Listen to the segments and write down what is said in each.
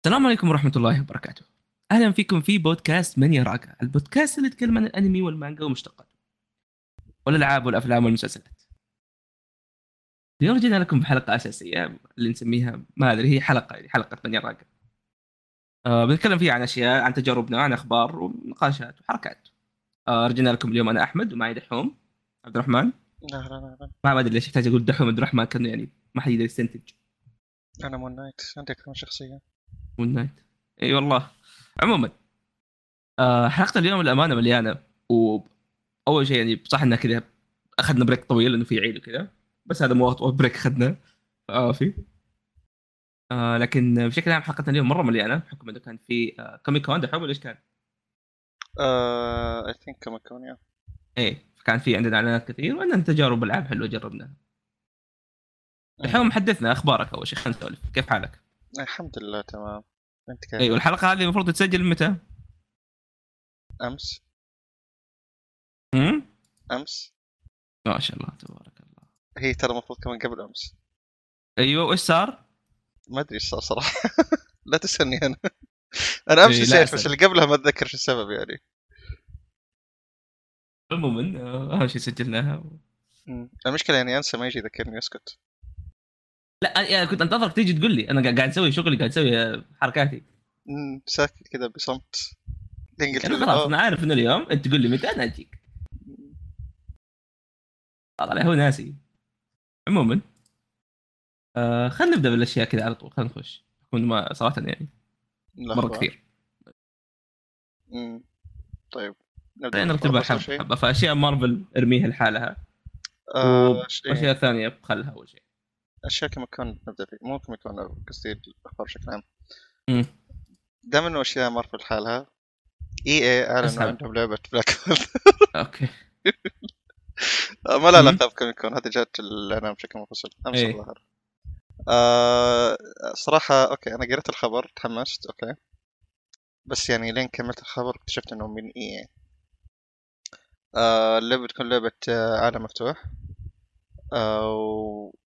السلام عليكم ورحمة الله وبركاته. أهلا فيكم في بودكاست من يراك، البودكاست اللي يتكلم عن الأنمي والمانجا ومشتقاته والألعاب والأفلام والمسلسلات. اليوم جينا لكم بحلقة أساسية اللي نسميها ما أدري، هي حلقة يعني حلقة من يراك. بنتكلم فيها عن أشياء، عن تجاربنا، عن أخبار ونقاشات وحركات. رجعنا لكم اليوم أنا أحمد ومعي دحوم عبد الرحمن. أهلا أهلا. ما أدري ليش يحتاج أقول دحوم عبد الرحمن، كأنه يعني ما حد يقدر يستنتج. أنا مون نايت، عندك كم شخصية؟ والنايت. اي والله. عموما حلقة اليوم الأمانة مليانة. اول شيء يعني صح انها كذا اخذنا بريك طويل لانه في عيد وكذا، بس هذا مو اطول بريك اخذناه في لكن بشكل عام حلقتنا اليوم مره مليانه بحكم انه كان في كوميك كون دحوم، ولا ايش كان؟ I think كم كون يا. ايه، فكان في عندنا اعلانات كثير وعندنا تجارب العاب حلوه جربناها. أمم. دحوم حدثنا اخبارك اول شيء، خلينا نسولف كيف حالك. الحمد لله تمام. أنت كيف؟ ايوه، والحلقه هذه المفروض تتسجل متى؟ أمس. امم أمس. ما شاء الله تبارك الله. هي ترى المفروض كمان قبل أمس. ايوه، وايش صار؟ ما أدري إيش صار صراحة. لا تسألني أنا. أنا أمس إيه لا نسيت، بس اسال. اللي قبلها ما أتذكر شو السبب يعني. عموما اهم شيء سجلناها. المشكلة يعني أنسى ما يجي يذكرني، أسكت. لا يعني كنت انتظرك تيجي تقول لي، انا قاعد اسوي شغلي، قاعد اسوي حركاتي. ساكت كذا بصمت. لين قلت انا له خلاص انا عارف انه اليوم انت تقول لي متى انا اجيك. طلع هو ناسي. عموما خلينا نبدا بالاشياء كذا على طول، خلينا نخش يكون ما صراحه يعني مره الأخبار. كثير. أمم. طيب، نبدأ خلينا بالأخبار نرتبها بس أول حبه شيء. حبه، فاشياء مارفل ارميها لحالها إيه. واشياء ثانيه بخلها اول شيء. أشياء كم كون نبدأ فيه، مو كم كون، قصدي الأخبار بشكل عام. امم دام إنه أشياء مارفل لحالها، اي اعلنوا اسحب. عندهم لعبة بلاك اوكي. ما لها امم علاقة بكوميك كون، هذه جات الإعلان بشكل منفصل أمس ايه. الظاهر. آه صراحة أوكي، أنا قريت الخبر تحمست أوكي، بس يعني لين كملت الخبر اكتشفت إنه من إي. اللعبة بتكون لعبة عالم مفتوح. وفي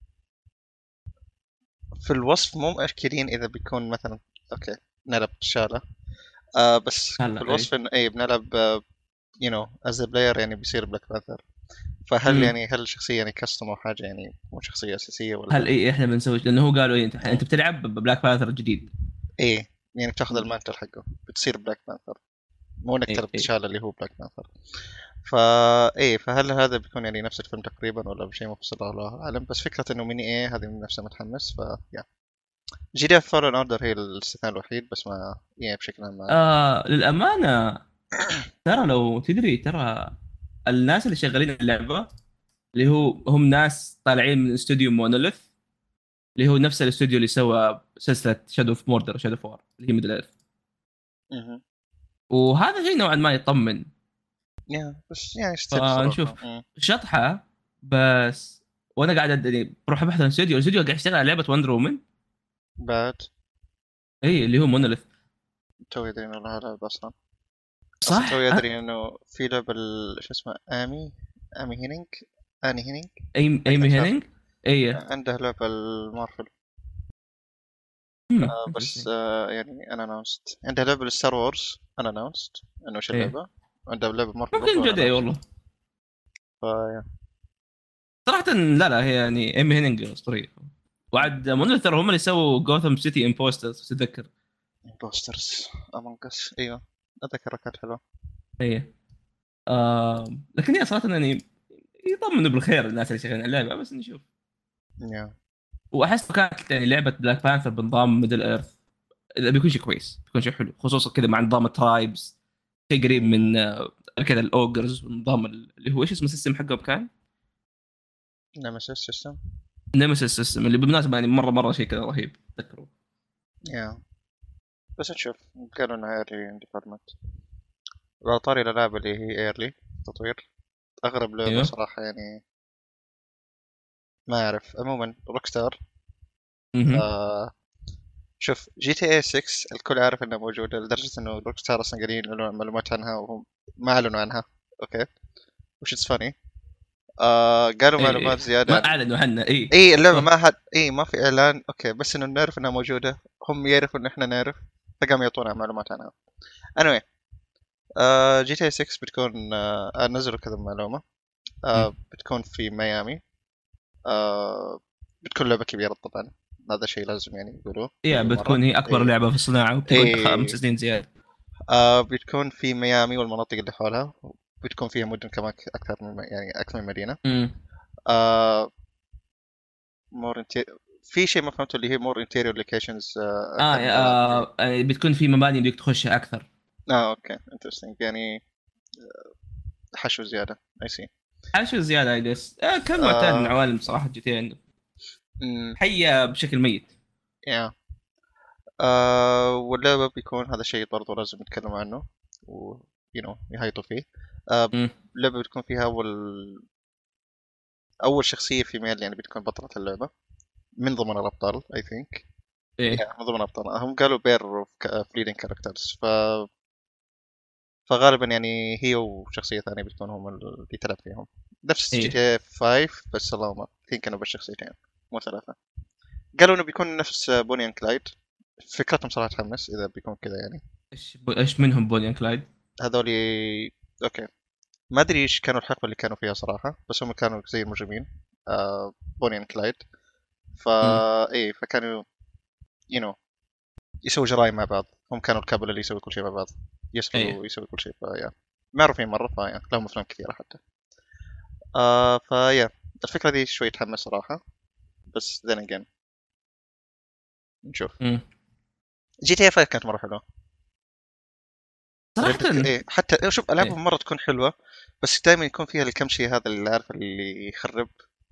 الوصف مو مأكدين إذا بيكون مثلا أوكي نلعب شالة. بس في هلا الوصف ايه. إنه إيه بنلعب از بلاير، يعني بيصير بلاك بانثر. فهل امم يعني هل الشخصية يعني كاستم أو حاجة، يعني مو شخصية أساسية هل ولا؟ ايه احنا بنسوي، لانه هو قالوا إيه انت مم. بتلعب ببلاك بانثر الجديد. إيه، يعني بتاخذ مم. المانتل حقه بتصير بلاك بانثر، مو إنك ايه تلعب ايه. تشال اللي هو بلاك بانثر. إيه، فهل هذا بيكون يعني نفس الفيلم تقريبا ولا بشيء مفصل؟ الله أعلم، بس فكرة إنه ميني إيه هذه من نفسها متحمس يا. جي دي اف فالون اوردر هي الاستثناء الوحيد، بس ما يعني بشكل عام ما. للامانه ترى لو تدري، ترى الناس اللي شغالين اللعبه اللي هو هم ناس طالعين من استوديو مونوليث، اللي هو نفس الاستوديو اللي سوى سلسله شادو اوف موردر وشادو اوف وور اللي هي ميدل ايرث. مهم. وهذا شيء نوعا ما يطمن. يا بس يعني ستيل فنشوف صراحة. شطحه بس. وانا قاعد يعني بروح ابحث عن الاستوديو قاعد يشتغل على لعبه وندر وومن. بعد اي اللي هو مونوليث. توي يدري انه لها لعبة اصلا. اصلا صح توي يدري انه في لعبة شو اسمه امي هينينج. اني هينينج. ايمي حقت هينينج. اي. عنده لعبة المارفل. بس انترستنج. يعني انا اناونست عنده لعبة للستار وورز، انا اناونست انه ايش ايه اللعبة. عنده لعبة مارفل ممكن برضو، انا جد اي اناونست. والله. فيا. صراحة لا لا، هي يعني ايمي هينينج اسطورية. وعد مونوليث ترى هم اللي سووا جوثام سيتي امبوسترز تتذكر. امبوسترز امونج اس، ايوه اتذكر كانت حلوة. ايه. لكن هي صراحة يعني يطمنوا بالخير الناس اللي شغالين على اللعبة، بس نشوف. يا. واحس لو كانت يعني لعبة بلاك بانثر بنظام ميدل ايرث بيكون شيء كويس، بيكون شيء حلو، خصوصا كذا مع نظام الترايبز، شيء قريب من كذا الاوجرز ونظام اللي هو ايش اسمه السيستم حقهم كان. نمسيس سيستم. نيمسيس سيستم اللي بالمناسبة يعني مرة شيء كذا رهيب تذكروا. يا. بس نشوف. قالوا انها ايرلي ديفلوبمنت. وعلى طاري الالعاب اللي هي ايرلي تطوير، اغرب لعبة ايوه. صراحة يعني. ما اعرف، عموما روك ستار. اها. آه شوف جي تي اي 6 الكل عارف انها موجودة، لدرجة انه روك ستار اصلا قاعدين يعلنون معلومات عنها وهم ما اعلنوا عنها. اوكي. وش اتس فاني. قالوا إيه معلومات إيه. زياده ما اعلنوا عنها. اي اي اللعبه صح. ما حد ما في اعلان، اوكي، بس انه نعرف انها موجوده، هم يعرفوا ان احنا نعرف، فقاموا يعطونا معلومات عنها. anyway جي تي 6 بتكون نزلوا كذا معلومه. بتكون في ميامي. بتكون لعبه كبيره طبعا، هذا شيء لازم يعني يقولوه اي مليون مره. بتكون هي اكبر اي لعبه في الصناعه وبتقعد اي 5 سنين زياده. بتكون في ميامي والمناطق اللي حولها، بتكون فيها مدن كمان اكثر من يعني اكثر من مدينه. امم آه مور في شيء ما فهمته اللي هي مور انتيريور لوكيشنز اكثر من الالعاب. يعني بتكون في مباني بدك تخشها اكثر. اوكي انترستنج يعني حشو زياده اي سي. حاجه زياده اي جس. كان معتاد من عوالم صراحه جي تي عنده حيه بشكل ميت. يا واللعبه بيكون هذا الشيء برضو لازم نتكلم عنه و يهيطوا فيه. امم اللعبه بتكون فيها اول شخصيه فيميل يعني بتكون بطله اللعبه من ضمن الابطال اي ثينك. ايه من ضمن الابطال هم قالوا بير اوف فليدنج كاركترز، فغالبا يعني هي وشخصيه ثانيه بتكون هم اللي تلعب فيهم نفس جي ايه. تي 5، بس اللهم ثينك انه بس شخصيتين مو ثلاثه. قالوا انه بيكون نفس بوني اند كلايد. فكرتهم صراحه تحمس اذا بيكون كذا يعني. ايش منهم بوني اند كلايد؟ هذولي اوكي، ما ادري ايش كانوا الحقبه اللي كانوا فيها صراحه، بس هم كانوا زي المجرمين بوني اند كلايد. امم ايه فكانوا يو نو يسووا جرائم مع بعض. هم كانوا الكابل اللي يسوي كل شيء مع بعض، يسرقوا ايه. ويسوي كل شيء. فيا معروفين مره، فيا لهم افلام كثيره حتى. فيا الفكره دي شوي تحمس صراحه، بس then again نشوف. امم جي تي اي 5 كانت مره حلوه. صراحه. ايه حتى شوف العابهم ايه. مره تكون حلوه، بس دائما يكون فيها الكم شيء هذا اللي عارف اللي يخرب.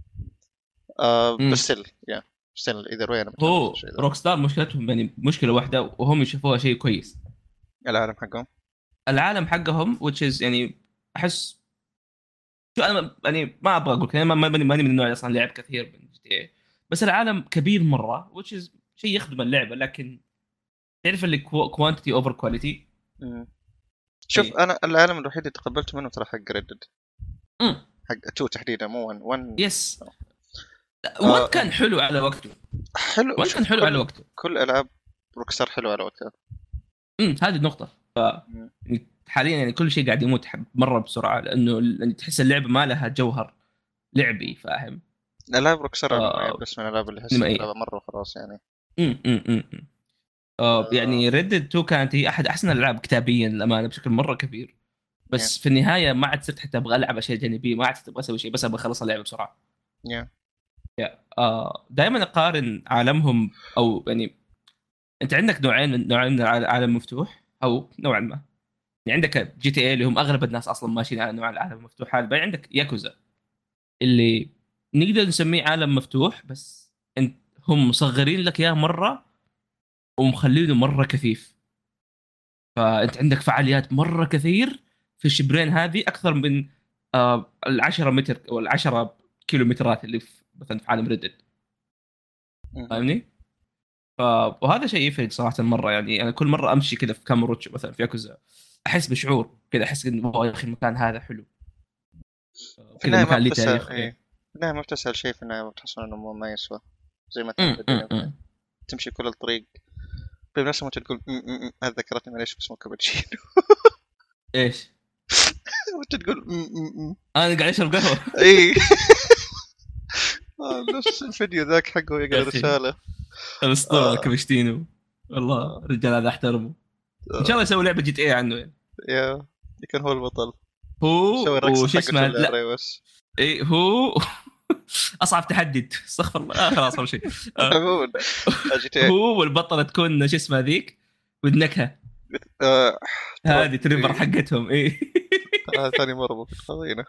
بس امم ستيل اذا روي انا متحمس هو للشيء ذا. روك ستار مشكلتهم يعني مشكله واحده وهم يشوفوها شيء كويس. العالم حقهم. العالم حقهم which is يعني احس شو انا يعني ما ابغى اقول كذا ماني من النوع اللي اصلا لعب كثير من جي تي اي. بس العالم كبير مره which is شيء يخدم اللعبه لكن تعرف اللي كوانتيتي اوفر كواليتي. مم. اي. شوف انا العالم الوحيد اللي تقبلته منه ترى حق ريدد، امم حق 2 تحديدا مو 1 1. يس. وان إيه. كان حلو على وقته. حلو. وان كان شوف حلو على وقته. كل العاب روكستار حلوه على وقتها. هذه النقطه. مم. يعني حاليا يعني كل شيء قاعد يموت مره بسرعه لانه تحس اللعبه ما لها جوهر لعبي فاهم. العاب روكستار انا نوعين آه بس من الالعاب اللي احس اني سينمائيه. العبها مره وخلاص يعني. امم آه. يعني ريد 2 كانت هي احد احسن الالعاب كتابيا للامانه بشكل مره كبير. يا بس في النهايه ما عاد صرت حتى ابغى العب اشياء جانبيه ما عاد صرت ابغى اسوي شيء بس ابغى اخلص اللعبه بسرعه. يا دائما اقارن عالمهم او يعني انت عندك نوعين من العالم مفتوح او نوعا ما. يعني عندك جي تي اي اللي هم اغلب الناس اصلا ماشيين على نوع العالم المفتوح هذا. بعدين عندك ياكوزا اللي نقدر نسميه عالم مفتوح بس انت هم مصغرين لك اياه مره ومخلينه مره كثيف. فانت عندك فعاليات مره كثير في الشبرين هذه اكثر من العشرة متر او العشرة كيلومترات اللي في مثلا في عالم ريدد. مهم. فاهمني؟ ف... وهذا شيء يفرق صراحه مره. يعني انا كل مره امشي كذا في كاموروتشو مثلا في ياكوزا احس بشعور كذا احس انه والله يا اخي المكان هذا حلو. في كذا النهايه ما مكان ليه بتسهل تاريخ. ايه، ايه. في النهايه ما بتسهل شيء، في النهايه بتحصل انه ما يسوى. زي ما تعرف الدنيا أمم. تمشي كل الطريق بنفس ما تقول هذا ذكرتني معليش اسمه كابتشينو. ايش؟ وانت تقول انا قاعد اشرب قهوه. اي نفس الفيديو ذاك حقه يا يقرا اخي رساله. الاسطوره آه. كابشتينو. والله آه. الرجال هذا احترمه. ان شاء آه. الله يسوي لعبه جي تي اي عنه يعني. يا كان هو البطل. هو سوي الرقصه وش حقته اسمه اللي لا. على بس. ايه هو اصعب تحدي استغفر الله خلاص اول شيء. عموما جي تي هو والبطله تكون شو اسمها ذيك ودنكها آه. هذه تريفر إيه. حقتهم ايه. ثاني مره ممكن خذينا.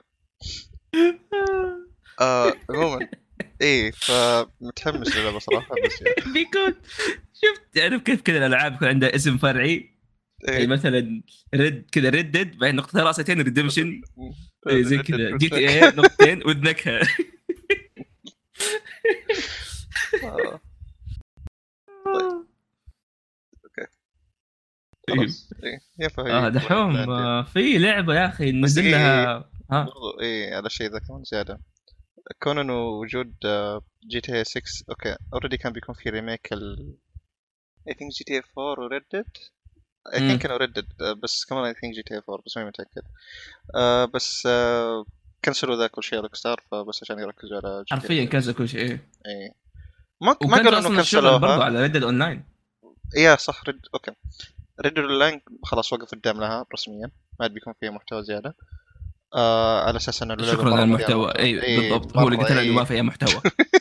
عموما ايه فمتحمس للعبه صراحه بس يعني. بيكون شفت تعرف كيف كذا الالعاب يكون عندها اسم فرعي. يعني ايه مثلا ريد كذا ردد بعدين نقطتين راستين ريدمشن. إيه، زي كذا جي تي اي نقطتين ودنكها. آه. اوكي طيب. خلاص ايه يا فهي دحوم في لعبه يا اخي بس نزل دقيقة لها. ها. برضو ايه على شيء ذا كمان زيادة، كون انه وجود جي تي 6 اوكي اوريدي كان بيكون في ريميك I think جي تي 4 و Red Dead I think كانوا Red Dead بس كمان I think جي تي 4 بس ما متأكد. بس كنسلوا ذا كل شيء روك ستار فبس عشان يركزوا على جي تي حرفيا كنسل كل شيء. اي ما وكنسل قالوا انه اصلا الشغل برضو كنسلوها. على ريد اونلاين. يا صح اوكي ريد اونلاين خلاص وقف قدام لها رسميا، ما عاد بيكون فيها محتوى زيادة على اساس انه اللعبة شكرا على مرة مليانة المحتوى. محتوى. اي بالضبط، هو اللي مرة قتل انه ما في اي محتوى.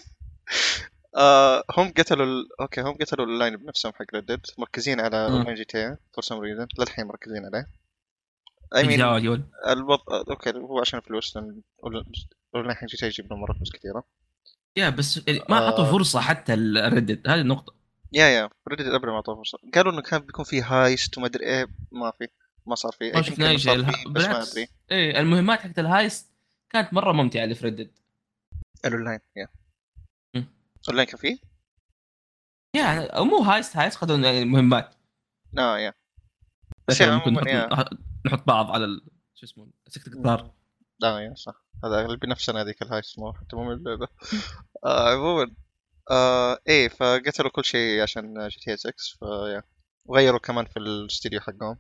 هم قتلوا اوكي هم قتلوا اللاين بنفسهم حق ردد، مركزين على اونلاين جي تي فور سم ريزن للحين مركزين عليه. اي مين الجوال اوكي هو عشان فلوس، لان اونلاين حق جي تي يجيب لهم مرة فلوس كثيرة. يا بس يعني ما اعطوا فرصه حتى الردد، هذه النقطه. يا ردد ابدا ما اعطوه فرصه، قالوا انه كان بيكون في هايست وما ادري ايه، ما في ما صار فيه ما اي شفنا اي شيء بس ما بالعكس. ادري. ايه المهمات حقت الهايست كانت مره ممتعه اللي في ردد. الاونلاين اونلاين كان فيه يعني مو هايست قدروا يعني مهمات. يا بس يعني ممكن عموما نحط بعض على شو اسمه سكت قطار. يا صح هذا اللي بنفسنا هذيك الهايست مو حتى مو من اللعبه. عموما ايه فقتلوا كل شيء عشان جي تي 6 فيا، وغيروا كمان في الاستديو حقهم.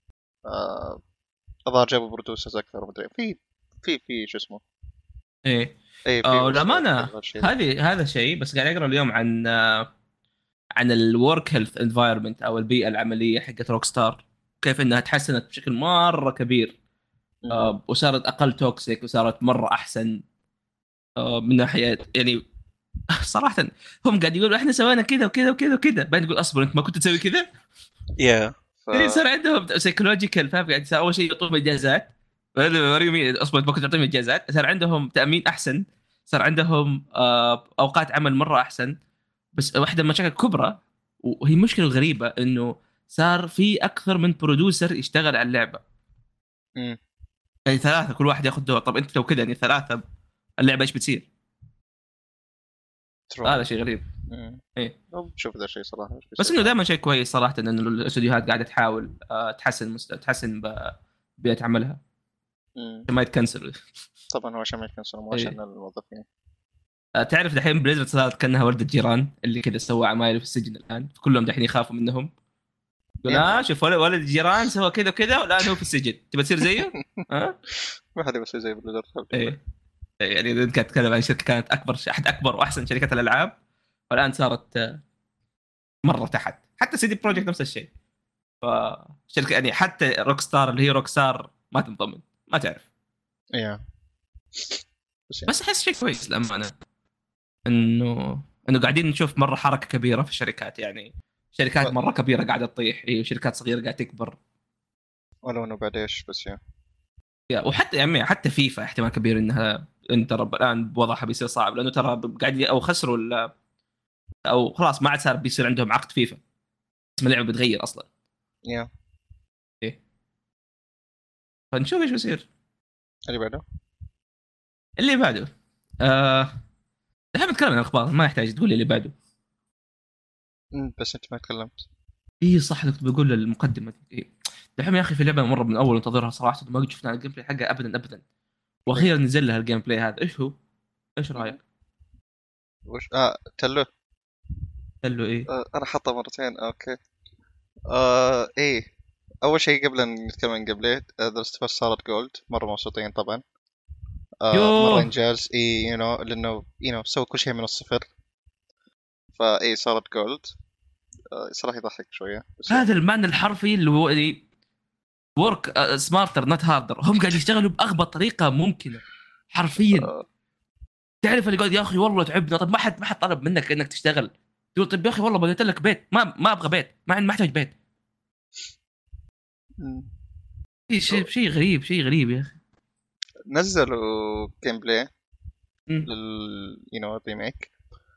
الظاهر جابوا برودوسرز اكثر ومدري في شو اسمه ايه ايه في للامانه هذا شيء. بس قاعد اقرا اليوم عن الورك هيلث انفايرمنت او البيئه العمليه حقت روك ستار، كيف انها تحسنت بشكل مره كبير. وصارت اقل توكسيك وصارت مره احسن من ناحيه يعني. صراحه هم قاعد يقولوا احنا سوينا كذا وكذا وكذا وكذا، بعدين تقول اصبر انت ما كنت تسوي كذا. يا يعني صار عندهم سايكولوجيكال، فاهم؟ قاعد اول شيء يعطوهم اجازات، اصبر انت ما كنت تعطيهم اجازات. صار عندهم تامين احسن، صار عندهم اوقات عمل مره احسن. بس واحده من المشاكل الكبرى وهي مشكله غريبه انه صار في اكثر من برودوسر يشتغل على اللعبه. يعني ثلاثه كل واحد ياخذ دور. طب انت لو كذا يعني ثلاثه اللعبه ايش بتصير؟ هذا شيء غريب. ايه شوف ذا الشيء صراحه بس انه دائما شيء كويس صراحه انه الاستديوهات قاعده تحاول تحسن بيئه عملها ما يتكنسل. طبعا هو عشان ما يتكنسل مو عشان الموظفين. تعرف دحين بليزرد صارت كانها ورده جيران اللي كذا سوى عمايل في السجن الان، كلهم دحين يخافوا منهم. يقول شوف ولد الجيران سوى كذا وكذا والان هو في السجن، تبى تصير زيه؟ ما حد يبغى زي بليزرد. ايه يعني اذا كانت تتكلم عن شركه كانت احد اكبر واحسن شركات الالعاب، والان صارت مره تحت. حتى سيدي بروجكت نفس الشيء. فشركه يعني حتى روك ستار اللي هي روك ستار ما تنضمن، ما تعرف. بس احس شيء كويس للامانه انه قاعدين نشوف مره حركه كبيره في الشركات. يعني شركات مره كبيره قاعده تطيح، وشركات صغيره قاعده تكبر. ولو انه بعد ايش بس وحتى يعني حتى فيفا احتمال كبير انها انت الان بوضعها بيصير صعب، لانه ترى قاعد او خسروا او خلاص ما عاد صار بيصير عندهم عقد فيفا، اسم اللعبه بتغير اصلا. ايه فنشوف ايش بيصير. اللي بعده الحين نتكلم عن الاخبار، ما يحتاج تقول لي اللي بعده. بس انت ما تكلمت. اي صح كنت بقول المقدمه دي. الحين يا اخي في لعبه مره من اول انتظرها صراحه، ما قد شفنا الجيم بلاي حقها ابدا واخيرا نزل لها الجيم بلاي هذا. ايش هو؟ ايش رايك؟ وش تلو ايه انا حاطه مرتين. اوكي ايه اول شيء قبل ان نتكلم عن جيم بلاي درست بس صارت جولد مره مبسوطين طبعا. مره انجاز لانه سووا كل شيء من الصفر، فاي صارت جولد. صراحه يضحك شويه بس هذا المعنى الحرفي اللي هو ورك سمارتر نوت هاردر. هم قاعد يشتغلوا باغبى طريقه ممكنه حرفيا. تعرف اللي قال يا اخي والله تعبنا، طب ما حد طلب منك انك تشتغل. تقول طيب يا اخي والله بنيت لك بيت، ما ابغى بيت، ما احتاج بيت. شيء غريب يا اخي. نزلوا جيم بلاي الريميك.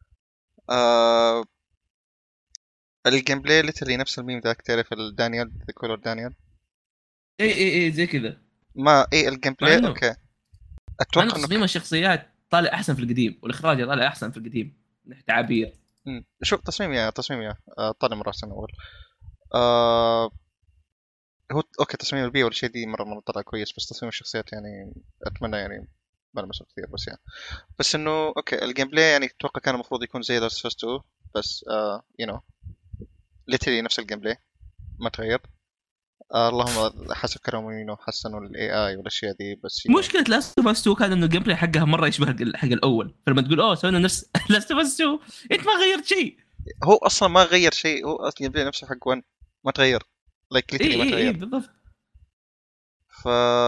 الجيم بلاي اللي نفس الميم ذاك، تعرف الدانيال ذا كولر دانيال. اي زي كذا. ما الجيم بلاي اوكي اتوقع انه تصميم الشخصيات طالع احسن في القديم، والاخراج طالع احسن في القديم من ناحيه تعابير. شوف تصميم طالع مره احسن اول. هو اوكي تصميم البيئة والشيء دي مرة طلع كويس، بس تصميم الشخصيات يعني اتمنى يعني ما لمسه كثير، بس يعني بس انه اوكي الجيم بلاي يعني اتوقع كان المفروض يكون زي لاست اوف 2، بس يو نو ليتري نفس الجيم بلاي ما تغير. اللهم حسب كلامهم انه حسنوا الاي اي والاشياء دي، بس مشكله لاست اوف اس 2 كان انه الجيم بلاي حقها مره يشبه حق الاول، فلما تقول اوه سوينا نفس لاست اوف اس 2 انت ما غيرت شيء. هو اصلا ما غير شيء، هو اصلا الجيم بلاي نفسه حق 1 ما تغير، لايك اي ليتري ما اي اي تغير. بالضبط. ف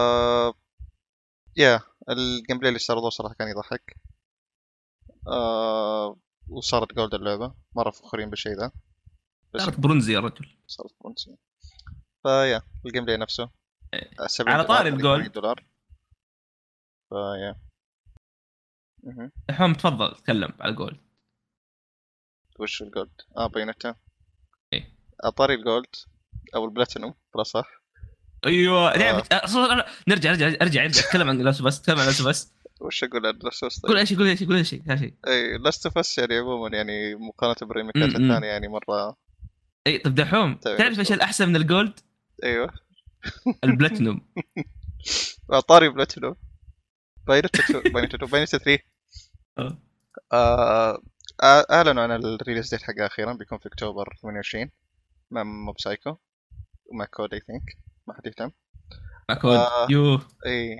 يا الجيم بلاي اللي استعرضوه صراحة كان يضحك. وصارت جولد اللعبة، مرة فخورين بالشيء ذا، بس صارت برونزي يا رجل. صارت فرنسي. فيا الجيم بلاي نفسه على طاري $70 ولا الجولد، $80. فيا مهم. دحوم تفضل تكلم على الجولد. وش الجولد؟ بايونيتا. إيه. طاري الجولد او البلاتينوم بلا صح. ايوه آه. نرجع اتكلم عن لاست اوف اس، اتكلم عن لاست اوف اس. وش اقول عن لاست اوف؟ قول طيب اي شيء، قول اي شيء، قول اي شيء، لا شيء. اي لاست اوف اس يعني عموما يعني مقارنة بالريميكات الثانية يعني مرة اي طب دحوم تعب تعرف ايش نفسه. الاحسن من الجولد؟ ايوه. البلاتينوم. طاري بلاتينوم، بايونيتا 3. آه. آه، اعلنوا عن الريليز ديت حقها اخيرا، بيكون في اكتوبر 28 مع موب سايكو ومع كود اي ثينك، ما حد يهتم. مع كود آه يو. اي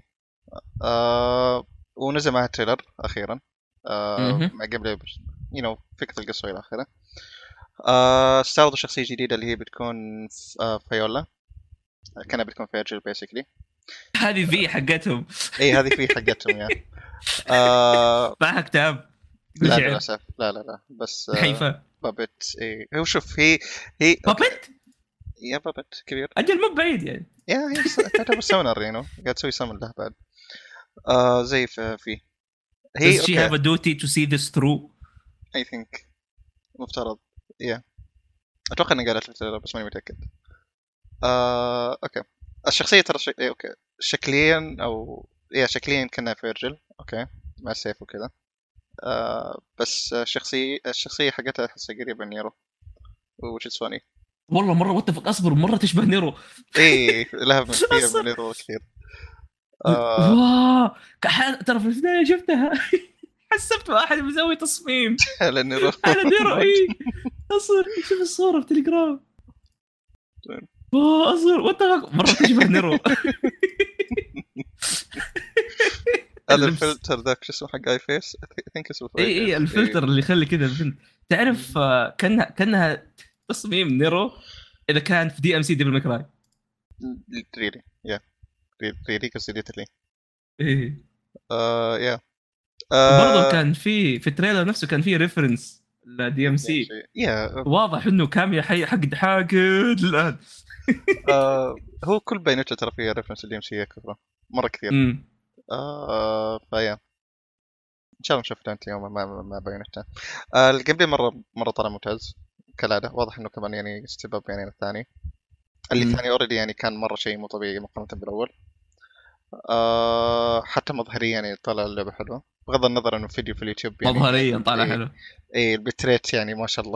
ونزل معها تريلر اخيرا، مهم. مع جيم بلاي فكرة القصة الى اخره. استعرضوا شخصية جديدة اللي هي بتكون فايولا، كانها بتكون فيرجل بيسكلي. هذه في حقتهم اي هذه في حقتهم يا آه معها كتاب يقول لا شعر للاسف لا بس حيفا. بابت. اي هو شوف هي اوكي بابت. يا بابت كبير. اجل مو بعيد يعني. يا هي تعتبر سمنر قاعد تسوي سمن له بعد. زي في هي Does she اوكي have a duty to see this through؟ اي ثينك مفترض. اتوقع اني قالت التريلر بس ماني متاكد. اوكي الشخصيه ترى اوكي شكليا او شكليا كانها فيرجل اوكي مع السيف وكذا. بس الشخصيه حقتها احسها قريبه من نيرو which is funny. والله مره متفق، اصبر، مره تشبه نيرو. اي لها فيها من اصبر. نيرو كثير. واه ترى في البدايه شفتها حسبت واحد مسوي تصميم على نيرو. على نيرو. اي اصبر شوف الصوره في تليجرام. اصبر واتفق، مره تشبه نيرو. هذا الفلتر ذاك شو اسمه حق اي فيس، ثينك اسمه اي الفلتر اللي يخلي كذا البنت تعرف كانها تصميم نيرو اذا كان في دي ام سي ديفل ماكراي. ريلي ريلي كونسيديتلي. ايه يا برضه كان في التريلر نفسه كان في ريفرنس لدي ام سي، واضح انه كاميا حي حق حاقد الان. هو كل بايونيتا ترى فيه ريفرنس الدي ام سي كثره مره كثير. فيا ان شاء الله نشوف انت يوم مع بايونيتا. الجيم بلاي مره طلع ممتاز كالعاده، واضح انه كمان يعني ستيب اب يعني الثاني. اللي الثاني اوريدي يعني كان مره شيء مو طبيعي مقارنه بالاول. حتى مظهريا يعني طلع اللعبه حلوه، بغض النظر انه فيديو في اليوتيوب يعني مظهريا طالع حلو. اي البتريت يعني ما شاء الله.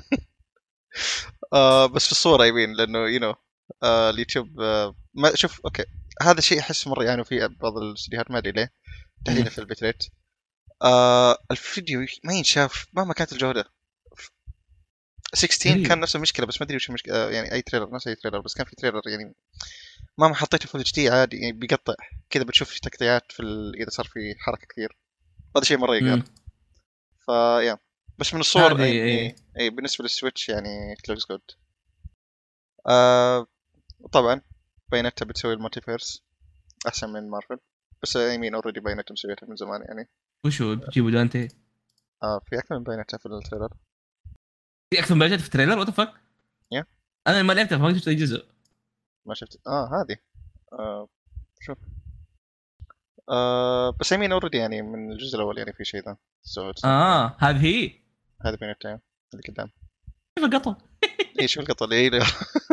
بس في الصوره يبين لانه اليوتيوب ما شوف اوكي هذا الشيء احس مره يعني في بعض الاستديوهات ما ادري ليه تحديدا في البتريت. الفيديو ما ينشاف مهما كانت الجوده. 16 كان نفس المشكله، بس ما ادري وش المشكله. يعني اي تريلر نفس اي تريلر، بس كان في تريلر يعني مهما حطيته فول اتش دي عادي يعني بيقطع كذا، بتشوف تقطيعات اذا صار في حركه كثير. هذا شيء مره يقهر. فيا بس من الصور اي بالنسبه للسويتش يعني it looks good. طبعا بايونيتا بتسوي المالتيفيرس احسن من مارفل، بس يمين اوريدي بايونيتا مسويتها من زمان يعني. وشو بتجيبوا دانتي؟ في اكثر من بايونيتا في التريلر. في اكثر من بايونيتا في التريلر؟ وات ذا فك؟ انا ما لعبتها فما شفت اي جزء. ما شفت هذه شوف بس يمين اوريدي يعني من الجزء الاول يعني في شيء ذا. هذه هي هذه بايونيتا اللي قدام. كيف القطع؟ ايش القطع اللي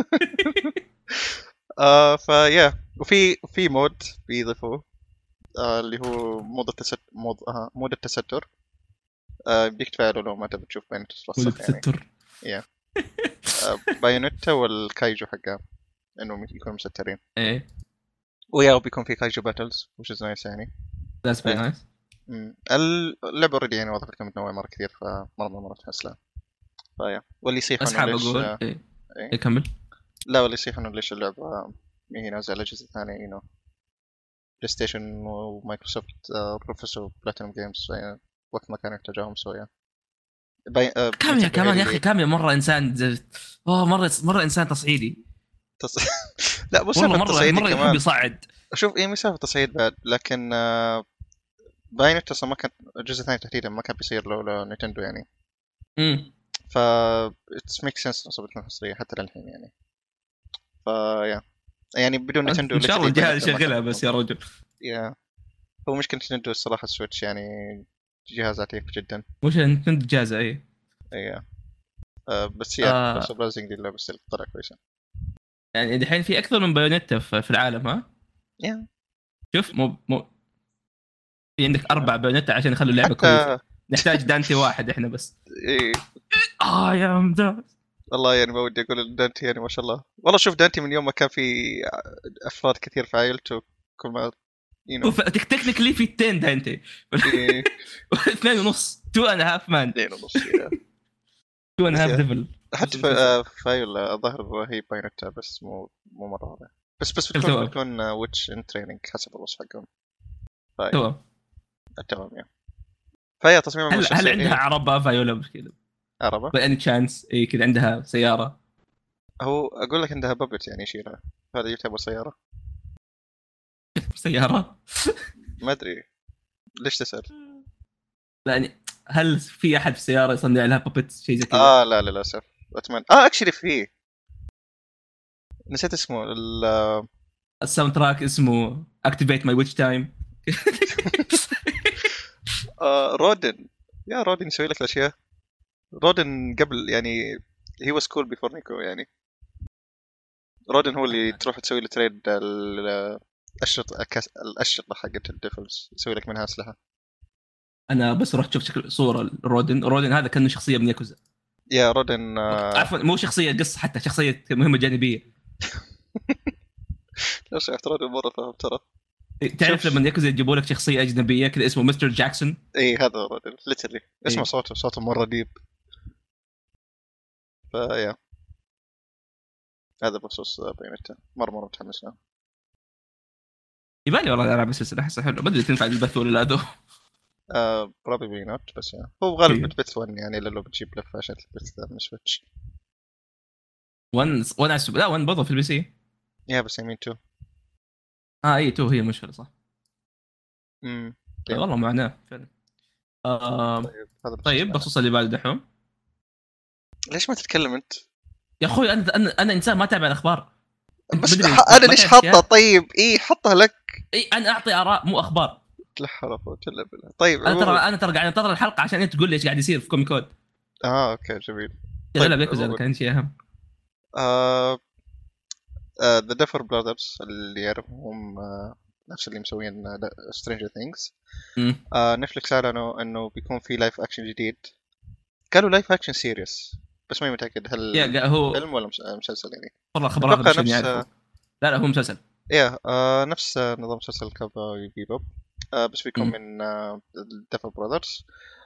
فيا وفي مود بيضيفوه اللي هو مود التستر. بديك تفعله لو ما تبي تشوف بايونيتا مود التستر. بايونيتا والكايجو حقها انه يكونوا مسترين. ايه ويا بيكون في كايجو باتلز which is nice يعني. ذاتس فيري نايس. اللعبة اوريدي يعني واضح لكم متنوعة مرة كثير، فمرة تحس لها. فيا واللي يصيح بس انه حاب ليش اقول ايه إيه. يكمل. لا واللي يصيح انه ليش اللعبة هي نازلة على الأجهزة الثانية بلاي ستيشن ومايكروسوفت بروفيسور بلاتينوم جيمز وقت ما كانوا يحتاجوهم سويا. كاميا كمان يا اخي، كاميا مره انسان مره انسان تصعيدي. تص... لا مو والله سالفة تصعيدي مره يحب كمان. يصعد. شوف ايه مو سالفة تصعيد بعد، لكن باينت اصلا ما كان الجزء الثاني تحديدا ما كان بيصير لولا نينتندو يعني. امم ف اتس ميك سنس اصلا بتكون حصرية حتى للحين يعني. يعني بدون نينتندو ان شاء الله literally الجهاز بايونيتا ما يشغلها كان بس بيكون. يا رجل. يا هو مشكلة نينتندو الصراحة السويتش يعني جهاز عتيق جدا. مش نتندو جهاز ايه. يا بس آه سربرايزنجلي اللعبة ستيل طلع كويسة. يعني دحين في اكثر من بايونيتا في العالم ها. يا شوف مو في عندك يا 4 بايونيتا عشان يخلوا اللعبه كويسه. حتى نحتاج دانتي واحد احنا بس. إيه يا ممتاز. والله يعني ما ودي اقول إن دانتي يعني ما شاء الله. والله شوف دانتي من يوم ما كان في افراد كثير في عائلته كل ما يو تكنيكلي في 10 دانتي. إيه 2 ونص 2 اند هاف مان 2 2 ونص. يا اند بس هاف يا ديفل. حتى في فايل الظاهر هي بايونيتا بس مو مرة واضح. بس بتكون ويتش ان تريننج حسب الوصف حقهم. تمام. تمام يعني. فهي تصميمها من هل الشخصية عندها عربه فايولا مشكله؟ عربة. باي تشانس اي كذا عندها سياره؟ هو اقول لك عندها بابت يعني يشيلها، هذا يعتبر سيارة. سياره. ما ادري ليش تسأل. لا يعني هل في احد في السياره يصنع لها بابت شيء زي كذا؟ لا للاسف. اتمنى اكشلي فيه نسيت اسمه الساوند تراك اسمه اكتيفيت ماي ويتش تايم. رودن. يا رودن يسوي لك الاشياء. رودن قبل يعني هي واز كول بيفور نيكو يعني. رودن هو اللي تروح تسوي له تريد الاشرطه حقت الديفلز، يسوي لك منها اسلحه. انا بس رحت شفت شكل صوره رودن هذا كانه شخصيه من ياكوزا. يا رودن عفوا مو شخصيه قصه، حتى شخصيه مهمه جانبيه. لو شفت رودن مره فاهم ترى. تعرف لما ياكوزا يجيبوا لك شخصيه اجنبيه كذا اسمه مستر جاكسون. اي هذا رودن ليترلي اسمه إيه. صوته مره ديب. فيا هذا بخصوص بايونيتا مره متحمس له. يبالي والله العب السلسله احسها حلو، ما ادري تنفع للبث ولا لا ذو. probably not بس يعني هو غالبا إيه. بتبث 1 يعني الا لو بتجيب لفه عشان تبث من سويتش. 1 لا 1 برضه في البي سي. يا بس يمين 2. اي 2 هي المشكله صح. امم والله معاناه فعلا. طيب هذا طيب بخصوص اللي بعد دحوم. ليش ما تتكلم انت؟ يا اخوي انا انسان ما اتابع الاخبار. انت بس مدري انا ما ليش تعرف حاطه؟ أشياء؟ طيب حطها لك. اي انا اعطي اراء مو اخبار. لا حول ولا قوه الا بالله. طيب انا ترى قاعد انتظر الحلقه عشان انت تقول لي ايش قاعد يصير في كومي كود. اوكي جميل. طيب طيب ياكوزا كان شيء اهم. ذا ديفر براذرز اللي يعرفهم نفس اللي مسوين سترينجر ثينجز. نتفلكس اعلنوا انه بيكون في لايف اكشن جديد. قالوا لايف اكشن سيريس بس ماني متاكد هل هو فيلم ولا مسلسل يعني. والله خبر هذا اتوقع مش نفس يعرفه. لا هو مسلسل. نفس نظام مسلسل كابا بيبوب. بس بيكون من ديفر براذرز.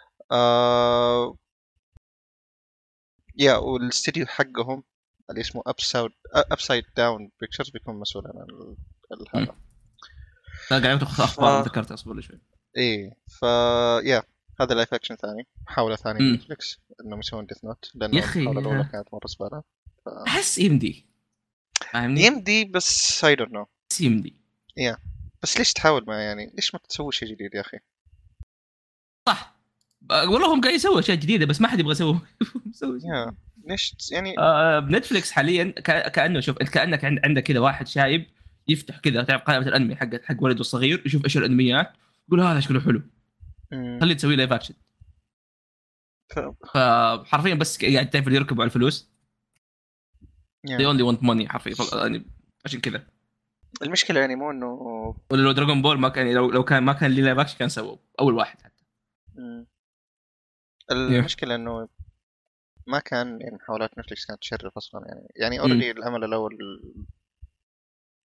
والاستديو حقهم اللي اسمه ابسايد داون بيكتشرز بيكون مسؤول عن هذا. قاعد تاخذ اخبار ذكرت اصبر شوي. ايه هذا لايف اكشن ثاني، محاولة ثانية من نتفلكس انهم يسوون ديث نوت لانه المحاولة الاولى كانت مرة زبالة. احس يمدي فاهمني؟ يمدي بس اي دونت نو. يمدي بس ليش تحاول ما يعني ليش ما تسوي شيء جديد يا اخي؟ صح والله هم قاعد يسووا اشياء جديده بس ما حد يبغى يسوي ليش يعني بنتفليكس حاليا كانه شوف انت كانك عندك كذا واحد شايب يفتح كذا تعرف قائمه الانمي حق ولده الصغير يشوف ايش الانميات يقول هذا شكله حلو خليه تسوي لايف اكشن. فحرفيا بس قاعد تعرف اللي يركبوا على الفلوس. they only want money حرفيا يعني عشان كذا. المشكله يعني مو انه ولا لو دراغون بول ما كان لو كان ما كان لي لايف اكشن كان سووا اول واحد حتى. المشكله انه ما كان يعني محاولات نتفلكس كانت تشرف اصلا يعني اوريدي الامل الاول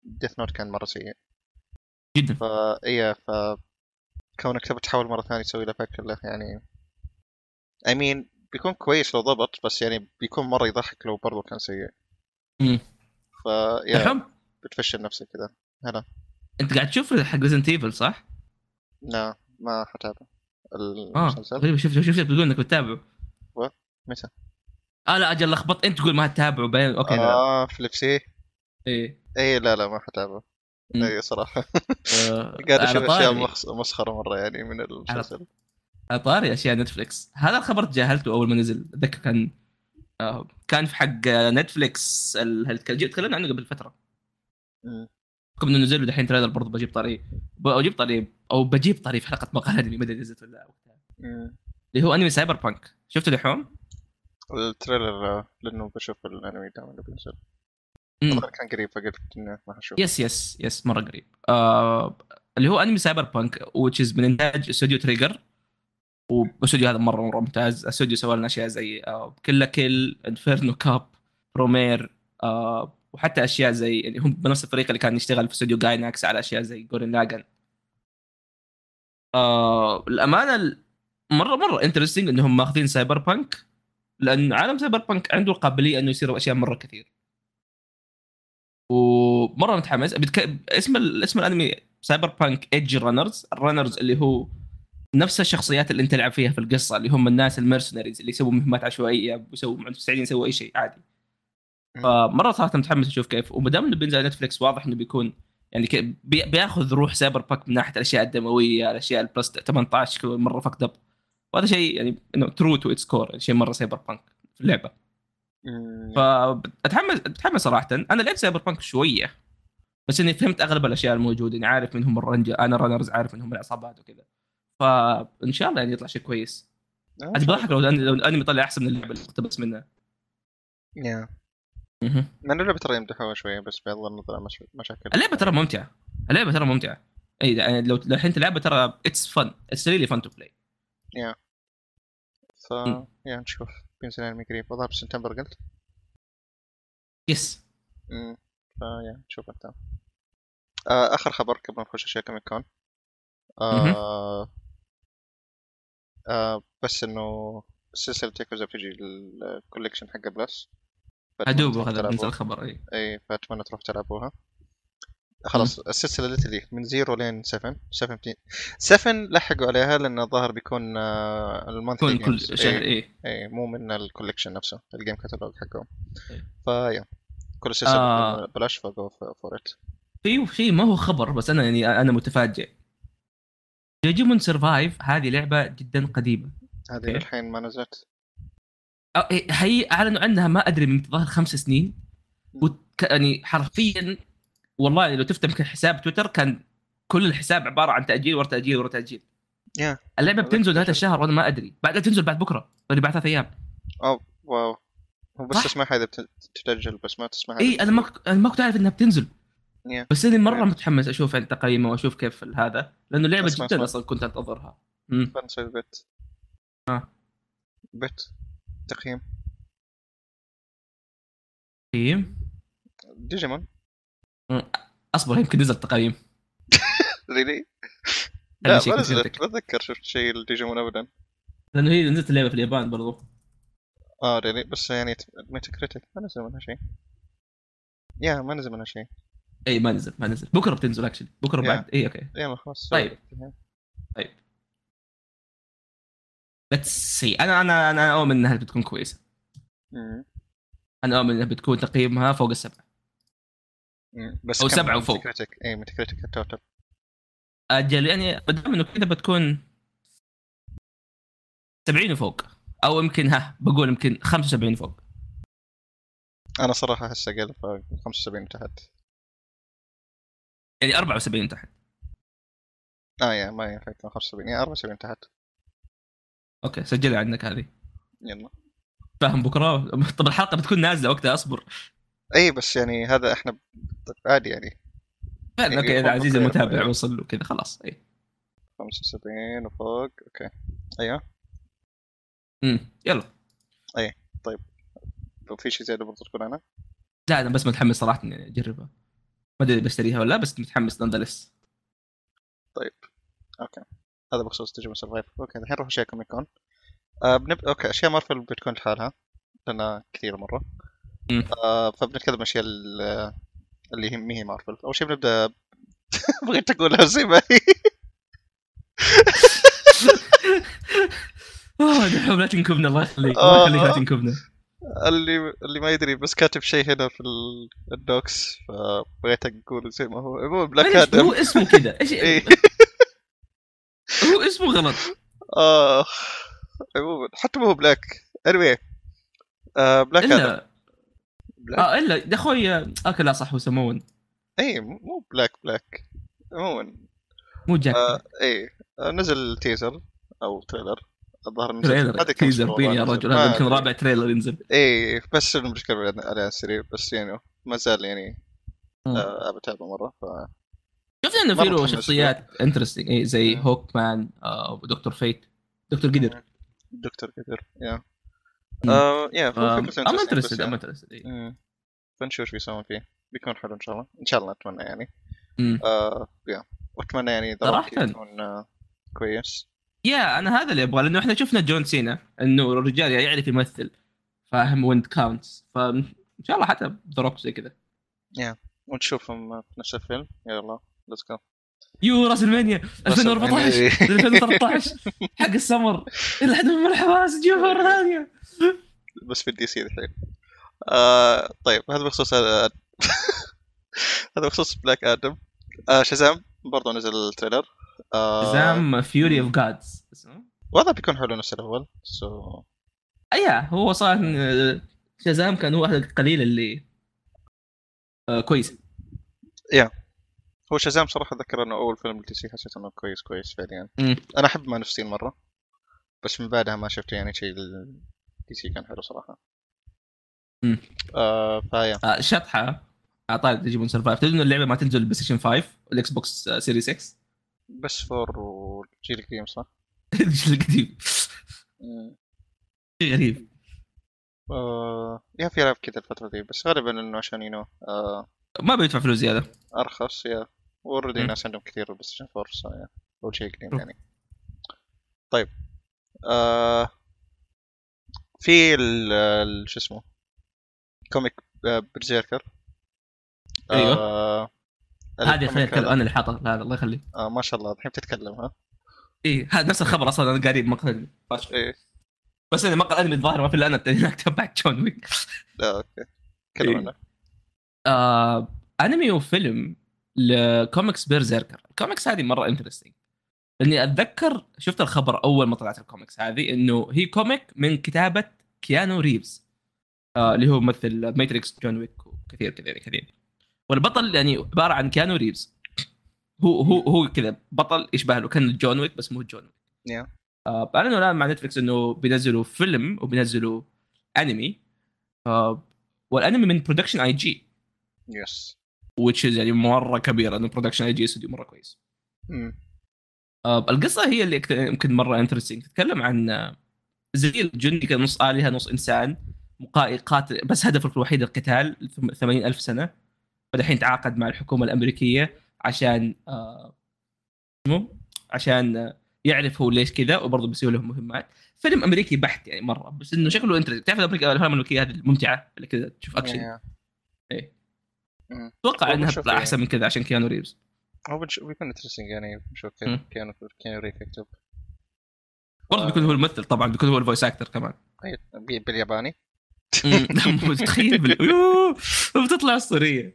ديث نوت كان مرة سيء. جدا. فإيه كونك تبي تحاول مرة ثانية تسوي له باك له يعني I mean بيكون كويس لو ضبط، بس يعني بيكون مرة يضحك لو برضو كان سيء. امم فيا دحوم بتفشل نفسك كذا. هلا انت قاعد تشوف حق ريزنت ايفل صح؟ لا ما حتابع المسلسل. غريبة. شفت بتقول انك بتتابعه. و متى؟ لا اجل لخبط، انت تقول ما تتابعه باين. اوكي لا. فليبسي. ايه. اي لا ما حتابع. امم اي صراحة. قاعد اشوف على اشياء طاري مسخرة مرة يعني من على المسلسل. على طاري اشياء نتفليكس، هذا الخبر تجاهلته اول ما نزل. اتذكر كان في حق نتفليكس تكلمنا عنه قبل فتره. مم. كم انه نزل له دحين تريلر برضه. بجيب طريق بجيب طريق في حلقه مقال انمي، ما ادري نزلت ولا لا وقتها. مم. اللي هو انمي سايبر بانك. شفته دحوم؟ التريلر لانه بشوف الانمي دائما اللي بينزل. امم والله كان قريب فقلت انه ما حشوف. يس مره قريب. اللي هو انمي سايبر بانك وتشيز من انتاج استوديو تريجر. والاستوديو هذا مره ممتاز. استوديو سوى لنا اشياء زي كل كيل، انفيرنو كاب، برومير، وحتى اشياء زي يعني هم بنفس الفريق اللي كان يشتغل في استوديو جايناكس على اشياء زي جورن لاجن. الامانه مره انترستنج انهم ماخذين سايبر بانك، لان عالم سايبر بانك عنده القابليه انه يصير اشياء مره كثير. ومره متحمس. اسم الانمي سايبر بانك ايدج رانرز. الرانرز اللي هو نفس الشخصيات اللي انت تلعب فيها في القصه، اللي هم الناس المرسنريز اللي يسووا مهمات عشوائيه ويسووا مستعدين يسووا اي شيء عادي. مم. فمره صراحه متحمس اشوف كيف. وما دام انه بينزل على نتفلكس واضح انه بيكون يعني بياخذ روح سايبر باك من ناحيه الاشياء الدمويه، الاشياء البلس 18 مره فكت اب. وهذا شيء يعني انه ترو تو اتس كور، شيء مره سايبر بانك في اللعبه. مم. بتحمس صراحه. انا لعبت سايبر بانك شويه، بس اني فهمت اغلب الاشياء الموجوده. يعني عارف من هم الرنجر، انا رانرز عارف من هم العصابات وكذا. فان شاء الله يعني يطلع شيء كويس. ان شاء بضحك الله. لو الانمي طلع احسن من اللعبه اللي اقتبس منها. يا مهم. من اللعبة ترى يمدحوها شوية، بس بغض النظر عن مشاكل. اللعبه ترى ممتعه. اللعبه ترى ممتعه. اي يعني لو الحين تلعبها ترى اتس فن، اتس ريلي فن تو بلاي. يا ف يا نشوف. بينزل انمي قريب والله بسنتمبر قلت. يس. امم فيا نشوف انت. اخر خبر قبل ما نخش اشياء كوميك كون. مهم. آه بس انه سلسلة ياكوزا بتجي الكوليكشن حق بلس، فاتمنى هدوب تروح هذا بنزل تلعبوها. الخبر. اي. اي فاتمنى تروح تلعبوها. مم. خلاص السلسلة اللي من زيرو لين 7 7 لحقوا عليها لأن الظاهر بيكون المونثلي كل جيمز. شهر. اي ايه. اي مو من الكوليكشن نفسه، الجيم كاتالوج حقهم. إيه. فيا كل سلسلة بتكون آه بلاش فجو فور ات. في شيء ما هو خبر، بس انا يعني انا متفاجئ. ديجيمون سرفايف هذه لعبه جدا قديمه. هذه اوكي. للحين ما نزلت. هي اعلنوا عنها ما ادري من ظهر 5 سنين. يعني حرفيا والله يعني لو تفتح يمكن حساب تويتر كان كل الحساب عباره عن تاجيل ورا تاجيل ورا تاجيل. يا اللعبه بتنزل نهايه أتذكر. الشهر وانا ما ادري. بعدها تنزل بعد بكره ولا بعد 3 ايام. أو واو. هو بس صح. تسمعها إذا بتسجل، بس ما تسمعها إذا اي انا بتنزل. ما كنت عارف انها بتنزل. يا بس اني مره ويرد. متحمس اشوف عن تقييمه واشوف كيف هذا، لانه لعبه جدا اسمع اصلا كنت انتظرها. خلنا نسوي بت اه. بت تقييم تقييم. ديجيمون. مم. اصبر يمكن نزل تقييم. ريلي. خليني لا شيء ما كنت نزلت، فهمتك. ما اتذكر شفت شيء الديجيمون ابدا. لانه هي نزلت اللعبه في اليابان برضو. ريلي بس يعني ميتا كريتيك ما نزل منها شيء. يا ما نزل منها شيء. اي ما نزل بكره بتنزل اكشلي بكره يا بعد. اي اوكي. يا ما خلاص سوي طيب. بت. طيب ليتس سي. انا اؤمن انها بتكون كويسه. مم. انا اؤمن انها بتكون تقييمها فوق ال7. بس او كم 7 ميتا وفوق. كريتيك؟ اي ميتا كريتيك التوتال. اجل يعني ما دام انه كذا بتكون 70 وفوق. او يمكن بقول يمكن 75 وفوق. انا صراحه احس اقل، ف 75 تحت. يعني 74 تحت. يا ما ينفع 75، يا 74 تحت. اوكي سجلها عندك هذه. يلا. فاهم بكره. طب الحلقه بتكون نازله وقتها. اصبر. اي بس يعني هذا احنا عادي يعني. فعلا اوكي. يكون اذا عزيز بكره المتابع يرفع. وصل له كذا خلاص. اي 75 وفوق اوكي. ايوه. يلا. اي طيب لو في شيء زياده برضه تقول انا. لا انا بس متحمس صراحه اني اجربها. ما ادري بشتريها ولا لا، بس متحمس نندلس. طيب اوكي، هذا بخصوص ديجيمون سرفايف. اوكي الحين نروح اشياء كوميك كون. اوكي اشياء مارفل بتكون لحالها لانها كثير مره. مم. فبنتكلم اشياء اللي هي مارفل. اول شيء بنبدا بغيت اقولها زي ما هي. دحوم لا تنكبنا، الله يخليك الله يخليك لا تنكبنا. اللي ما يدري بس كاتب شيء هنا في الدوكس، فبغيت اقول زي ما هو. المهم بلاك ادم هو اسمه كذا ايش إيه. هو اسمه غلط. عموما حتى ما هو بلاك. anyway بلاك ادم. الا الا يا اخوي اوكي لا صح هو سمون. اي مو بلاك. عموما مو جاك بلاك. اي نزل تيزر او تريلر الظاهر. نزل تريلر هذا كم تيزر أسبوع بين يا نزل. رجل، ما هذا يمكن أدري. رابع تريلر ينزل. اي بس المشكلة على السريع بس يعني ما زال يعني بتابع مرة. شفنا انه في مرة له متحمس له. شخصيات انترستنج زي هوك مان ودكتور فيت، دكتور قدر. دكتور قدر يا مم. يا هو فكرة ام انترستنج بس انترستد ام يعني انترستد. فنشوف ايش بيسوون فيه. بيكون حلو ان شاء الله. ان شاء الله اتمنى يعني. مم. يا واتمنى يعني صراحة يكون كويس. يا انا هذا اللي ابغى، لانه احنا شفنا جون سينا انه الرجال يعرف يمثل، فاهم، ويند كاونتس، فان شاء الله حتى ذروك زي كذا. يا ونشوفهم في نفس الفيلم. يلا ليتس جو. يو راس المانيا 2014 2013 حق السمر الى حد من الحواس تجيب مره ثانيه. بس في الدي سي الحين. طيب هذا بخصوص هذا بخصوص بلاك ادم. شازام برضو نزل تريلر. زام فيوري اوف جادز وهذا بيكون حلو نفس الاول ايوه هو صار شازام كان هو واحد القليل اللي كويس. هو شازام صراحة أذكر أنه أول فيلم دي سي حسيت أنه كويس فعليا. مم. أنا أحب مان اوف ستيل مرة، بس من بعدها ما شفت يعني شيء دي سي كان حلو صراحة. فيا شطحه اعطاني ديجيمون سرفايف. تدري انه اللعبه ما تنزل بلاي ستيشن 5 والاكس بوكس سيريس 6 بس فور والجيل القديم صح؟ الجيل القديم. شيء غريب. يا في ألعاب كذا الفترة دي، بس غالبا إنه عشان ينو ما بيدفع فلوس زياده. أرخص يا وردي ناس عندهم كثير بلاي ستيشن 4 يا أول شيء قديم يعني. طيب في شو اسمه كوميك برزيركر. ايوه هذه خليني اتكلم انا اللي حاطه هذا الله يخليك. ما شاء الله الحين تتكلم ها. ايه هذا نفس الخبر اصلا انا قاري مقهى إيه. بس انا مقهى انمي الظاهر ما في الا انا هناك تبعت جون ويك. لا اوكي كلمنا. انمي وفيلم لكوميكس بيرزيركر. الكوميكس هذه مره انترستنج، لاني اتذكر شفت الخبر اول ما طلعت الكوميكس هذه انه هي كوميك من كتابه كيانو ريفز اللي هو ممثل ماتريكس جون ويك وكثير. والبطل يعني عباره عن كيانو ريفز. هو كذا بطل يشبه له كان جون ويك بس مو جون ويك. اعلنوا الان مع نتفلكس انه بينزلوا فيلم وبينزلوا انمي. والانمي من برودكشن اي جي. يس which is يعني مره كبيره انه برودكشن اي جي استوديو مره كويس. القصه هي اللي يمكن مره انترستينج. تتكلم عن زي الجندي كان نص آلهة نص انسان قاتل بس هدفه الوحيد القتال 80,000 سنه. فالحين تعاقد مع الحكومه الامريكيه عشان عشان يعرف هو ليش كذا، وبرضه بيسوي لهم مهمات. فيلم امريكي بحت يعني مره، بس انه شكله انترستينج. تعرف الافلام الامريكيه هذه الممتعه اللي كذا تشوف اكشن. ايه اتوقع انها تطلع احسن من كذا عشان كيانو ريفز. هو بيكون انترستينج يعني. بنشوف كيانو ريفز يكتب برضه بيكون هو الممثل طبعا، بيكون هو الفويس اكتر كمان. بالياباني. تخيل بتطلع اسطوريه.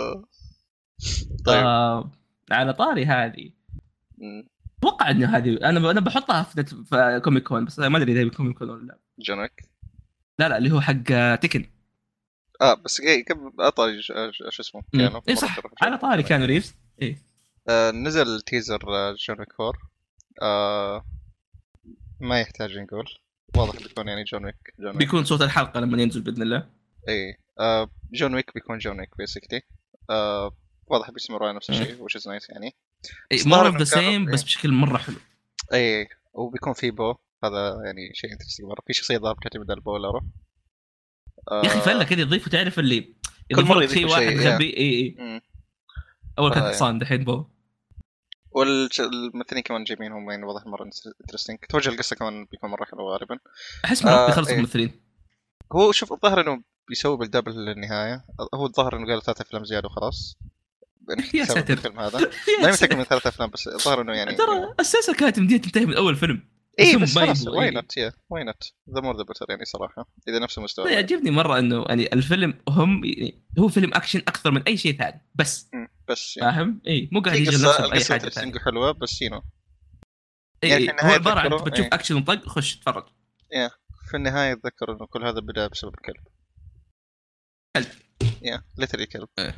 طيب على طاري هذه اتوقع انه هذه انا بحطها في كوميك كون، بس ما ادري اذا كوميك كون ولا لا. جونك لا اللي هو حق تيكن. بس ايه طاري شو اسمه كانوا إيه صح على طاري كانوا ريفز. ايه نزل تيزر جونك 4. ما يحتاج نقول واضح بيكون يعني جون ويك بيكون صوت الحلقه لما ينزل باذن الله. ايه جون ويك بيكون جون ويك بيسكلي. واضح بيستمروا نفس الشيء which is nice يعني. more of the same بس بشكل مره حلو. ايه وبيكون في بو. هذا يعني شيء انترستينج مره. في شخصيه ضارب تعتمد على البو لارو. يا اخي فله كذا يضيفوا تعرف اللي كل مره شيء واحد غبي. اي اول كان حصان دحين بو. والممثلين كمان جايبين هم يعني واضح مره انترستنج. توجه القصه كمان بيكون مره حلو غالبا. احس مرات بيخلصوا إيه. الممثلين. هو شوف الظاهر انه بيسوي بالدبل للنهايه. هو الظاهر انه قال 3 افلام زياده وخلاص يا بسبب ساتر. الفيلم هذا. يا ماني متاكد ساتر. من 3 افلام بس الظاهر انه يعني ترى السلسله كانت مدينة تنتهي من اول فيلم. اي هم بس ما خلاص يبغوا واي اي. نوت واي نوت ذا مور ذا بيتر يعني صراحه اذا نفس المستوى ما يعني. يعجبني مره انه يعني الفيلم هم يعني هو فيلم اكشن اكثر من اي شيء ثاني بس. بس يعني فاهم؟ اي مو قاعد في يشغل قصه نفسه باي القصه حاجه انترستنج ثانيه. وحلوه بس اي يعني في اي هو النهايه عباره عن تذكروا تبى تشوف اكشن وطق خش تفرج. في النهايه تذكروا انه كل هذا بدا بسبب الكلب. كلب. ليتري كلب. إيه.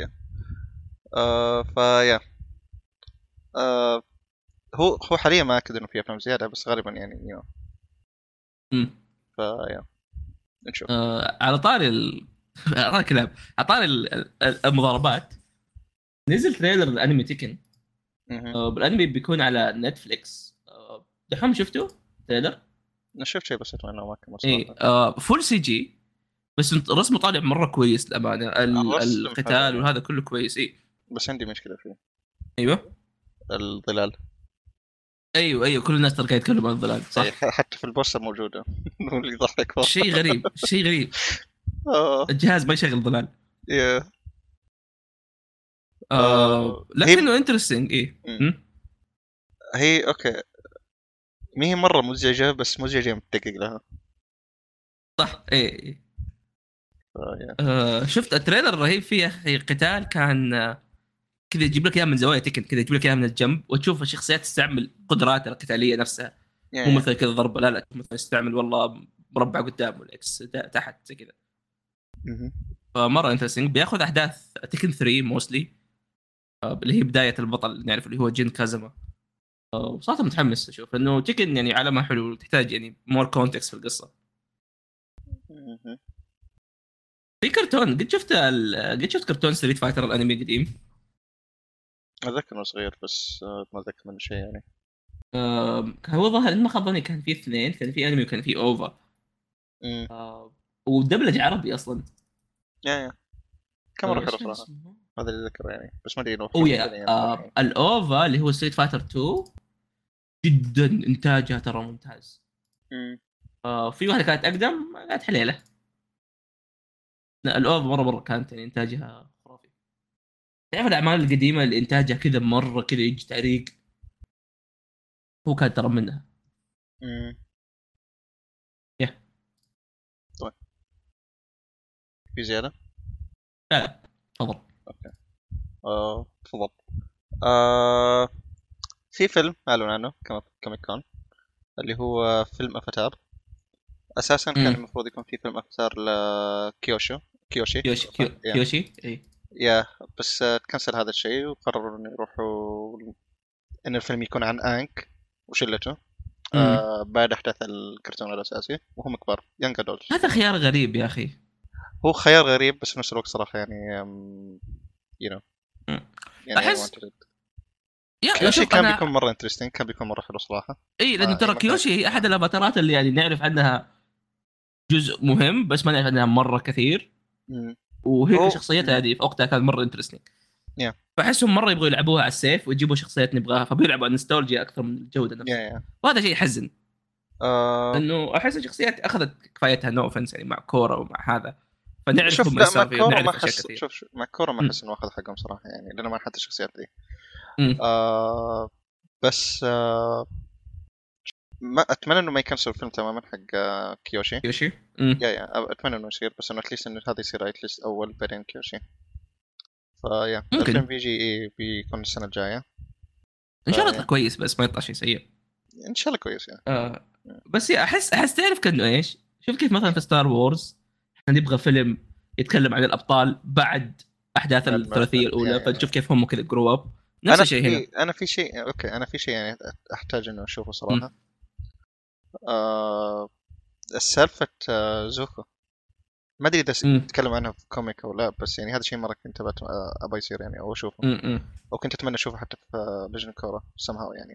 فيا هو حاليا ما اكد انه في افلام زياده بس غالبا يعني أمم. فيا نشوف. على طاري على كلام على طاري المضاربات. نزل تريلر الانمي تيكن. بالانمي بيكون على نتفليكس. دحوم شفته تريلر؟ انا شفت شيء بس اتمنى ما كمل اي صراحه. فول سي جي. بس رسمه طالع مره كويس الامانه الرسم حلو القتال وهذا كله كويس. اي بس عندي مشكله فيه ايوه الظلال. ايوه كل الناس ترى قاعد يتكلموا عن الظلال صح. حتى في البوستر موجوده. هو اللي يضحك والله. شيء غريب شيء غريب. آه. الجهاز ما يشغل ظلال. يا هي لكنه انترستنج ايه. هي اوكي ما هي مره مزعجه بس مزعجه متدقق لها. صح ايه. يا. شفت التريلر الرهيب فيه يا اخي. قتال كان كذا يجيب لك اياه من زوايا تكن كذا يجيب لك اياه من الجنب وتشوف الشخصيات تستعمل قدراتها القتاليه نفسها. يا. مو مثل كذا ضربه لا مثلا يستعمل والله مربع قدام والاكس تحت زي كذا. فمره انترستنج بياخذ احداث تكن 3 موستلي. اللي هي بدايه البطل اللي نعرف اللي هو جين كازما. وصراحه متحمس اشوف انه تكن يعني عالمها حلو تحتاج يعني مور كونتكست في القصه. في كرتون قد شفت كرتون ستريت فايتر الانمي القديم. اتذكر انه صغير بس ما اتذكر منه شيء يعني. كان هو ظهر ما خاب ظني كان في اثنين كان في انمي وكان في اوفا. ودبلج عربي اصلا. يا كم مره ايش حلو كان صراحه. اسمه؟ هذا اللي ذكره يعني بس ما ادري انه او في يا ثاني يعني. الاوفا اللي هو ستريت فايتر 2 جدا انتاجها ترى ممتاز. في واحده كانت اقدم كانت حليله. لا الاوفا مره كانت يعني انتاجها خرافي. تعرف الاعمال القديمه اللي انتاجها كذا مره كذا يجي تعريق. هو كان ترى منها. يا طيب في زياده. لا تفضل. اوكي تفضل. في فيلم اعلن عنه كوميك كون اللي هو فيلم افاتار. اساسا كان المفروض يكون في فيلم افاتار لكيوشي. كيوشي اي. يا بس تكنسل هذا الشيء وقرروا انه يروحوا ان الفيلم يكون عن انك وشلته بعد احداث الكرتون الاساسي وهم كبار يانج ادولتس. هذا خيار غريب يا اخي. هو خيار غريب بس في نفس الوقت صراحه يعني يو نو يعني احس كيوشي كان بيكون مره انترستينج كان بيكون مره حلو صراحه. اي لانه ترى كيوشي هي احد الافاتارات اللي يعني نعرف عنها جزء مهم بس ما نعرف عنها مره كثير. وهي كشخصيتها هذه في وقتها كانت مره انترستينج. فاحسهم مره يبغوا يلعبوها على السيف ويجيبوا شخصيات نبغاها فبيلعبوا على النوستالجيا اكثر من الجوده نفسها. وهذا شيء يحزن. انه احس الشخصيات اخذت كفايتها نو اوفنس يعني مع كورا ومع هذا فنعرفهم ايش صار فيه ونعرف اشياء كثير. شوف مع كورا ما احس انه اخذ حقهم صراحه يعني لانه ما حتى الشخصيات دي. بس ما اتمنى انه ما يكنسل الفيلم تماما حق كيوشي. يا اتمنى انه يصير بس انه اتليست انه هذا يصير اتليست اول بعدين كيوشي. فيا الفيلم بيكون السنه الجايه ان شاء الله يطلع كويس بس ما يطلع شيء سيء. ان شاء الله كويس يعني. بس احس تعرف كانه ايش شوف كيف مثلا في ستار وورز احنا نبغى فيلم يتكلم عن الابطال بعد احداث الثلاثيه الاولى فنشوف كيف هم كذا جرو اب. نفس الشيء هنا. انا في شيء اوكي انا في شيء يعني احتاج انه اشوفه صراحه. السالفه زوكو ما ادري اذا تتكلم عنها في كوميك او لا بس يعني هذا شيء مره كنت ابغى يصير يعني او اشوفه او كنت اتمنى اشوفه حتى في ليجن كورا سمهاو يعني.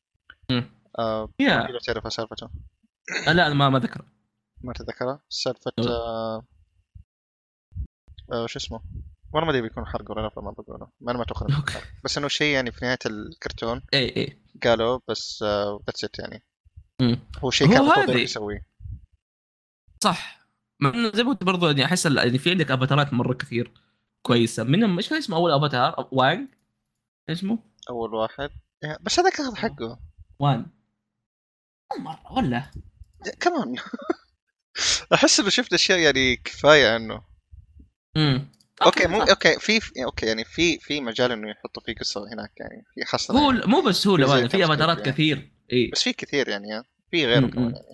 ما تعرف سالفته. لا ما ذكر. ما تذكرها سالفه شو اسمه وانا ما ادري بيكون حرق ولا لا، فما بقوله، ما انا ما اتوقع انه بيكون حرق، بس انه شيء يعني في نهايه الكرتون اي قالوا بس ذاتس ات يعني. مم. هو شيء كان هو المفروض انه هذه يسويه. صح. مع انه زي ما قلت برضو يعني احس يعني في عندك افاتارات مره كثير مم. كويسه، منهم ايش كان اسمه اول افاتار؟ وانج اسمه اول واحد بس هذا كان حقه وان مره ولا كمان. احس انه شفت اشياء يعني كفايه عنه. اوكي اوكي مو صح. اوكي اوكي يعني في مجال انه يحطوا فيه قصه هناك يعني، في حصله هو يعني. مو بس هو في زي لبانا في تلسكوب افاتارات يعني. كثير اي. بس في كثير يعني في غيره كمان يعني.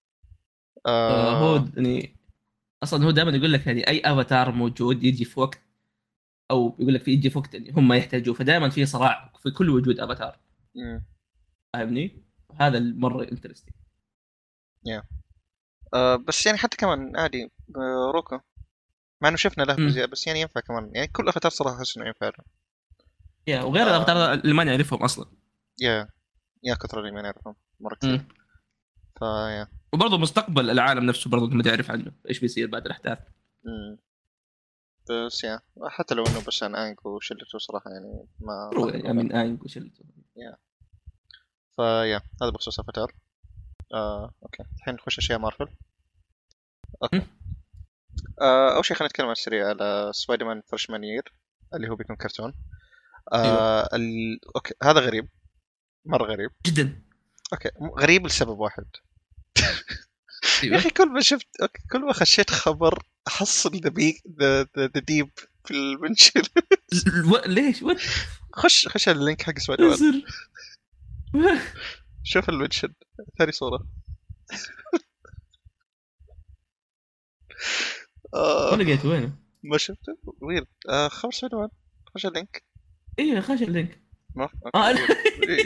هو آه... يعني اصلا هو دائما يقول لك يعني اي افاتار موجود يجي في وقت، او يقول لك في يجي في وقت يعني هم يحتاجوه، فدائما في صراع في كل وجود افاتار. مم. فاهمني؟ هذا المره انترستنج. يا بس يعني حتى كمان عادي روكو، مع انه شفنا له امم بزيادة، بس يعني ينفع كمان يعني، كل افاتار صراحه احس انه ينفع له. يا وغير آه... الافاتار اللي ما نعرفهم اصلا. يا يا كثر اللي ما نعرفهم مره كثير. امم فيا وبرضه مستقبل العالم نفسه برضه ما تعرف عنه ايش بيصير بعد الاحداث. مم. بس حتى لو انه بس عن انك وشلته صراحه يعني ما هو راح يعني اقوله. من انج وشلته. يا هذا بخصوص افاتار. اوكي الحين نخش اشياء مارفل. اوكي. أمم، اول شيء خلينا نتكلم عن السريع على سبايدر مان فريشمان يير اللي هو بيكون كرتون. ايوه اوكي هذا غريب، مره غريب. جدا. اوكي غريب لسبب واحد. يا ايوه اخي كل ما شفت اوكي كل ما خشيت خبر احصل ذا بيك ذا ديب في المنشن. ليش وات خش على اللينك حق سبايدر مان، يصير. شوف المنشن، ثاني صوره. ما آه لقيت وينه. ما شفته ويرد. خبر سبايدر مان، خش على اللينك. ايوه خش اللينك. ما اوكي اه لا. ويرد.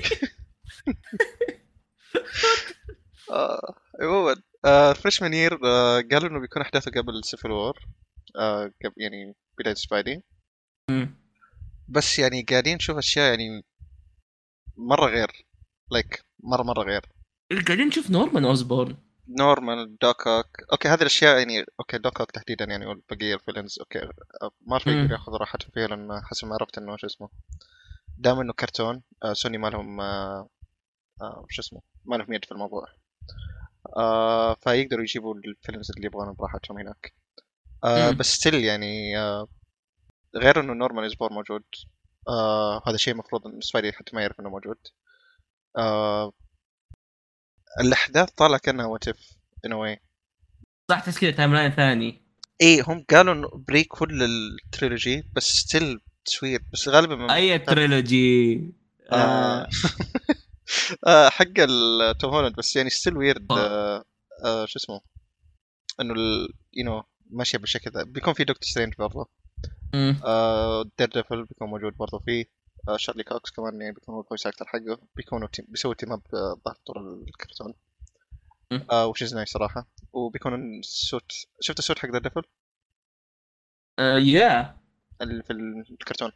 عموما فريشمان يير قالوا انه بيكون احداثه قبل سيفل وور، قبل يعني بداية سبايدي. أمم. بس يعني قاعدين نشوف اشياء يعني مرة غير، مرة غير. قاعدين نشوف نورمان اوزبورن. نورمال دوك اوك، اوكي هذه الاشياء يعني، اوكي دوك اوك تحديدا يعني والبقية الفيلنز اوكي. ما راح يقدر أمم. ياخذ راحته فيها، لان حسب ما عرفت انه شو اسمه، دام انه كرتون سوني ما لهم شو اسمه، ما لهم يد في الموضوع. فيقدروا يجيبوا الفيلمز اللي يبغونهم براحتهم هناك. أمم. بس ستيل يعني غير انه نورمان اسبور موجود. هذا شيء المفروض ان سبايدي حتى ما يعرف انه موجود. آه الاحداث طالع كانها وات اف ان واي. صح تحس كذا تايم لاين ثاني. ايه هم قالوا انه بريك كل التريلوجي، بس ستيل تصوير، بس غالبا من اي تريلوجي. آه آه. حق توم هولاند، بس يعني ستيل ويرد. شو اسمه، انه يو نو ماشيه بالشكل ذا. بيكون في دكتور سترينج برضه. أمم. دير ديفل بيكون موجود برضه فيه. شارلي كوكس كمان يعني بيكون هو الفويس اكتر حقه، بيكونوا بيسوي تيم اب ظهر طول الكرتون. أمم. وش از نايس صراحه. وبيكون السوت، شفت السوت حق دير ديفل يا اللي في الكرتون.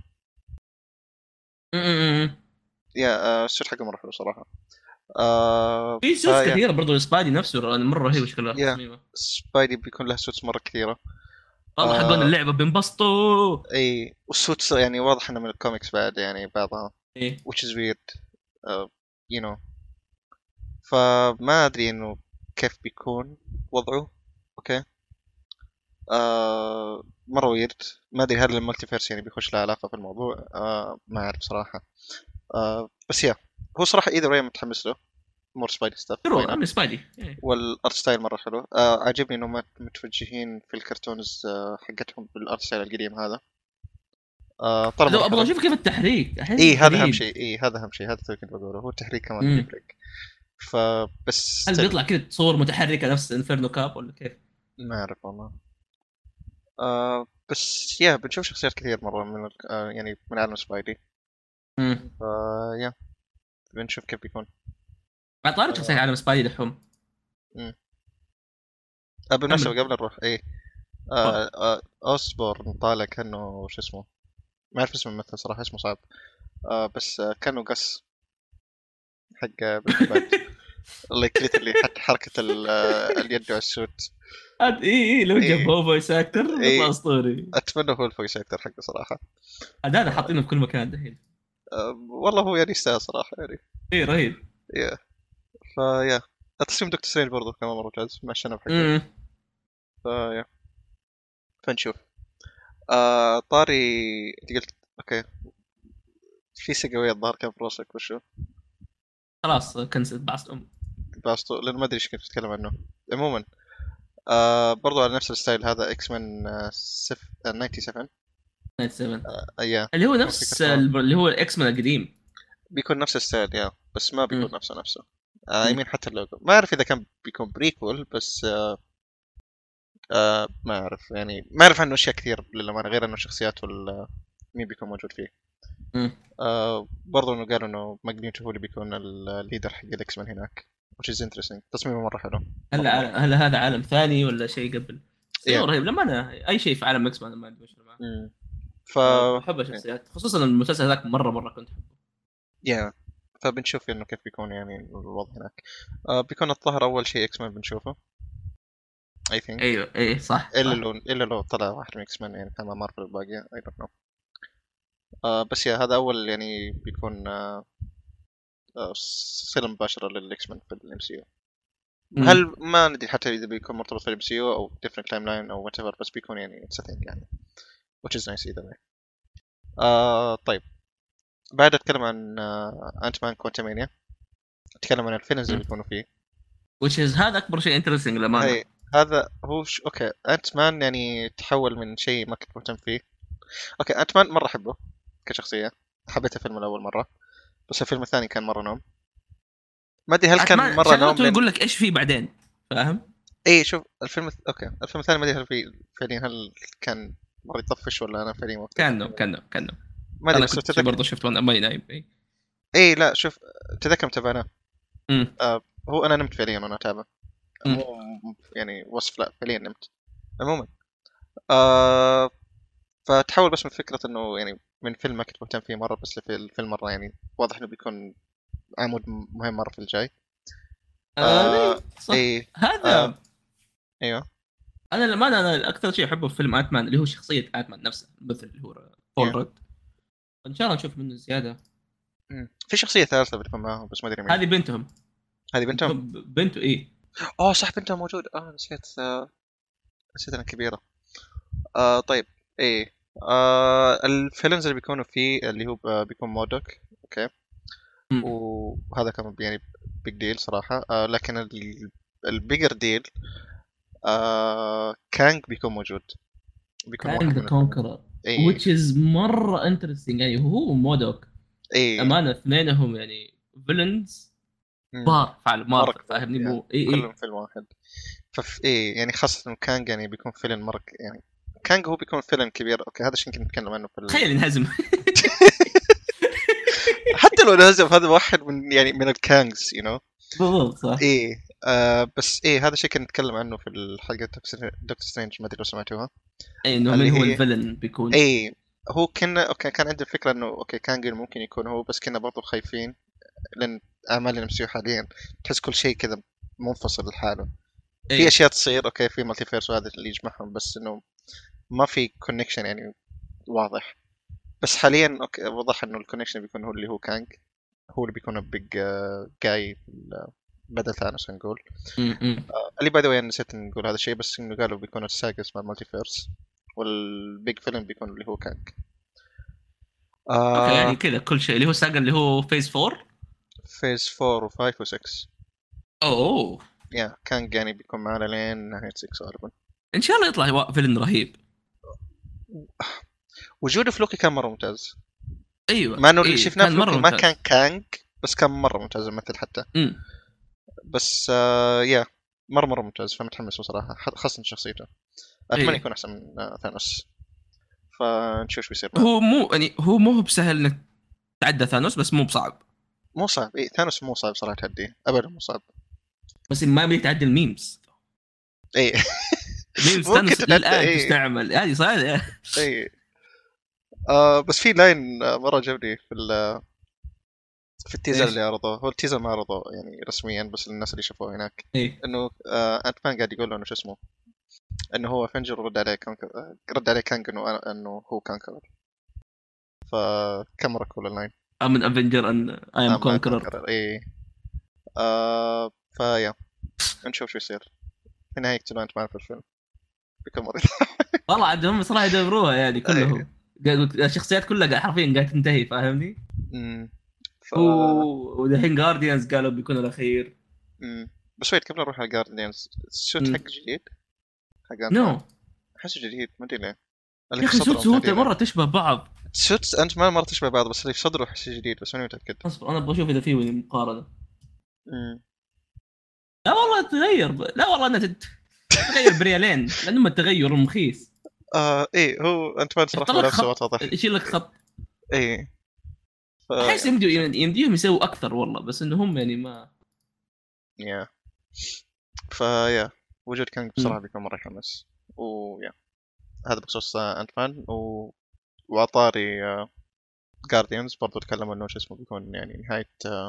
أمم. السوت حقه مره حلو صراحه. في سوتس فيا كثيره برضو سبادي نفسه مره رهيب شكلها يا تصميمه. سبايدي بيكون له سوتس مره كثيره. والله حقون آه اللعبه بينبسطوا. اي والسوتس يعني واضح انه من الكوميكس بعد يعني بعضها، ايه which is weird. you know فما ادري انه كيف بيكون وضعه. اوكي مره ويرد. ما ادري هل المالتيفيرس يعني بيخش له علاقه في الموضوع. ما اعرف صراحه. بس هو صراحه اذا واي متحمس له. مور سبايدي ستاف حلو واي نوت. انا سبادي ايه. والارت ستايل مره حلو. عجبني انه متوجهين في الكرتونز حقتهم بالارت ستايل القديم هذا. طلع مره لو ابغى حلو. اشوف كيف التحريك احس اي هذا اهم غريب. شيء، هذا اهم شيء، هذا اللي كنت بقوله، هو التحريك كمان اللي امم يفرق. فبس هل ستيل بيطلع كذا صور متحركه نفس انفيرنو كاب ولا كيف؟ ما اعرف والله. بس بنشوف شخصيات كثير مرة من يعني من عالم سبايدي. امم ف بنشوف كيف بيكون. بعد طارق شخصيه آه عالم سبايدي دحوم. مم. كمل. بالمناسبة قبل نروح اه اوسبورن طالع كانه شو اسمه، ما اعرف اسم الممثل صراحة، اسمه صعب. بس كانه قص حق بريكنج باد. لايك ليترلي حتى حركة اليد على السوت. اي لو جاب إيه. هو فويس اكتر بيطلع إيه. اسطوري. اتمنى هو الفويس اكتر حقه صراحه. هذا حاطينه في كل مكان دحين. والله هو يعني يستاهل صراحه يعني. اي رهيب. يا فيا تصميم دكتور سترينج برضه كمان مره ممتاز مع الشنب حقه. امم فيا فنشوف. طاري انت قلت اوكي في سقوية الظاهر كان في راسك وشو خلاص كنسلت بعض باستو لأنه ما أدري إيش كنت بتتكلم عنه. عموما برضو على نفس الستايل هذا إكس مان 97. 7 يا اللي هو بيكون نفس فكرته اللي هو الاكس مان القديم. بيكون نفس الستايل يا بس ما بيكون امم نفسه. امم يمين حتى اللوجو ما أعرف إذا كان بيكون بريكول بس ما أعرف يعني ما أعرف عنه أشياء كثير للأمانة غير إنه شخصيات مين بيكون موجود فيه. امم برضو إنه قالوا إنه ماجنيتو هو اللي بيكون الليدر حق الإكس مان هناك which is interesting. تصميمه مرة حلو. مرة مرة. هل هذا عالم ثاني ولا شيء قبل؟ بس yeah. رهيب لما انا اي شيء في عالم اكس مان ما عندي مشكله معه. مم. ف بحب الشخصيات خصوصا المسلسل ذاك مره كنت احبه. يا فبنشوف انه كيف بيكون يعني الوضع هناك. بيكون الظهر اول شيء اكس مان بنشوفه اي ثينك. ايوه اي صح صح. الا لو طلع واحد من اكس مان يعني كان مع مارفل الباقيه اي دونت نو. بس يا هذا اول يعني بيكون صله مباشره للاكس مان في الام سي يو. امم هل ما ندري حتى اذا بيكون مرتبط في الام سي يو او ديفرنت تايم لاين او وات ايفر بس بيكون يعني اتس ثينج يعني which is nice either way. طيب بعد اتكلم عن انت مان كوانتمانيا. اتكلم عن الفيلمز اللي بيكونوا فيه. which is هذا اكبر شيء انترستنج للامانه. هي هذا هو اوكي انت مان يعني تحول من شيء ما كنت مهتم فيه. اوكي انت مان مره احبه كشخصيه. حبيت الفيلم الاول مره بس الفيلم الثاني كان مره نوم. ما ادري هل كان ما مره نوم شغلته لان يقول لك ايش فيه بعدين فاهم. اي شوف اوكي الفيلم الثاني ما ادري هل فعليا هل كان مره يطفش ولا انا فعليا ما كان أتذكر. نوم كان نوم كان نوم. ما ادري انا بس كنت اتذكر. برضه شفت وانا ماني نايم اي. اي لا شوف تذكر متابعناه. امم هو انا نمت فعليا وانا اتابع. امم مو يعني وصف لا فعليا نمت. عموما آه فتحول بس من فكرة انه يعني من فيلم ما كنت مهتم فيه مرة بس الفيلم مرة يعني واضح انه بيكون عمود مهم مرة في الجاي. اي صح اي هذا. ايوه انا لما انا اكثر شيء احبه في فيلم ات مان اللي هو شخصيه ات مان نفسه مثل اللي هو بول ايوه. رود. ان شاء الله نشوف منه زياده. في شخصية ثالثة بتكون معاهم بس ما ادري مين. هذه بنتهم. هذه بنتهم. بنته ايه. اوه صح بنتهم موجود نسيت نسيت انها كبيرة. طيب ايه الفيلمز اللي بيكونوا فيه اللي هو بيكون مودوك. اوكي مم. وهذا كان يعني بيج ديل صراحة. لكن البيجر ديل كانج بيكون موجود. بيكون كانج واحد ذا من الفيلم. كونكرر اي which is مره انترستنج يعني هو مودوك. اي امانه اثنينهم يعني فيلنز مم. بار فعلا مرة مارفل كبار فاهمني يعني مو اي كلهم اي. فيلم واحد. ايه يعني خاصة إنه كانج يعني بيكون فيلم مرة يعني كانج هو بيكون فيلم كبير. اوكي هذا الشيء يمكن نتكلم عنه في تخيل ينهزم. حتى لو نازل هذا واحد من يعني من الكانجز بالضبط صح. ايه بس ايه هذا الشيء كنا نتكلم عنه في الحلقة دكتور سترينج ما ادري لو سمعتوها. اي انه من اللي هو هي الفيلن بيكون. ايه هو كنا اوكي كان عندي الفكرة انه اوكي كانج ممكن يكون هو بس كنا برضو خايفين لان اعمال الام سي حاليا تحس كل شيء كذا منفصل لحاله. في اي اشياء تصير اوكي في مالتي فيرس وهذا اللي يجمعهم بس انه ما في كونكشن يعني واضح. بس حاليا اوكي وضح انه الكونكشن بيكون هو اللي هو كانج. هو اللي بيكون بيج جاي بدل ثانوس نقول. م. اللي باي ذا واي نسيت نقول هذا الشيء بس انه قالوا بيكون الساجا اسمها مالتي فيرس والبيج فيلم بيكون اللي هو كانج. اوكي يعني آه كذا كل شيء اللي هو ساجا اللي هو فيز 4. فيز 4 و5 و6 اوه يا كانج يعني بيكون معنا لين نهاية 6 غالبا. ان شاء الله يطلع فيلن رهيب. وجود فلوكي كان مرة ممتاز. ايوه مع انه اللي اي شفناه كان مره فلوكي ما كان ممتاز. كانج بس كان مرة ممتاز الممثل حتى. امم بس يا مرة ممتاز فمتحمس بصراحة خاصة شخصيته. أتمنى اي يكون أحسن من ثانوس. فنشوف شو بيصير معه. هو مو يعني هو مو هو بسهل انك تعدى ثانوس بس مو بصعب. مو صعب ثانوس مو صعب صراحة تهديه أبدا مو صعب. بس ما بدي تعدي الميمز. إيه ميمز ممكن ثانوس تتعدى للان إيه. تستعمل هذه صايره. إيه بس في لاين مرة عجبني في التيزر ايش؟ اللي عرضوه. هو التيزر ما عرضوه يعني رسميا بس للناس اللي شافوه هناك. ايه إنه أنت مان قاعد يقول له إنه شو اسمه انه هو افنجر ورد عليه كونكر، رد عليه كانج انه هو كانكر. فكم مره كول اللاين من افنجر ان اي ام اما كونكرر. كونكر ايه. فيا نشوف شو يصير في نهاية يقتلون انت مان في الفيلم بكل مرة. والله عاد هم صراحه يدبروها يعني ايه. كلهم. الشخصيات كلها حرفيا قاعده تنتهي فاهمني. أمم. ف ودحين جارديانز قالوا بيكون الاخير. بس ويت قبل نروح على جارديانز، السوت حق جديد حق انت نو مان. احسه جديد ما ادري ليه، اللي يا في اخي صدره سوتس هو تقريبا. مره تشبه بعض. سوت انت مان مرة تشبه بعض، بس اللي في صدره احسه جديد بس ماني متأكد. اصبر انا ابغى اشوف اذا في مقارنه. أمم. لا والله تغير لا والله انها تغير بريالين لانه التغير رخيص. ايه هو انت مان صراحة يحط لك ملابسه خط واضح. يشيل لك خط. ايه. احس يمديهم يسووا اكثر والله بس انه هم يعني ما. يا فيا وجود كانج مم. بصراحة بيكون مرة يحمس. ويا هذا بخصوص انت مان وعطاري جارديانز برضو تكلموا انه شو اسمه بيكون يعني نهاية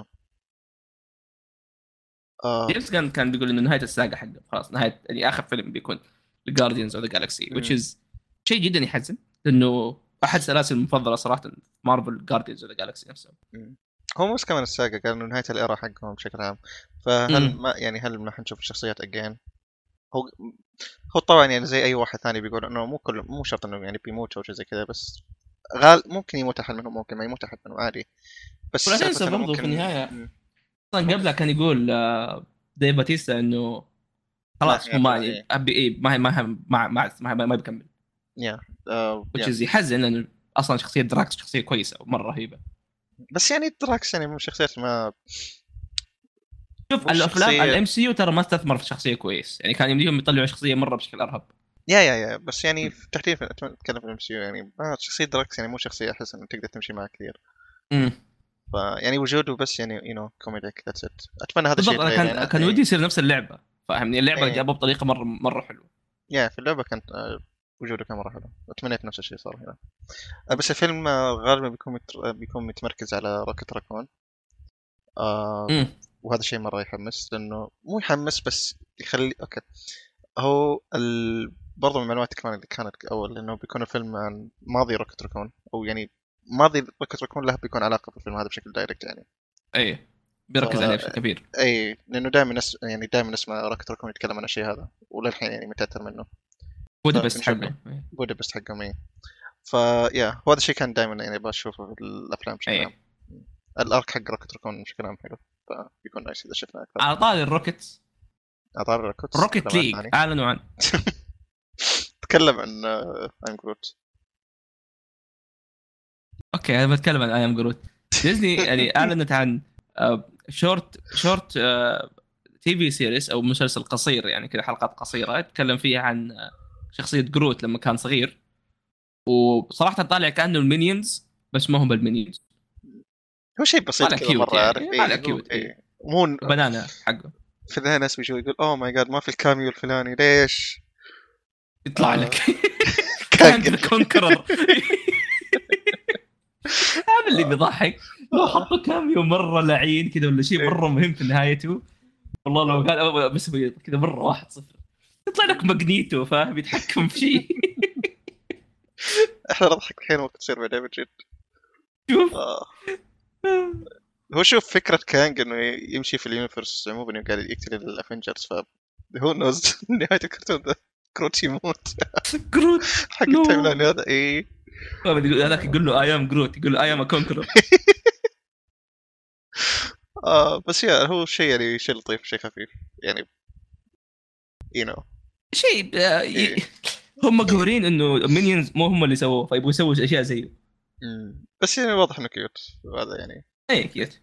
آه جيمس كان بيقول انه نهايه الساقه حقه خلاص نهايه يعني اخر فيلم بيكون جارديانز اوف ذا جالكسي which مم. is شيء جدا يحزن لانه احد سلاسل المفضله صراحه مارفل جارديانز اوف ذا جالكسي نفسه. مم. هو مش كمان الساقة قال انه نهاية الايرا حقهم بشكل عام. فهل ما يعني هل ما حنشوف الشخصيات اجين؟ هو هو طبعا يعني زي اي واحد ثاني بيقول انه مو شرط انه يعني بيموت او شيء زي كذا، بس ممكن يموت احد منهم ممكن ما يموت احد منهم عادي. بس ولا سالفة تنسى انه برضو في ممكن النهايه اصلا قبلها كان يقول ديف باتيستا انه ما خلاص هو ما حيرجع يعني ايه. ابي ايه ما بيكمل. يا which يا is يحزن لانه اصلا شخصيه دراكس شخصيه كويسه ومره رهيبه. بس يعني دراكس يعني من الشخصيات ما شوف مش الافلام شخصية. الام سي يو ترى ما استثمر في الشخصيه كويس يعني كان يمديهم يطلعوا شخصيه مره بشكل ارهب. يا بس يعني في تحديدا اتكلم في الام سي يو يعني شخصية دراكس يعني مو شخصية احس انه تقدر تمشي معها كثير. امم فيعني وجوده بس يعني كوميديك ذاتس ات. اتمنى هذا الشيء بالضبط انا يتغير هنا. كان ودي يصير نفس اللعبه فاهمني اللعبه ايه جابوها بطريقه مره حلوه. في اللعبة كانت وجوده كان مرة حلو. اتمنيت نفس الشيء صار هنا. بس الفيلم غالبا بيكون متمركز على روكت راكون. آه امم وهذا الشيء مرة يحمس، لأنه مو يحمس بس يخلي أوكي. هو برضو من المعلومات كمان اللي كانت أول إنه بيكون الفيلم عن ماضي روكت راكون، أو يعني ماضي روكت راكون له بيكون علاقة بالفيلم هذا بشكل دايركت يعني. اي ف بيركز عليه بشكل كبير. اي لانه دائما يعني دائما نسمع روكت راكون يتكلم عن الشيء هذا، وللحين يعني متاثر منه. بودابست فبنشوف حقه إيه. بودابست حقهم ايه. فيا وهذا الشيء كان دائما يعني بشوفه في الافلام بشكل عام. اي الارك حق روكت راكون بشكل عام حلو، فبيكون نايس اذا شفنا اكثر. على طاري الروكيتس اعطار روكيتس روكيت تكلم عن ليج ثاني. اعلنوا عن. تكلم عن ايم جروت. اوكي انا بتكلم عن اي ام جروت. ديزني يعني اعلنت عن شورت تي في سيريس او مسلسل قصير يعني كذا حلقات قصيره يتكلم فيها عن شخصيه جروت لما كان صغير. وصراحه طالع كانه المينيونز بس ما هم المينيونز. هو شيء بسيط طالع كذا كيوت مره، عارف يعني طالع ايه هو كيوت اي ايه مو بنانا حقه في النهايه ناس بيجوا يقول اوه ماي جاد ما في الكاميو الفلاني ليش. يطلع آه لك كان كانج ذا كونكرر. هذا اللي بيضحك لو حطوا كاميو مره لعين كذا ولا شيء مره مهم في نهايته. والله لو كان بس كذا مره 1-0 يطلع لك ماجنيتو فاهم يتحكم في شيء. احنا نضحك الحين وقت تصير بعدين بجد. شوف آه. هو شوف فكرة كانج انه يمشي في اليونيفرس عموما انه قاعد يقتل الافنجرز، ف هو نوز نهاية الكرتون ده كروت يموت. جروت حق نو التايم لاين هذا ايه. هذاك يقول له اي ام جروت يقول له اي ام كونكرر. بس يا هو شيء يعني شيء لطيف شيء خفيف يعني يو نو شيء ايه. هم مقهورين انه مينيونز مو هم اللي سووه فيبغوا يسووا اشياء زيه. بس يعني واضح انه كيوت هذا يعني. اي كيوت.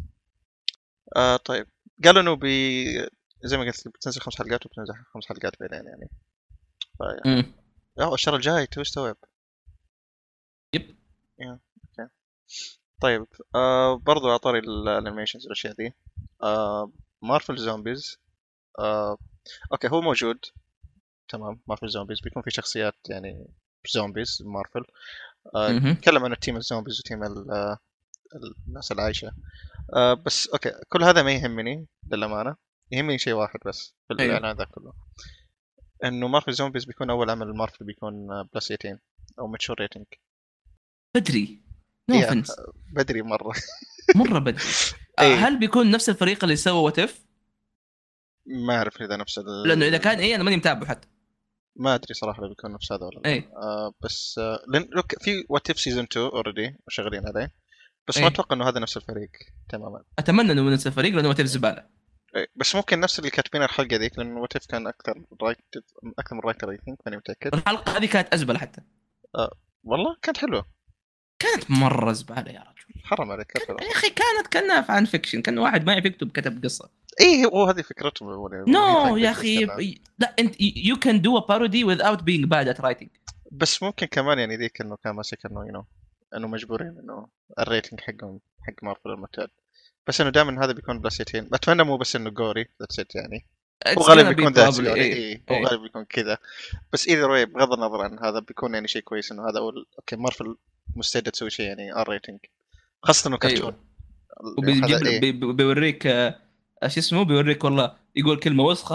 طيب قالوا انه زي ما قلت بتنزل 5 حلقات وبتنزل 5 حلقات بعدين يعني. امم الشهر الجاي تو استوعب. يب يا اوكي. طيب برضو عطاري الانيميشنز والاشياء دي. مارفل زومبيز. اوكي هو موجود تمام. مارفل زومبيز بيكون في شخصيات يعني زومبيز مارفل. مهم. نتكلم عن التيم الزومبيز وتيم الناس العايشة. بس اوكي كل هذا ما يهمني للأمانة. يهمني شيء واحد بس في ايوه الإعلان ذا كله. انه مارفل زومبيز بيكون اول عمل مارفل بيكون بلس 18 او ماتشور ريتنج. بدري، نو يا اوفنس، بدري مره. مره بدري. اي هل بيكون نفس الفريق اللي سوى وات اف؟ ما اعرف اذا نفس لانه اذا كان انا ماني متابعه حتى. ما ادري صراحه لو بيكون نفس هذا ولا لا. اي بس لان لوك في وات اف سيزون 2 اوريدي شغالين عليه، بس ما اي اتوقع انه هذا نفس الفريق تماما. اتمنى انه من نفس الفريق لانه وات اف زباله. إيه، بس ممكن نفس اللي كاتبين الحلقه ذيك، لان وات اف كان اكثر اكثر من رايتر اي ثينك، ماني متاكد. الحلقه هذه كانت ازبله حتى، والله كانت حلوه. كانت مره زباله يا رجل. حرام عليك كانت حلوه. يا اخي كانت كانها فان فيكشن، كان واحد ما يعرف يكتب كتب قصه. ايه هو هذه فكرته نو يا اخي، لا انت يو كان دو ا بارودي without being bad at writing. بس ممكن كمان يعني ذيك انه كان ماسك انه انه مجبورين انه الريتنج حقهم حق مارفل المعتاد، بس انه دائما هذا بيكون بلس 18. بتمنى مو بس انه جوري ذاتس ات يعني. هو It's غالبا gonna be بيكون ذات probably يعني ايه هو ايه. غالبا بيكون كذا. بس اذا واي بغض النظر عن هذا بيكون يعني شيء كويس انه هذا اول اوكي مارفل مستعده تسوي شيء يعني ار ريتنج، خاصه انه كرتون. ايوه هذا وبيجيب ايه. بيوريك شو اسمه، بيوريك والله يقول كلمه وسخه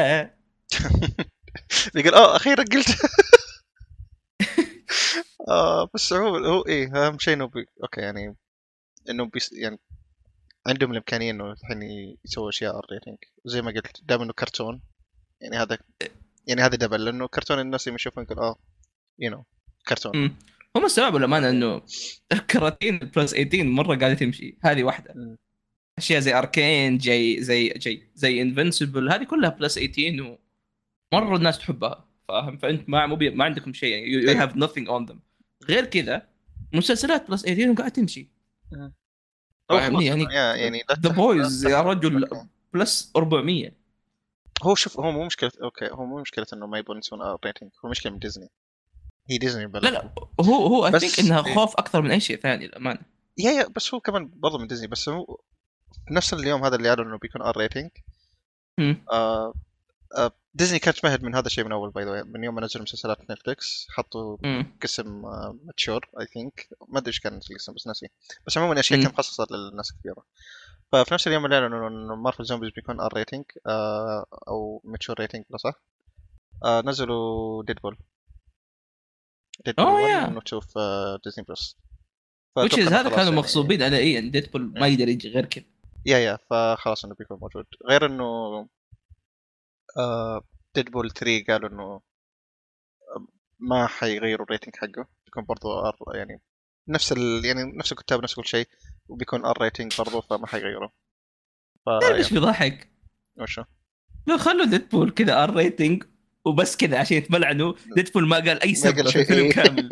بيقول اخيرا قلت. بس هو ايه اهم شيء انه اوكي يعني انه يعني عندهم الامكانيه انه الحين يسووا اشياء ار ريتنج زي ما قلت دام انه كرتون. يعني هذا يعني هذا دبل لانه كرتون الناس اللي يشوفون يقول كرتون. هم السبب والامانه انه الكراتين بلس 18 مره قاعده تمشي. هذه واحده، مم. اشياء زي اركين زي انفنسبل هذه كلها بلس 18 ومره الناس تحبها، فاهم؟ فانت ما عندكم شيء يعني you ايوه have nothing on them. غير كذا مسلسلات بلس 18 وقاعده تمشي، مم. هو فاهمني؟ خلاص يعني يعني لا ذا بويز يا رجل اوكي. بلس 400. هو شوف هو مو مشكله اوكي هو مو مشكله انه ما يبون يسوون ار ريتنج، هو مشكله من ديزني. هي ديزني لا بلدهم. لا، هو اي ثينك بس انها إيه. خوف اكثر من اي شيء ثاني الامانه. يا بس هو كمان برضه من ديزني، بس هو في نفس اليوم هذا اللي قالوا انه بيكون ار ريتنج. آه ديزني كانت مهد من هذا الشيء من اول باي ذا، من يوم ما نزلوا مسلسلات نتفلكس حطوا قسم ماتشور اي ثينك، ما ادري ايش كان القسم بس ناسي. بس عموما اشياء كان مخصصه للناس الكبيره. ففي نفس اليوم اللي اعلنوا انه مارفل زومبيز بيكون ار ريتنج او ماتشور ريتنج بلا صح. نزلوا ديدبول اوه 1 يا انه تشوف ديزني بلس. which فاتوقع is انه هذا خلاص كانوا يعني مغصوبين على ايه يعني ديدبول ما يقدر يجي غير كذا. يا فخلاص انه بيكون موجود. غير انه ديدبول 3 قالوا انه ما حيغيروا الريتنج حقه، بيكون برضو ار يعني يعني نفس الكتاب نفس كل شيء، وبيكون ار ريتنج برضو فما حيغيروا. تعرف ايش بيضحك؟ وشو لو خلوا ديدبول كذا ار ريتنج وبس كذا عشان يتملعنوا، ديدبول ما قال اي ما قال سبه في شيء الفيلم إيه. كامل.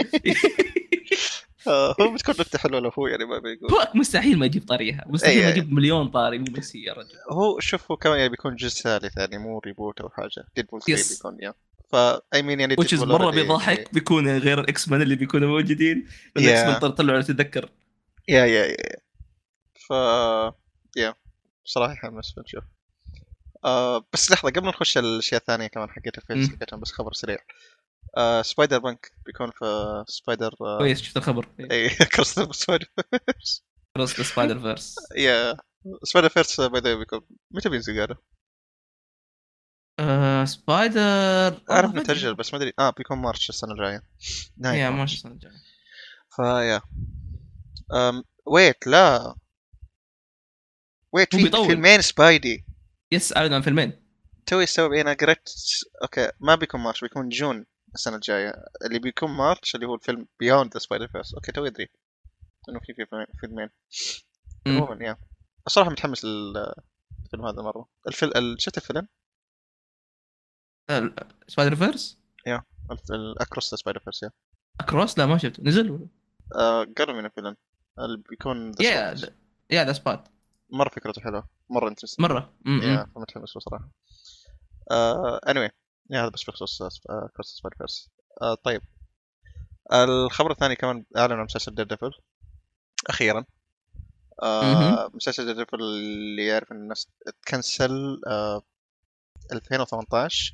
هو بتكون نكته حلوه لو هو يعني ما بيقول. هو مستحيل ما يجيب طاريها، مستحيل ما يجيب مليون طاري مو بس هي يا رجل. هو شوف هو كمان يعني بيكون جزء ثالث يعني مو ريبوت او حاجه. ديدبول 3 يس بيكون فا اي مين يعني which is ديدبول مره اوريدي. بيضحك بيكون غير الاكس مان اللي بيكونوا موجودين. الاكس مان يا طلعوا تتذكر. يا ف يا بصراحه حمس بنشوف. بس لحظه قبل ما نخش الاشياء الثانيه كمان حقت الفيلم حقتهم، بس خبر سريع. سبايدر بانك بيكون في سبايدر كويس شفت الخبر. اي كريستوفر سبايدر. كروس ذا سبايدر فيرس. يا سبايدر فيرس باي ذا بيكون متى بينزل قالوا؟ سبايدر اعرف انه تاجل بس ما ادري بيكون مارش السنه الجايه، نهايه يا مارش. ماشي السنه الجايه. فيا ويت لا ويت هو في بيطول. فيلمين سبايدي. يس اعلن عن فيلمين. توي استوعب انا قريت. اوكي ما بيكون مارش بيكون جون السنه الجايه. اللي بيكون مارش اللي هو الفيلم بيوند ذا سبايدر فيرس. اوكي توي ادري انه في فيلمين. عموما يا الصراحه متحمس للفيلم هذا مره. شفت الفيلم سبايدر فيرس. يا اكروس ذا سبايدر فيرس يا اكروس لا ما شفته نزل ولا؟ قالوا من الفيلم اللي بيكون يا ذا سبات مره فكرته حلوه مره انترستنج مره. يا فمتحمس بصراحه. anyway يا هذا بس بخصوص كروس سبايدر فيرس. طيب الخبر الثاني كمان اعلنوا عن مسلسل دير ديفل اخيرا. مسلسل دير ديفل اللي يعرف ان الناس تكنسل 2018.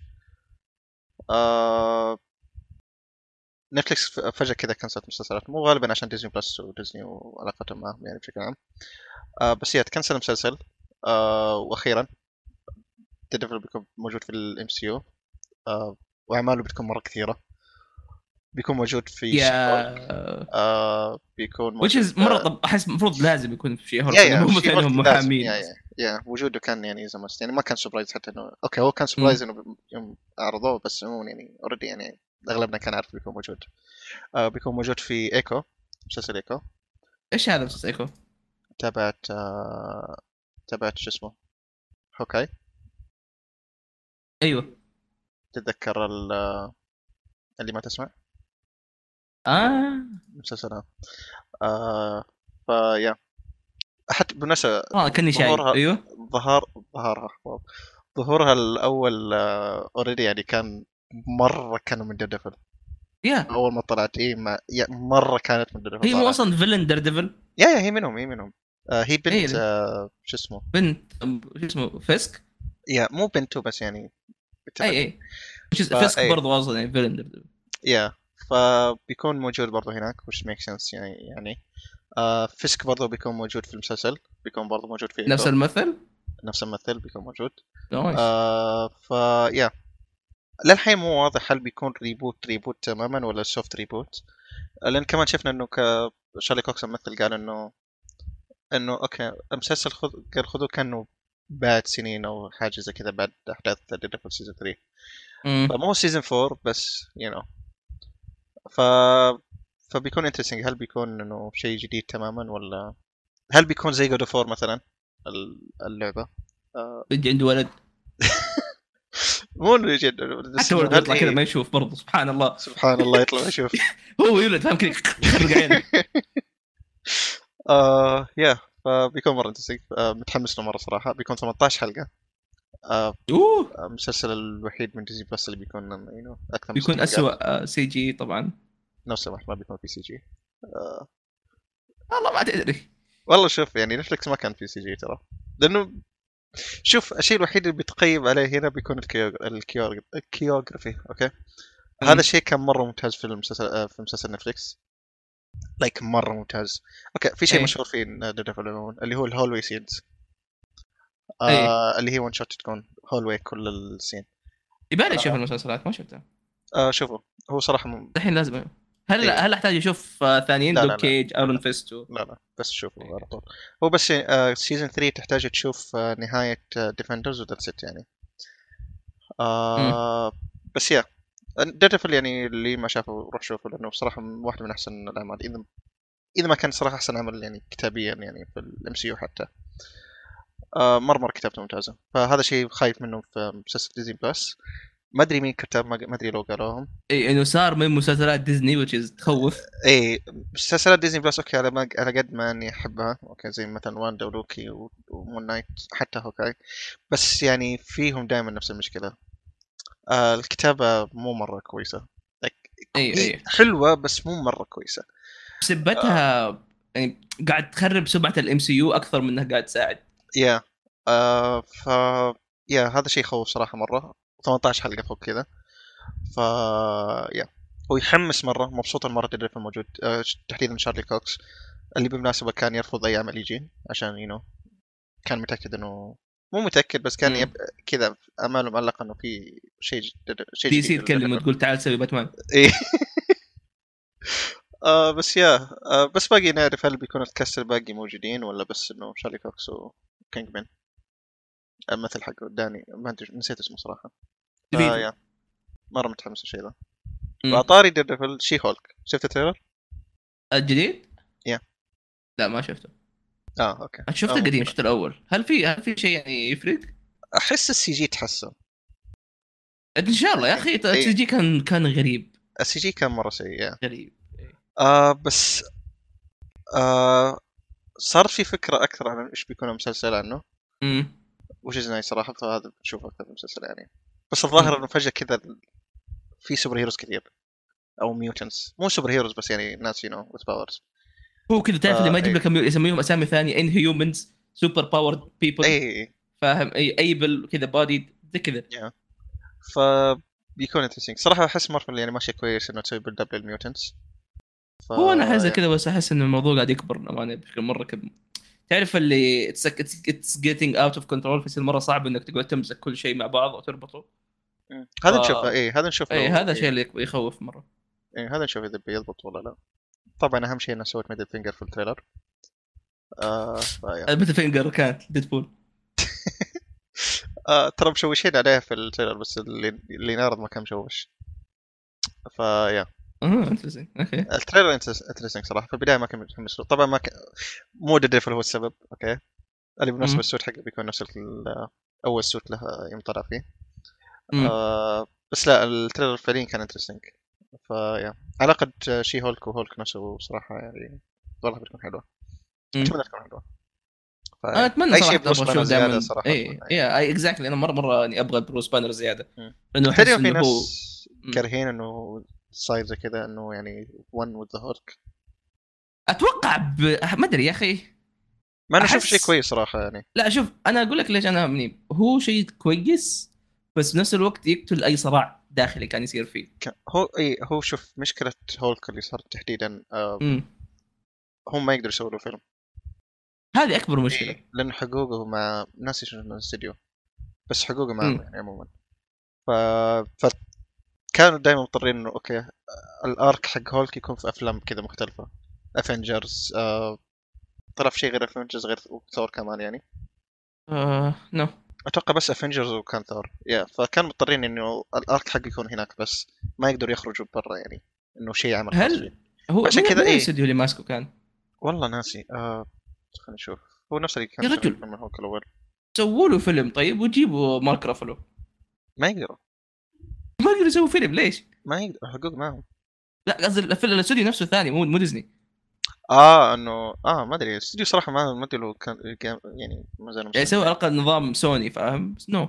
نتفلكس فجأة كذا كنسلت مسلسلات، مو غالبا عشان ديزني بلس وديزني وعلاقتهم معهم يعني بشكل عام. بس هي تكنسل المسلسل. واخيرا دير ديفل بيكون موجود في الام سي يو واعماله بتكون مره كثيره. بيكون موجود في شي هولك. يا بيكون which موجود is مرة. طب احس المفروض لازم يكون في شيء هولك، يا مو شي مثلا هولك انهم لازم محامين بس. وجوده كان يعني زي ما يعني ما كان سبرايز حتى انه اوكي هو كان مم. سبرايز انه يوم عرضوه، بس عموما يعني اوريدي يعني اغلبنا كان عارف بيكون موجود. بيكون موجود في ايكو، مسلسل ايكو ايش هذا مسلسل ايكو؟ تبعت تبعت شو اسمه هوكاي. ايوه. تتذكر اللي ما تسمع اه مسلسلها. آه فيا حتى بالنسبة كاني شايف. ظهورها ايوه. ظهر ظهرها ظهورها الأول اوريدي يعني كان مرة كانوا من ديفل. يا أول ما طلعت ما مرة كانت من ديفل هي مو صراحة. اصلا فيلن دير ديفل؟ يا هي منهم هي بنت اي شو اسمه. بنت شو اسمه فيسك. يا مو بنته بس يعني اي بتفهم. اي فيسك فاي برضو اصلا يعني فيلن دير ديفل. يا فبيكون موجود برضه هناك which makes sense يعني فيسك برضه بيكون موجود في المسلسل، بيكون برضه موجود في نفس ايكو. الممثل. نفس الممثل بيكون موجود. نايس. فيا للحين مو واضح هل بيكون ريبوت تماما ولا سوفت ريبوت. لان كمان شفنا انه شارلي كوكس الممثل قال انه اوكي مسلسل قال خذوه كانه بعد سنين او حاجه زي كذا بعد احداث ديدبول سيزون 3. امم فمو سيزون 4 بس ف فبيكون انترستنج هل بيكون انه شيء جديد تماما ولا هل بيكون زي جود اوف مثلا اللعبه. بيجي عنده ولد. مو انه جد بس حتى انه ولده هل يطلع كذا ما يشوف برضه، سبحان الله. سبحان الله يطلع يشوف. هو يولد فاهم كذا يخرج عينه. يا فبيكون مره انترستنج. متحمس له مره صراحه. بيكون 18 حلقه. اوه المسلسل الوحيد من ديزني بلس اللي بيكون اكثر من 6 بيكون حلقات. اسوء سي جي طبعا. لو سمحت ما بيكون في سي جي. والله ما تدري. والله شوف يعني نتفلكس ما كان في سي جي ترى. لانه شوف الشيء الوحيد اللي بيتقيم عليه هنا بيكون الكيوغرافي اوكي. هذا الشيء كان مره ممتاز في المسلسل في مسلسل نتفلكس. مره ممتاز. اوكي في شيء ايه مشهور في ديدفل اللي هو الهولوي سينز. ايه اللي هي ون شوت تكون هولوي كل السين. يبالي اشوف المسلسلات ما شفتها. شوفوا هو صراحه الحين لازم. هل احتاج اشوف ثانيين لا لوك لا لا كيج ايرون لا فيست لا بس شوفوا على طول. هو بس سيزون 3 تحتاج تشوف نهاية ديفندرز وذاتس ات يعني. امم آه بس يا ديدفل يعني اللي ما شافه روح شوفه لانه بصراحة واحد من احسن الاعمال اذا ما كان صراحة احسن عمل يعني كتابيا يعني في الام سي يو حتى. مرة كتابته ممتازة. فهذا شيء خايف منه في مسلسل ديزني بلس. ما ادري مين كتب ما ادري لو قالوهم. اي انه صار من مسلسلات ديزني which تخوف. اي مسلسلات ديزني بلس اوكي على قد ما اني احبها اوكي زي مثلا واندا ولوكي ومون نايت حتى هوكاي. بس يعني فيهم دائما نفس المشكله. الكتابه مو مره كويسه. اي هي اي حلوه بس مو مره كويسه. آه سبتها. يعني قاعد تخرب سمعة الام سي يو اكثر من انها قاعد تساعد. يا ف يا هذا شيء يخوف صراحه مره. 18 حلقه فوق كذا. ف يا هو يحمس مره. مبسوط المره اللي موجود تحديدا شارلي كوكس اللي بالمناسبه كان يرفض اي عمل يجي عشان كان متأكد انه مو متأكد بس كان امم كذا اماله معلقة انه في شيء دي سي جديد تكلم لديدبل. وتقول تعال سوي باتمان. ايه بس بس باقي نعرف هل بيكون الكاست الباقي موجودين ولا بس انه شارلي كوكس وكينج بن مثل حق داني ما ادري نسيت اسمه صراحة. ديفيتو. يا مرة متحمس الشيء ذا. امم وعطاري ديدبل شي هولك شفت التريلر؟ الجديد؟ يا لا ما شفته. اوكي. شفت القديم، ممكن شفت الاول. هل في شيء يعني يفرق؟ احس السي جي تحسن. ان شاء الله يا اخي. اي السي جي كان غريب. السي جي كان مرة سيء. غريب. إيه. بس آه صار في فكرة أكثر عن إيش بيكون المسلسل عنه امم وش نايس صراحة. فهذا بتشوفه أكثر في المسلسل يعني. بس الظاهر إنه فجأة كذا في سوبر هيروز كثير أو ميوتنس مو سوبر هيروز بس يعني ناس with powers. هو كذا تعرف اللي ما يجيب إيه لك يسميهم اسامي ثانيه ان هيومنز سوبر باورد بيبل. إيه فاهم اي ايبل كذا بودي زي كذا. yeah. فبيكون انترستنج صراحة. أحس مارفل يعني ماشية كويس إنه تسوي بيلد أب للميوتنس. ف هو انا احس زي yeah. كذا بس احس ان الموضوع قاعد يكبر نوعاً بشكل مره كذا. تعرف اللي اتس جيتنج اوت اوف كنترول، فيصير مره صعب انك تقعد تمسك كل شيء مع بعض وتربطه. هذا نشوفه هذا نشوف اي هذا الشيء اللي يخوف مره. هذا نشوف اذا بيضبط ولا لا. طبعا اهم شيء انه سويت ميدل فينجر في التريلر. ميدل فينجر كانت ديدبول. ترى مشوشين عليه في التريلر، بس اللي نعرض ما كان مشوش. فيا انترستنج. اوكي التريلر انترستنج صراحه. في البدايه ما كان متحمس له طبعا، ما مو ديدفل هو السبب. اوكي اللي بنفس السوت حقه بيكون نفس اول سوت له يوم طلع فيه. بس لا التريلر فعليا كان انترستنج. فيا علاقه شي هولك وهولك نفسه صراحه يعني والله بتكون حلوه. اتمنى تكون حلوه. انا اتمنى صراحه ابغى اشوف دائما صراحه. اي اكزاكتلي انا مره يعني ابغى بروس بانر زياده، لانه احس انه في ناس كارهين انه صاير زي كذا، انه يعني one with the Hulk. اتوقع ما ادري يا اخي، ما انا اشوف شيء كويس صراحه يعني. لا شوف انا اقول لك ليش انا مني هو شيء كويس، بس بنفس الوقت يقتل اي صراع داخلي كان يصير فيه. هو شوف مشكله هولك اللي صارت تحديدا هم ما يقدروا يسووا له فيلم. هذه اكبر مشكله لان حقوقه مع ناس يشوفون الاستديو، بس حقوقه معهم يعني عموما. كانوا دائما مضطرين انه اوكي الارك حق هولك يكون في افلام كذا مختلفه. افنجرز طلع في شيء غير افنجرز غير ثور كمان يعني. نو اتوقع بس افنجرز وكان ثور فكانوا مضطرين انه الارك حق يكون هناك، بس ما يقدروا يخرجوا برا يعني انه شيء عمل خاص فيه. هو عشان كذا الاستوديو اللي ماسكه كان والله ناسي. خلينا نشوف. هو نفس اللي كان شغال من هولك الاول. سووا له فيلم طيب وجيبوا مارك رافلو. ما يقدروا يسووا فيلم ليش؟ ما يقدروا حقوق معهم. لا قصدي الفيلم الاستوديو نفسه ثاني مو ديزني. انه ما ادري الاستوديو صراحه ما ادري لو كان يعني ما زال يعني يسوي على نظام سوني فاهم بس نو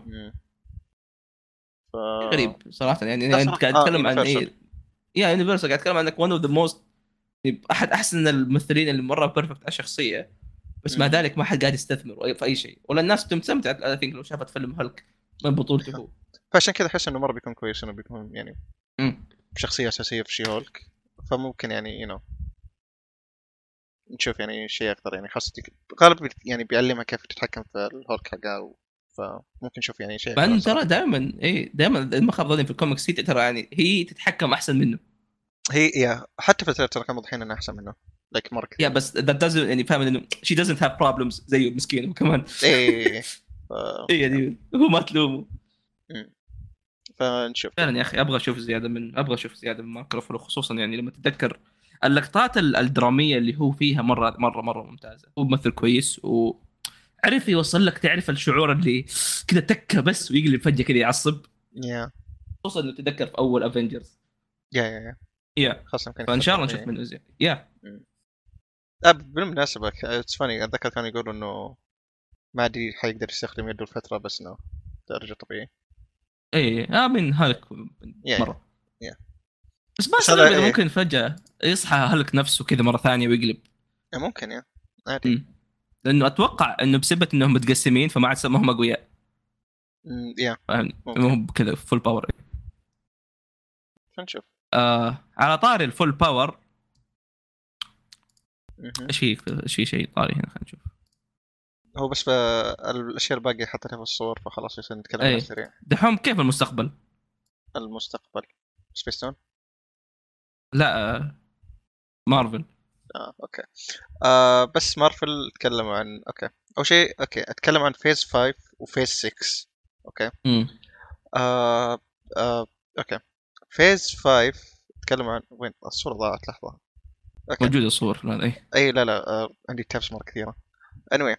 غريب صراحه يعني انت قاعد تتكلم عن ايه يا يونيفرسال قاعد تتكلم عنك ون اوف ذا موست احد احسن الممثلين اللي مره بيرفكت على الشخصيه، بس مع ذلك ما حد قاعد يستثمر في اي شيء ولا الناس بتستمتع اي ثينك لو شافت فيلم هالك من بطولته هو. فعشان كذا احس انه مره بيكون كويس انه بيكون يعني بشخصيه اساسيه في شي هولك، فممكن يعني نشوف يعني شيء اكثر يعني حسيت غالبا يعني بيعلمها كيف تتحكم في الهولك حقها، فممكن نشوف يعني شيء اكثر. ترى دائما ما خاب ظني في الكوميكس ترى يعني هي تتحكم احسن منه. هي حتى في التريلر كانوا واضحين انها احسن منه لك مره كثير. بس that doesn't يعني فاهم انه she doesn't have problems زيه مسكين وكمان يعني هو ما تلومه. فنشوف فعلا يا اخي ابغى اشوف زياده من مارك رافلو، خصوصا يعني لما تتذكر اللقطات الدراميه اللي هو فيها مره ممتازه. هو ممثل كويس وعرف يوصل لك تعرف الشعور اللي كذا تكه بس ويقلب فجاه كذا يعصب. خصوصا انه تتذكر في اول افنجرز. خاصه فان شاء الله نشوف منه زياده. بالمناسبه اتس فاني اتذكر كانوا يقولوا انه ما ادري حيقدر يستخدم يده الفتره بس انه درجه طبيعي. من هالك مره بس ما استغرب ممكن فجاه يصحى هالك نفسه كذا مره ثانيه ويقلب. ممكن عادي. لانه اتوقع انه بسبب انهم متقسمين فما عاد ما هم اقوياء. مو كذا فول باور. فنشوف. على طاري الفول باور ايش في شيء طاري هنا خلينا نشوف. هو بس الاشياء الباقيه حطيتها في الصور فخلاص يصير نتكلم عن السريع. دحوم كيف المستقبل سبيستون لا مارفل. اوكي. بس مارفل اتكلم عن اول شيء اتكلم عن فيز 5 وفيز 6. اوكي اوكي فيز 5 اتكلم عن وين الصوره ضاعت لحظه. موجوده الصور لا اي لا عندي تابس مره كثيره. anyway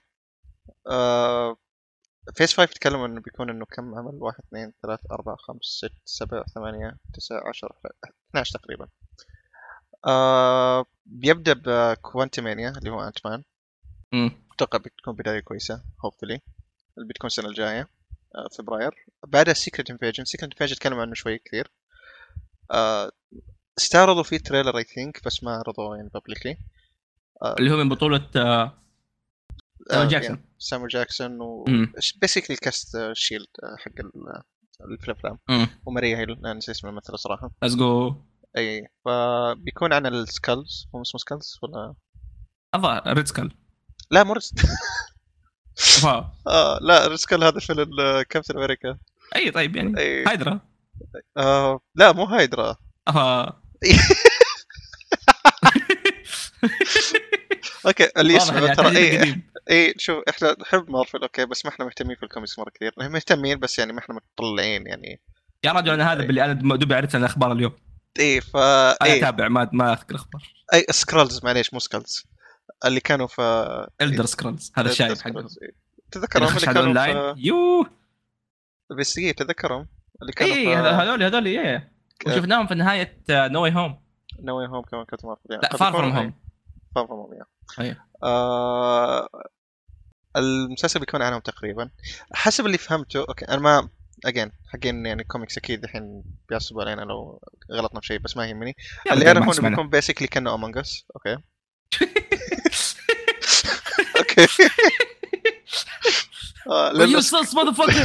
فيز 5 تكلم انه بيكون انه كم عمل 1 2 3 4 5 6 7 8 9 10 12 تقريبا. بيبدا بكوانتمانيا اللي هو انت مان. اتوقع بتكون بدايه كويسه hopefully اللي بتكون السنه الجايه فبراير. بعدها سيكريت انفيجن تكلم عنه شوي كثير. استعرضوا فيه تريلر اي ثينك بس ما عرضوه يعني بابليكلي. اللي هو من بطوله سامو جاكسون بيسيكلي كاست شيلد حق الافلام وماريا هيل نسيت اسم الممثله صراحه. ليتس جو. اي فبيكون عن السكالز. هو اسمه سكالز ولا الظاهر ريد سكال. لا مو لا ريد سكال هذا فيلم كابتن امريكا. طيب يعني هايدرا لا مو هايدرا. اه اوكي اللي واضح يسمع اني ترى تحديد قديم. اي شوف احنا نحب مارفل اوكي، بس ما احنا مهتمين في الكوميكس مره كثير، احنا مهتمين بس يعني ما احنا متطلعين يعني. يا رجل انا هذا باللي انا دوبي عرفت عن الاخبار اليوم. اي انا اي اتابع ما اذكر الاخبار. اي سكرولز معليش مو سكالز، اللي كانوا في الدر سكرولز هذا الشايب حقهم إيه. اللي تذكرهم اللي خش هذا كانوا اونلاين في يوه. بس إيه تذكرهم اللي كانوا اي هذول ايه وشفناهم في نهايه نو واي هوم. نوي هوم كمان كانت مارفل يعني لا فار فروم هوم. فار فروم هوم ايوه المسلسل بيكون عنهم تقريبا حسب اللي فهمته. اوكي انا ما اجين حقين يعني كوميكس اكيد الحين بيعصبوا علينا لو غلطنا في شيء، بس ما يهمني. اللي اعرفه انه بيكون بيسكلي كانه امونج اس. اوكي اوكي يو سوس ماذر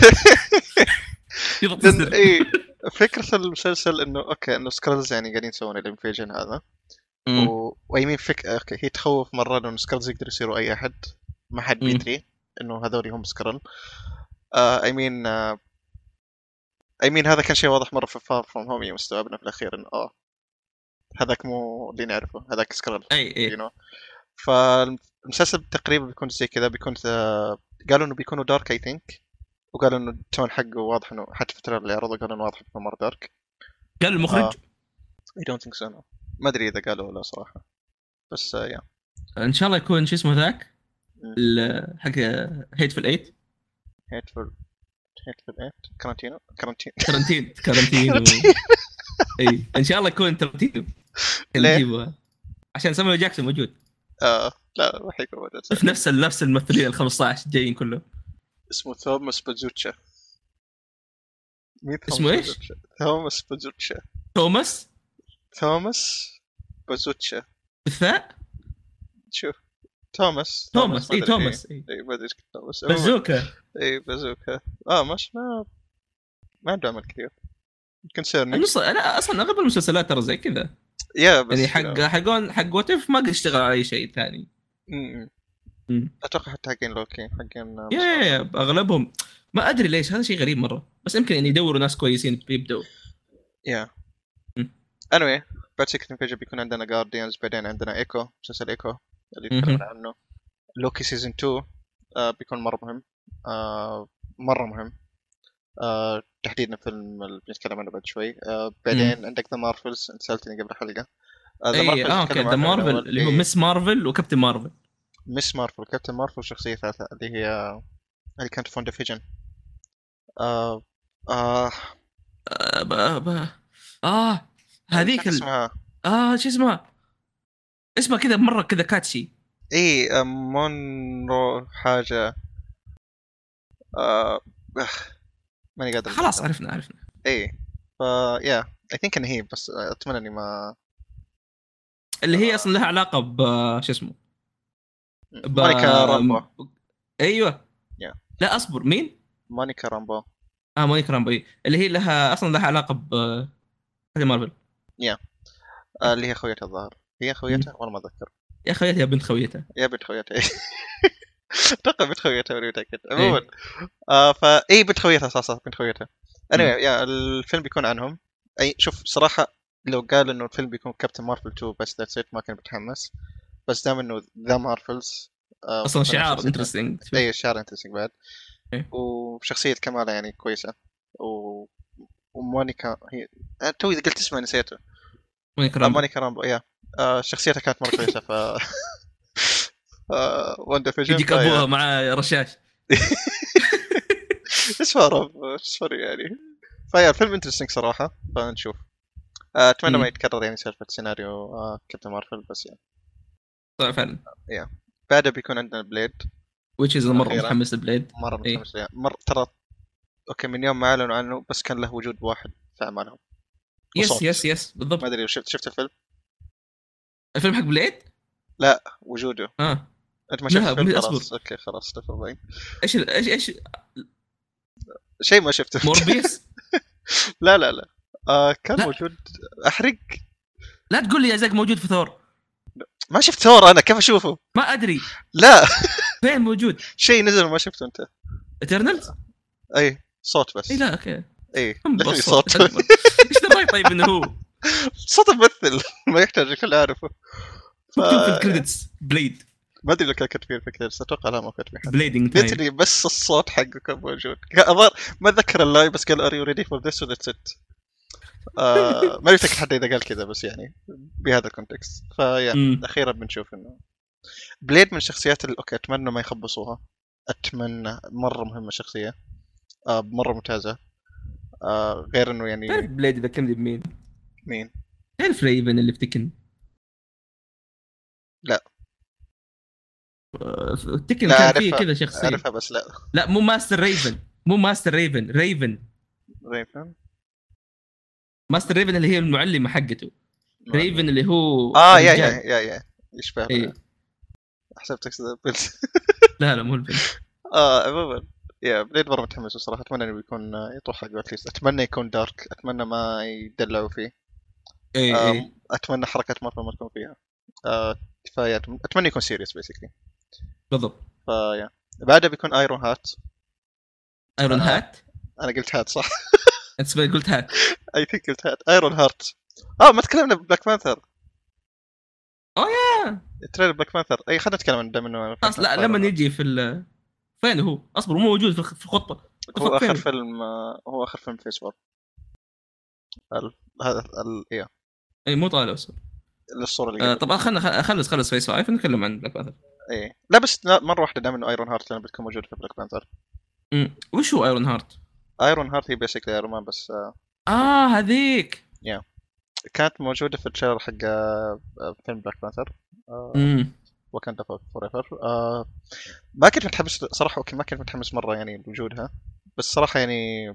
اي فكرة المسلسل انه اوكي انه سكرلز يعني قاعدين يسوون الانفيجن هذا ويمين اوكي هي تخوف مرة انه سكرلز يقدروا يصيروا اي احد، ما حد بيدري انه هذول هم سكرل. اي مين هذا كان شيء واضح مرة في فار فروم هوم مستوعبنا في الاخير انه هذاك مو اللي نعرفه، هذاك سكرل. اي فالمسلسل تقريبا بيكون زي كذا، بيكون قالوا انه بيكونوا دارك اي ثينك، وقالوا انه التون حقه واضح انه حتى في الفترة اللي عرضوا قالوا انه واضح انه مرة دارك. قال المخرج I don't think so no. ما ادري اذا قالوا ولا صراحة، بس يا ان شاء الله يكون شو اسمه ذاك حق هيتفul 8 هيتفul 8 كارانتينو اي ان شاء الله يكون ترنتينو نجيبه عشان سامويل جاكسون موجود. لا راح يكون موجود في نفس الممثلين ال 15 جايين كلهم. اسمه توماس بازوتشا. اسمه ايش؟ توماس بازوتشا. توماس بازوتشا بالثاء. شوف توماس اي توماس اي ما ادري ايش توماس بازوكا. اي بازوكا مش ما عنده عمل كثير يمكن سيرني. انا اصلا اغلب المسلسلات ترى زي كذا بس يعني حق واتف ما قد اشتغل على اي شيء ثاني. اتوقع حتى حقين لوكي حقين يا اغلبهم ما ادري ليش، هذا شيء غريب مره، بس يمكن يعني يدوروا ناس كويسين بيبدأوا. anyway بعد سكرين فيجن بيكون عندنا جارديانز، بعدين عندنا ايكو مسلسل ايكو اللي تكلمنا عنه. لوكي سيزون 2 بيكون مره مهم مره مهم تحديدا فيلم اللي بنتكلم عنه بعد شوي. بعدين عندك ذا مارفلز، انت سالتني قبل حلقه. اوكي ذا مارفل اللي هو مس مارفل وكابتن مارفل. مس مارفل كابتن مارفل شخصيه ثالثه اللي هي اللي كانت فون ديفيجن. هذيك اسمها شو اسمها كذا مره كذا كاتشي. اي مونرو حاجه ماني قادر خلاص عرفنا اي يا اي ثينك ان هي، بس اتمنى اني ما اللي هي اصلا لها علاقه ب شو اسمه مونيكا رامبو. ايوه لا اصبر مين مونيكا رامبو. مونيكا رامبو اللي هي لها اصلا لها علاقه ب مارفل. اللي هي خويتها الظاهر، هي خويتها والله ما اتذكر. يا خويتها يا بنت خويتها اتوقع بنت خويتها ولا متاكد عموما. فاي بنت خويتها صح بنت خويتها. انا الفيلم بيكون عنهم. اي شوف صراحه لو قال انه الفيلم بيكون كابتن مارفل 2 بس ذاتس ات ما كان متحمس، بس دام انه ذا مارفلز اصلا شعار انترستينج. اي شعار انترستينج بعد. وشخصيه كماله يعني كويسه ومونيكا هي توي قلت اسمها نسيته. مونيكا رامبو شخصيتها كانت مره كويسه ف وان ديفيجن يجيك ابوها مع رشاش اسمها رب سوري يعني. فيا الفيلم انترستينج صراحه، فنشوف. اتمنى ما يتكرر يعني سالفه سيناريو كابتن مارفل بس يعني طبعا فعلا. بعدها بيكون عندنا بليد which is مره متحمس بليد مره متحمس مره ترى. اوكي من يوم ما اعلنوا عنه بس كان له وجود واحد في اعمالهم. يس بالضبط. ما ادري شفت الفيلم حق بليد؟ لا وجوده انت ما شفت الفيلم خلاص. اوكي خلاص تفضل. ايش شيء ما شفته موربيس لا كان لا. موجود احرق. لا تقول لي يا زاك موجود في ثور. ما شفت ثور انا كيف اشوفه؟ ما ادري لا فين موجود؟ شيء نزل وما شفته انت. إترنالز؟ اي صوت بس. اي لا اوكي ايه بس صوت ايش دراي طيب انه هو صوت ممثل ما يحتاج الكل عارفه. مكتوب في الكريدتس بليد ما ادري لو كان كاتبين في كذا، اتوقع لا ما كاتبين حتى. بليدنج تايم. ليتلي بس الصوت حقه كان موجود. الظاهر ما اتذكر اللاين بس قال ار يو ريدي فور ذس وذاتس ات. ما يفتكر حتى اذا قال كذا بس يعني بهذا الكونتكست. فيا اخيرا بنشوف انه بليد من الشخصيات اللي اوكي اتمنى ما يخبصوها. اتمنى مره مهمه شخصيه مره ممتازه. غير انه يعني تعرف بليد اذا كم بمين؟ مين؟ تعرف ريفن اللي في تكن؟ لا تكن لا كان فيه اعرفها، كذا شخصيه. اعرفها بس لا. لا مو ماستر ريفن، مو ماستر ريفن، ريفن ريفن ماستر ريفن اللي هي المعلمه حقته. ريفن اللي هو يا الرجال. يا يشبه إيه. حسبتك بنت. لا لا مو البنت. عموما يا بليد مره متحمس الصراحه. اتمنى انه يكون يطوح حق اتليست. اتمنى يكون دارك، اتمنى ما يدلعوا فيه. ايه اتمنى حركات مارفل ما تكون فيها كفايه. اتمنى يكون سيريس بيسكلي. بالضبط. فيا بعدها بيكون ايرون هات. ايرون هات. انا قلت هات صح؟ انت قلت هات. اي ثينك قلت هات. ايرون هارت. ما تكلمنا بلاك بانثر. اوه يا تريلر بلاك بانثر. اي خلينا نتكلم عن دم انه خلاص. لا لما نجي في فين هو؟ اصبر مو موجود في الخطه. هو اخر فيلم. هو اخر فيلم فيس 4. هذا ايه اي مو طالع اصبر. الصوره اللي طبعا خلنا خلص فيس 5 نتكلم عن بلاك بانثر. ايه لا بس مره واحده دام انه ايرون هارت لانه بتكون موجود في بلاك بانثر. وش هو ايرون هارت؟ ايرون هارت هي بيسكلي ايرون مان بس هذيك كانت موجوده في التريلر حق فيلم بلاك بانثر وكاندا فور ايفر. ما كنت متحمس صراحه. اوكي ما كنت متحمس مره يعني لوجودها بس صراحه يعني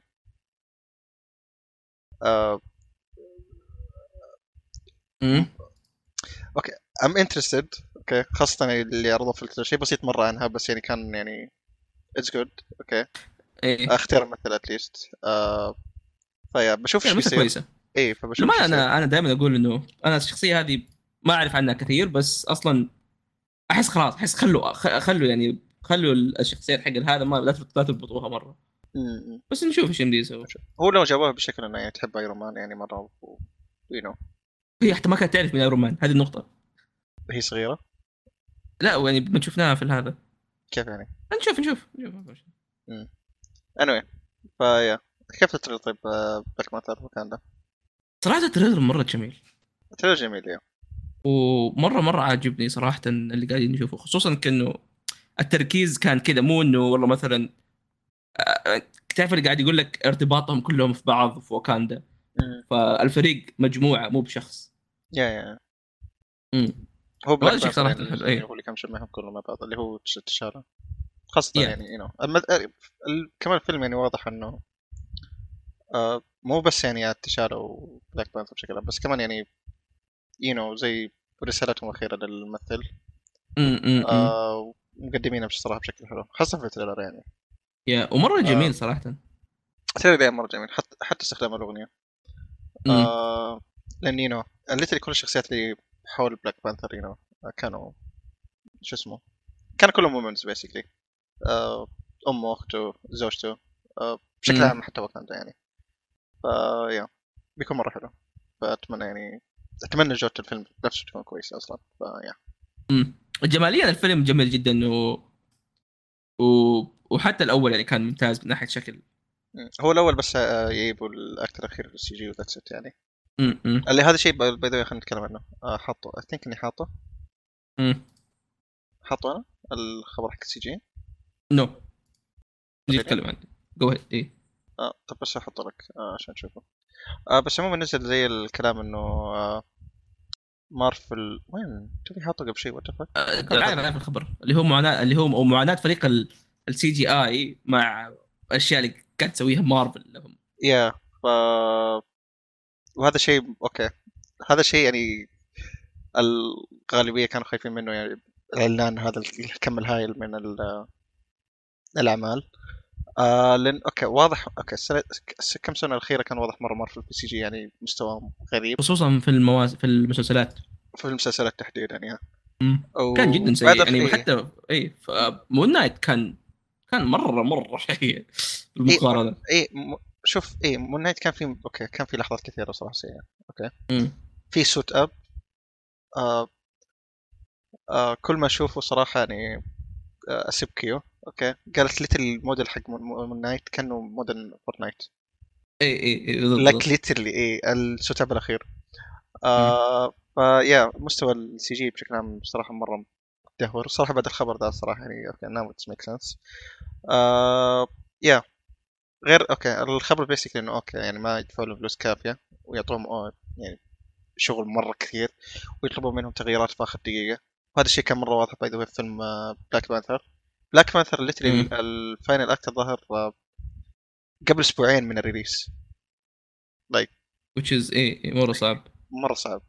اوكي ام انترستد. اوكي خاصه يعني اللي عرضوا في شيء بسيط مره عنها بس يعني كان يعني اتس جود. اوكي اختار مثل اتليست فيا بشوف ايش بيصير. كويسه. ايه فبشوف ما انا دائما اقول انه انا الشخصيه هذه ما اعرف عنها كثير بس اصلا احس خلاص احس خلوا يعني خلوا الشخصيات حق هذا ما لا تربطوها مره. بس نشوف ايش يمدي يسوي. هو لو جابوها بشكل انه يعني تحب ايرون مان يعني مره هي حتى ما كانت تعرف من ايرون مان. هذه النقطه. هي صغيره. لا يعني ما شفناها في هذا. كيف يعني؟ نشوف anyway فيا كيف التريلر طيب بلاك مانثر وكاندا؟ صراحه التريلر مره جميل. التريلر جميل ومره عاجبني صراحه اللي قاعدين نشوفه خصوصا كأنه التركيز كان كذا مو انه والله مثلا تعرف اللي قاعد يقول لك ارتباطهم كلهم في بعض في واكاندا. فالفريق مجموعه مو بشخص. يا هو بلاك بانثر صراحه يعني هو اللي كان مجمعهم كلهم مع بعض اللي هو تشارة خاصة يعني كمان الفيلم يعني واضح انه مو بس يعني تشارة وبلاك بانثر بشكل عام بس كمان يعني زي رسالتهم الأخيرة للممثل. مقدمينها بصراحة بشكل حلو خاصة في التريلر يعني. ومرة جميل صراحة. التريلر مرة جميل حتى استخدام الأغنية. لأن اللي كل الشخصيات اللي حول بلاك بانثر كانوا شو اسمه كانوا كلهم مومنتس بيسكلي. أمه أخته زوجته بشكل عام حتى واكاندا يعني. بيكون مرة حلو. فأتمنى يعني أتمنى جودة الفيلم نفسه تكون كويسة أصلا. جماليا الفيلم جميل جدا وحتى الأول يعني كان ممتاز من ناحية شكل. هو الأول بس يجيبوا الأكتر الأخير في السي جي وذاتس إت يعني. اللي هذا شيء باي خلينا نتكلم عنه. حاطه I think إني حاطه. حاطه أنا الخبر حق السي جي. نو نجي نتكلم عنه جو هيد. إيه طب بس أحط لك عشان تشوفه. بس عموما نزل زي الكلام إنه مارفل وين تبي حاطه قبل شيء واتفق. عارف الخبر اللي هو معاناة فريق السي جي اي مع الاشياء اللي قاعد تسويها مارفل لهم. وهذا شيء اوكي. هذا شيء يعني الغالبيه كانوا خايفين منه يعني اعلان هذا الكم الهائل من الاعمال. لان اوكي واضح اوكي كم سنه الاخيره كان واضح مره مارفل في سي جي يعني مستوى غريب خصوصا في المسلسلات. في المسلسلات تحديدا يعني كان جدا سيء يعني حتى مون نايت كان مره سيء بالمقارنه. شوف ايه مون نايت كان في اوكي كان في لحظات كثيره صراحه سيئه. اوكي امم في سوت اب. آه كل ما اشوفه صراحه يعني اسب كيو. اوكي قالت ليتل الموديل حق مون نايت كانه موديل فورتنايت. اي بالضبط لك بالضبط. ليترلي ايه السوت اب الاخير. امم فيا مستوى السي جي بشكل عام بصراحه مره دهور صراحه بعد الخبر ده صراحه يعني اوكي ناو اتس ميك سنس. يا غير اوكي الخبر بيسكلي انه اوكي يعني ما يدفعوا لهم فلوس كافيه ويعطوهم يعني شغل مره كثير ويطلبوا منهم تغييرات في اخر دقيقه. وهذا الشيء كان مره واضح باي ذا في فيلم بلاك بانثر. بلاك بانثر ليتري امم الفاينل اكت الظاهر قبل اسبوعين من الريليس. لايك which is ايه مره صعب. مره صعب.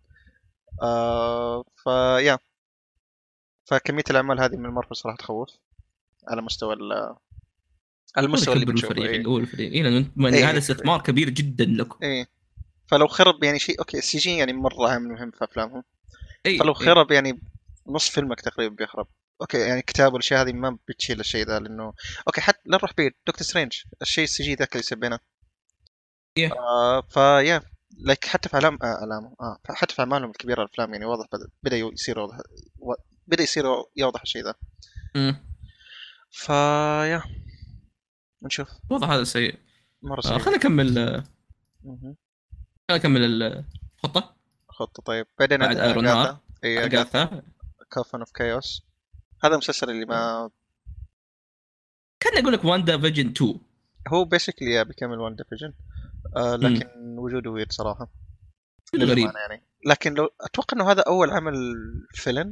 فيا فكميه الاعمال هذه من مارفل صراحه تخوف على مستوى على المفروض المستوى اللي يكبروا بنشوفه. الفريق ايه اللي هو الفريق إيه، لانه يعني هذا ايه استثمار كبير جدا لكم. ايه فلو خرب يعني شيء اوكي السي جي يعني مره عامل مهم في افلامهم. اي فلو اي خرب يعني نص فيلمك تقريبا بيخرب. اوكي يعني كتاب والاشياء هذه ما بتشيل الشيء ذا لانه اوكي حتى لا نروح بعيد دكتور سترينج الشيء السي جي ذاك اللي سبيناه. yeah. فيا لايك حتى في اعلامه حتى في اعمالهم الكبيره الافلام يعني واضح بدا يصير واضح بدا يصير يوضح الشيء ذا. امم فيا نشوف. الوضع هذا سيء. مره سيء. خلينا نكمل مهم. خلينا نكمل الخطه خطه طيب بعدين بعد عندنا ايرون اغاثا. هارت. اي اغاثا اغاثا كوفن اوف كايوس. هذا المسلسل اللي ما كان اقول لك واندا فيجن 2. هو بيسكلي بيكمل وان ديفيجن. امم لكن وجوده ويرد صراحه غريب. للأمانة يعني. لكن لو أتوقع إنه هذا أول عمل فيلم.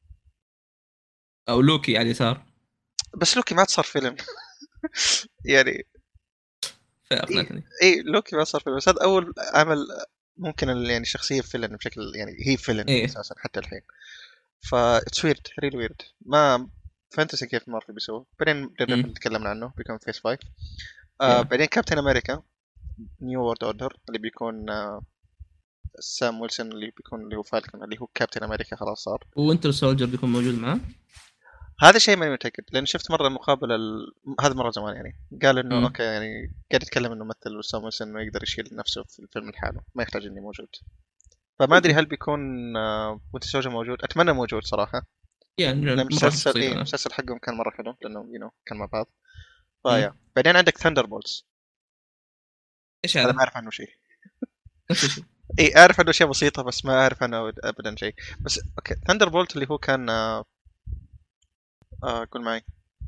او لوكي على اليسار. بس لوكي ما صار فيلم يعني. إيه فاقنعتني. إيه لوكي ما صار فيلم بس هذا أول عمل ممكن يعني شخصية فيلم بشكل يعني هي فيلم ايه أساسا حتى الحين. فا اتس ويرد ريل ويرد ما فانتسي كيف مارفل بيسوي. بعدين ديردفل امم اللي تكلمنا عنه بيكون فيس 5. يا بعدين كابتن أمريكا نيو وورد أوردر اللي بيكون سام ويلسون اللي بيكون اللي هو فالكون اللي هو كابتن أمريكا خلاص صار. وينتر سولجر بيكون موجود معاه. هذا شيء ماني متأكد لأن شفت مرة مقابلة هذا مرة زمان يعني قال إنه امم أوكي يعني قاعد يتكلم إنه مثل وسام ويلسون إنه يقدر يشيل نفسه في الفيلم لحاله ما يحتاج إني موجود. فما أدري ممكن. هل بيكون وينتر سولجر موجود. أتمنى موجود صراحة. يعني لأن مره احب مسلسل شخصيته انا. مسلسل حقهم كان مرة حلو لأنه كان مع بعض. امم فيا بعدين عندك ثاندر بولز. ايش هذا ما هذا؟ أعرف عنه شيء. نفس الشيء. إي أعرف عنه أشياء بسيطة بس ما أعرف عنه أبدا شيء. بس أوكي ثاندر بولت اللي هو كان قول معي.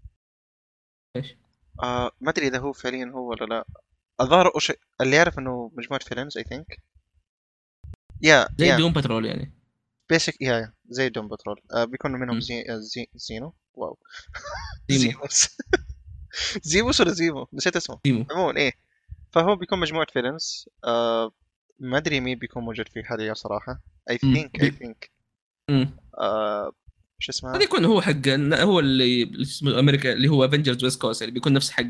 ايش؟ ما أدري إذا هو فعليا هو ولا لا. الظاهر اللي يعرف إنه مجموعة فيلنز I think. يا زي يا دوم باترول يعني. بيسك يا زي دوم بترول. بيكون منهم امم زينو واو ديمو. زيموس زيموس ولا زيمو نسيت اسمه. ديمو. عموما ايه فهو بيكون مجموعة فيلنز. ما ادري مين بيكون موجود فيه حاليا صراحة. اي امم ثينك اي ثينك امم شو قد اسمها. يكون هو حق هو اللي اسمه امريكا اللي هو افنجرز ويست كوست اللي بيكون نفس حق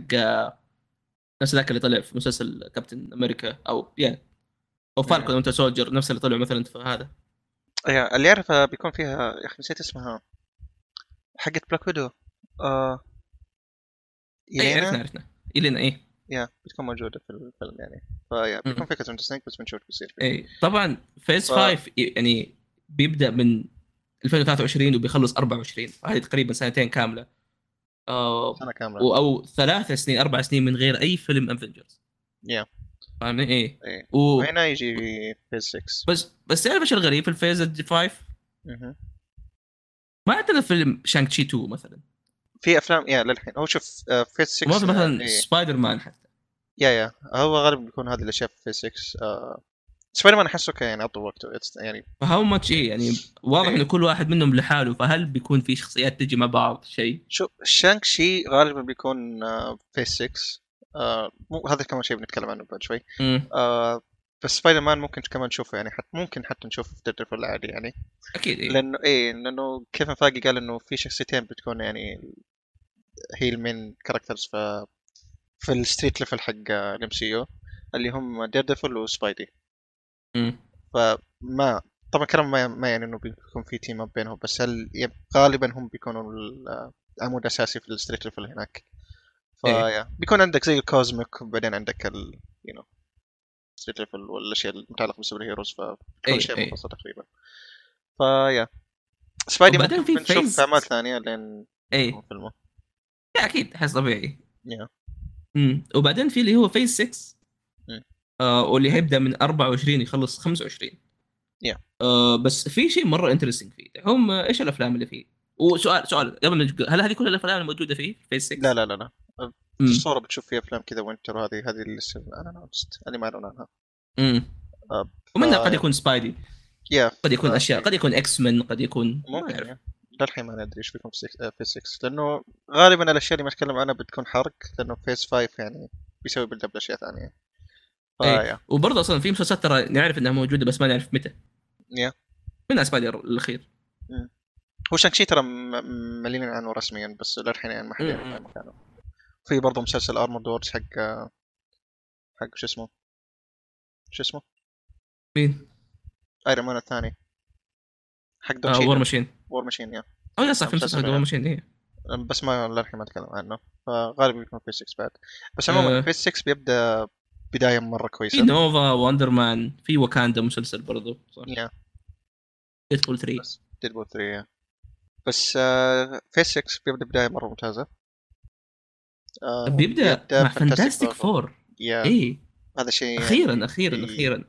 نفس ذاك اللي طلع في مسلسل كابتن امريكا او يعني او فالكون وانت سولجر نفس اللي طلع مثلا في هذا. يا اللي يعرف بيكون فيها يا اخي نسيت اسمها حقت بلاك ويدو. آه اي يلينا. عرفنا الين ايه. يا بتكون موجودة في الفيلم يعني. فيا بيكون مم. فكرة انترستنج بس بنشوف بيصير فيه. اي طبعا فيز ف 5 يعني بيبدا من 2023 وبيخلص 24 هذه تقريبا سنتين كامله. سنة كاملة. او 3 سنين 4 سنين من غير اي فيلم افنجرز. يا فاهمني ايه. ايه و وهنا يجي فيز 6. بس تعرف ايش الغريب في الفيز 5؟ مهم. ما عندنا فيلم شانك تشي 2 مثلا. في افلام يا للحين هو شوف فيز وما 6 في مثلا ايه سبايدر مان حتى. يا هو غالبا بيكون هذه الاشياء في فيز 6. سبايدر مان احسه كان يعني عطوا وقته يعني. فهاو ماتش ايه يعني واضح انه ايه كل واحد منهم لحاله فهل بيكون في شخصيات تجي مع بعض شيء. شوف شانك شي غالبا بيكون فيز 6. مو هذا كمان شيء بنتكلم عنه بعد شوي. امم آه بس سبايدر مان ممكن كمان نشوفه يعني ممكن حتى نشوفه في ديدبول عادي يعني. اكيد ايه. لانه كيفن فاجي قال انه في شخصيتين بتكون يعني هي المين كاركترز في الستريت ليفل حق الام سي يو اللي هم ديردفل وسبايدي. امم فما طبعا كلام ما يعني انه بيكون في تيم اب بينهم بس غالبا هم بيكونوا العمود الاساسي في الستريت ليفل هناك. فيا بيكون عندك زي الكوزميك وبعدين عندك ال يو نو ستريت ليفل والاشياء المتعلقه بالسوبر هيروز فكل شيء منفصل تقريبا. فيا سبايدي وبعدين ممكن في بنشوف فيز اعمال ثانيه لين ايه فيلمه. اكيد حس طبيعي. يا وبعدين في اللي هو فيز 6 مم. واللي هيبدا من 24 يخلص 25. يا بس في شيء مره انترستنج فيه هم ايش الافلام اللي فيه. وسؤال قبل ما هل هذه كل الافلام الموجوده فيه في فيز 6؟ لا لا لا لا في امم الصورة بتشوف فيها أفلام كذا وينتر، هذه اللي لسه أنا نوست اللي ما أعلن عنها. امم آه، ف ومنها قد يكون سبايدي، يا قد يكون اشياء، في قد يكون اكس من، قد يكون ما ممكن نعرف. للحين ما ندري ايش بيكون في 6 لأنه غالبا الأشياء اللي ما أتكلم عنها بتكون حرق، لأنه فيس 5 يعني بيسوي بلد أشياء ثانية. ايه فيا وبرضه اصلا في مسلسلات ترى نعرف انها موجوده بس ما نعرف متى، يا منها سبايدر الاخير. مم. هو شانكشي ترى ملينا عنه رسميا بس للحين يعني ما حد يعرف امم عن مكانه. في برضه مسلسل ارمور دورز حق شو اسمه مين؟ ايرون مان الثاني حق دوم وور شيدن. ماشين. وور ماشين يا او يا صح في مسلسل مسلسل حق وور ماشين ايه. بس ما للحين ما اتكلم عنه، فغالبا بيكون في 6 بعد. بس عموما آه في 6 بيبدا بدايه مره في كويسه. نوفا وندر مان، في واكاندا مسلسل برضه صح. يا ديدبول 3. بس ديدبول 3 بس في 6 بيبدا بدايه مره ممتازه. بيبدا بيبدا مع فانتاستيك فانتاستيك فور. فور. يا ايه هذا شيء اخيرا يعني اخيرا اخيرا.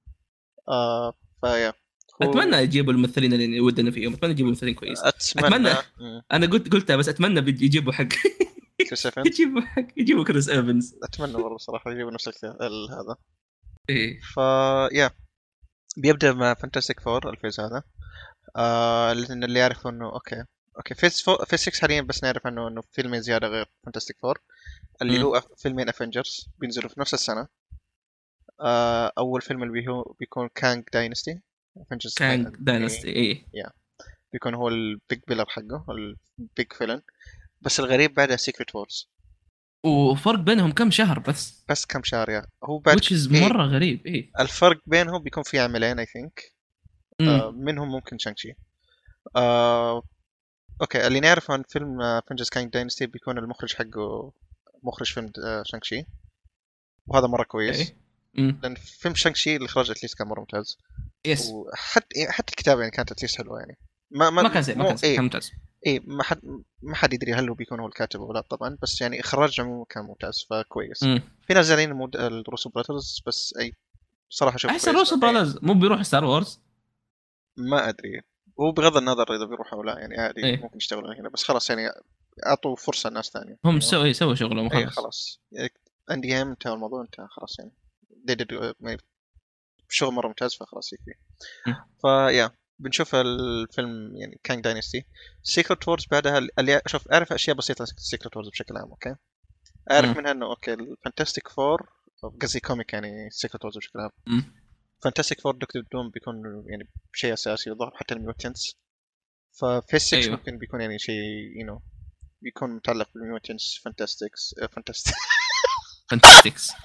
فيا اتمنى هو يجيبوا الممثلين اللي ودنا فيهم، اتمنى يجيبوا ممثلين كويس. اتمنى اتمنى. انا قلتها بس اتمنى يجيبوا حق كريس ايفنز. يجيبوا كريس ايفنز. اتمنى والله صراحه يجيبوا نفس هذا. ايه يا بيبدا مع فانتاستيك فور الفيز هذا. لان اللي يعرف انه اوكي فيز 6 حاليا بس نعرف انه فيلمين زياده غير فانتاستيك فور اللي مم. هو فيلمين افنجرز بينزلوا في نفس السنه. اول فيلم اللي هو بيكون كانج داينستي افنجرز كان داينستي ايه. يا بيكون هو البيج بيلر حقه البيج فيلن. بس الغريب بعدها سيكريت وورز. وفرق بينهم كم شهر بس كم شهر يا هو بعد which is ايه مره غريب ايه. الفرق بينهم بيكون في عاملين اي ثينك. امم منهم ممكن شانكشي. آه اوكي اللي نعرفه عن فيلم افنجرز كانج داينستي بيكون المخرج حقه مخرج فيلم شانكشي وهذا مره كويس. ايه امم لان فيلم شانكشي الاخراج اتليست كان مره ممتاز. يس وحتى الكتابه يعني كانت اتليست حلوه يعني. ما كان زي ما مو كان زي كان ممتاز. ما حد يدري هل هو بيكون هو الكاتب ولا لا طبعا، بس يعني اخراج عموما كان ممتاز فكويس. امم في ناس زعلانين الروسو براذرز بس صراحه شوف احسن كويس روسو براذرز مو بيروح ستار وورز. ما ادري. هو بغض النظر اذا بيروح او لا يعني عادي ايه ممكن يشتغلوا هنا بس خلاص يعني اعطوا فرصه لناس ثانيه هم you know. سووا شغلهم ايه وخلاص. خلاص عندي هم انتهى الموضوع انتهى خلاص يعني they did شغل مره ممتاز فخلاص يكفي. مم. فيا بنشوف الفيلم يعني كانج داينستي سيكريت وورز بعدها اللي شوف اعرف اشياء بسيطه عن سيكريت وورز بشكل عام. اوكي اعرف مم. منها انه اوكي الفانتاستيك فور قصدي كوميك يعني سيكريت وورز بشكل عام. مم. فانتاستيك فور دكتور دوم بيكون يعني شيء اساسي وظهر حتى الميوتنس. ففيس 6 ايوه ممكن بيكون يعني شيء بيكون متعلق بالميوتنس فانتاستكس فانتاستكس.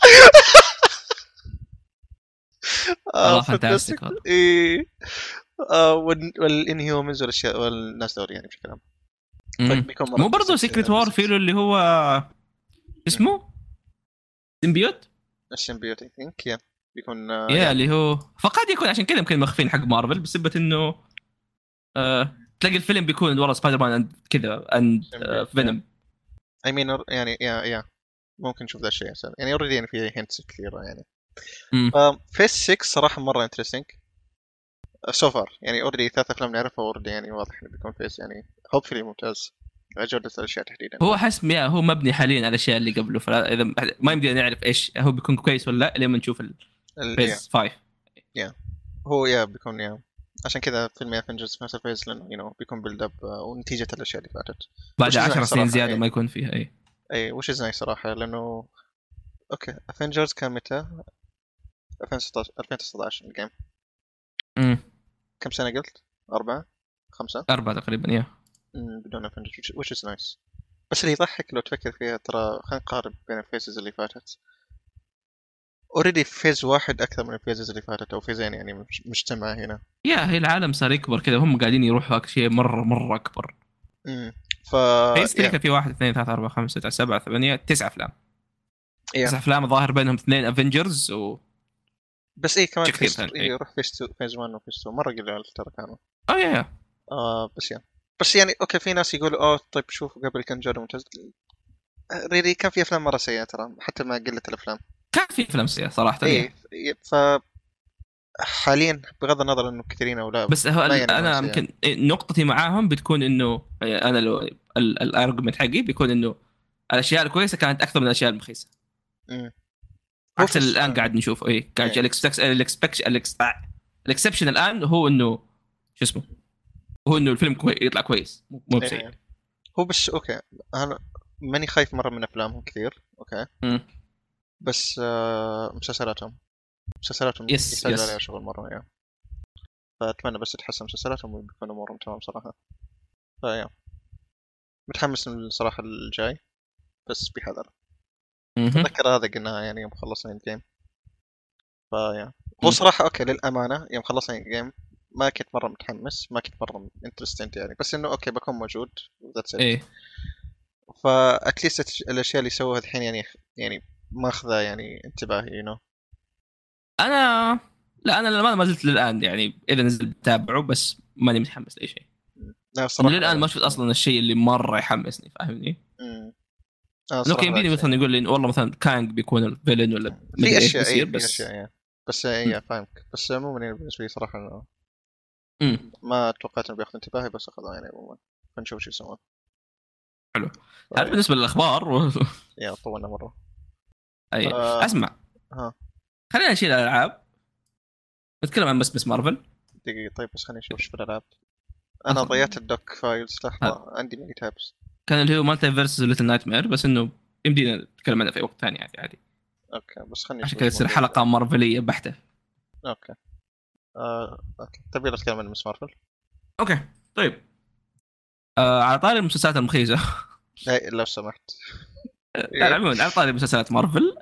والله فانتاستيك فانتاستيك والله. ايه والانهيومنز والاشياء والناس دول يعني بشكل عام. فبيكون مو برضه سيكريت وار في اللي هو اسمه سيمبيوت. السيمبيوت اي ثينك يا بيكون يا اللي هو فقد يكون عشان كذا يمكن مخفين حق مارفل بسبب انه تلاقي الفيلم بيكون ورا سبايدر مان كذا اند فينوم. اي مين يعني يا ممكن نشوف ذا الشيء يعني اوريدي يعني في هنتس كثيره يعني. فيس 6 صراحه مره انترستنج سو فار يعني اوريدي 3 افلام نعرفها اوريدي يعني واضح انه بيكون فيس يعني هوبفلي ممتاز جودة الاشياء تحديدا. هو حسب هو مبني حاليا على الاشياء اللي قبله، فاذا ما يمدينا نعرف ايش هو بيكون كويس ولا لا لما نشوف الفيز 5. هو بيكون عشان كذا فيلم افنجرز في نفس الفيز لانه بيكون بيلد اب ونتيجة الاشياء اللي فاتت بعد 10 سنين زياده ما يكون فيها اي وش از نايس صراحه لانه اوكي افنجرز كان متى 2019 الجيم. كم سنه قلت 4 تقريبا بدون افنجرز وش از نايس. بس اللي يضحك لو تفكر فيها ترى خلينا نقارن بين الفيزز اللي فاتت اوريدي فيز واحد اكثر من الفيزز اللي فاتت او فيزين يعني مجتمع هنا. هي العالم صار يكبر كذا هم قاعدين يروحوا شيء مره اكبر. ف فيس 3 كان في 1 2 3 4 5 6 7 8 9 افلام. 9 افلام الظاهر بينهم 2 افنجرز و بس ايه كمان كثير فيس ثاني. يروح فيس 2 فيز 1 وفيس 2 مره قليل ترى كانوا. يا بس يعني اوكي في ناس يقولوا طيب شوفوا قبل كان جرى ممتاز. ريلي كان في افلام مره سيئه ترى حتى ما قله الافلام. كان في افلام سيئه صراحه. ايه ف حاليا بغض النظر انه كثيرين او لا بس هو ما يعني انا يمكن نقطتي معاهم بتكون انه انا لو الارجمنت حقي بيكون انه الاشياء الكويسه كانت اكثر من الاشياء المخيسه. عكس الان قاعد نشوف قاعد الاكسبشن الان هو انه شو اسمه هو انه الفيلم يطلع كويس مو بسيء. هو بس اوكي انا ماني خايف مره من افلامهم كثير اوكي بس مسلسلاتهم يحتاج عليها شغل مره يعني. فاتمنى بس تحسن مسلسلاتهم بيكون امورهم تمام صراحه. فيا متحمس الصراحه الجاي بس بحذر. اتذكر هذا قلناها يعني يوم خلصنا الجيم. فيا هو صراحه اوكي للامانه يوم خلصنا الجيم ما كنت مره متحمس ما كنت مره انترستنت يعني بس انه اوكي بكون موجود ايه. فاتليست الاشياء اللي سووها الحين يعني ماخذه يعني انتباهي انا لا ما زلت للان يعني اذا نزل بتابعه بس ماني متحمس لاي شيء. لا صراحه للان ما شفت اصلا الشيء اللي مره يحمسني فاهمني. لو يمديني مثلا يقول لي والله مثلا كانج بيكون الفيلن ولا في اشياء بيصير في بس اشياء يعني. بس هي فاهمك بس عموما يعني بالنسبه لي صراحه ما توقعت انه بياخذ انتباهي بس اخذه يعني عموما فنشوف شو يسوون. حلو. هذا بالنسبه للاخبار يا طولنا مره. اسمع خلينا نشيل الالعاب نتكلم عن بس مارفل دقيقه. طيب بس خليني اشوف في الالعاب. انا ضيعت الدوك فايلز لحظه عندي ميني تابس. كان اللي هو مالتي فيرسز ليتل نايت مير بس انه يمدينا نتكلم عنه في وقت ثاني عادي. اوكي بس خليني عشان كذا تصير حلقه مارفليه بحته. اوكي تبي نتكلم عن مس مارفل. اوكي طيب على طاري المسلسلات المخيسه لو سمحت. لا عموما على طاري مسلسلات مارفل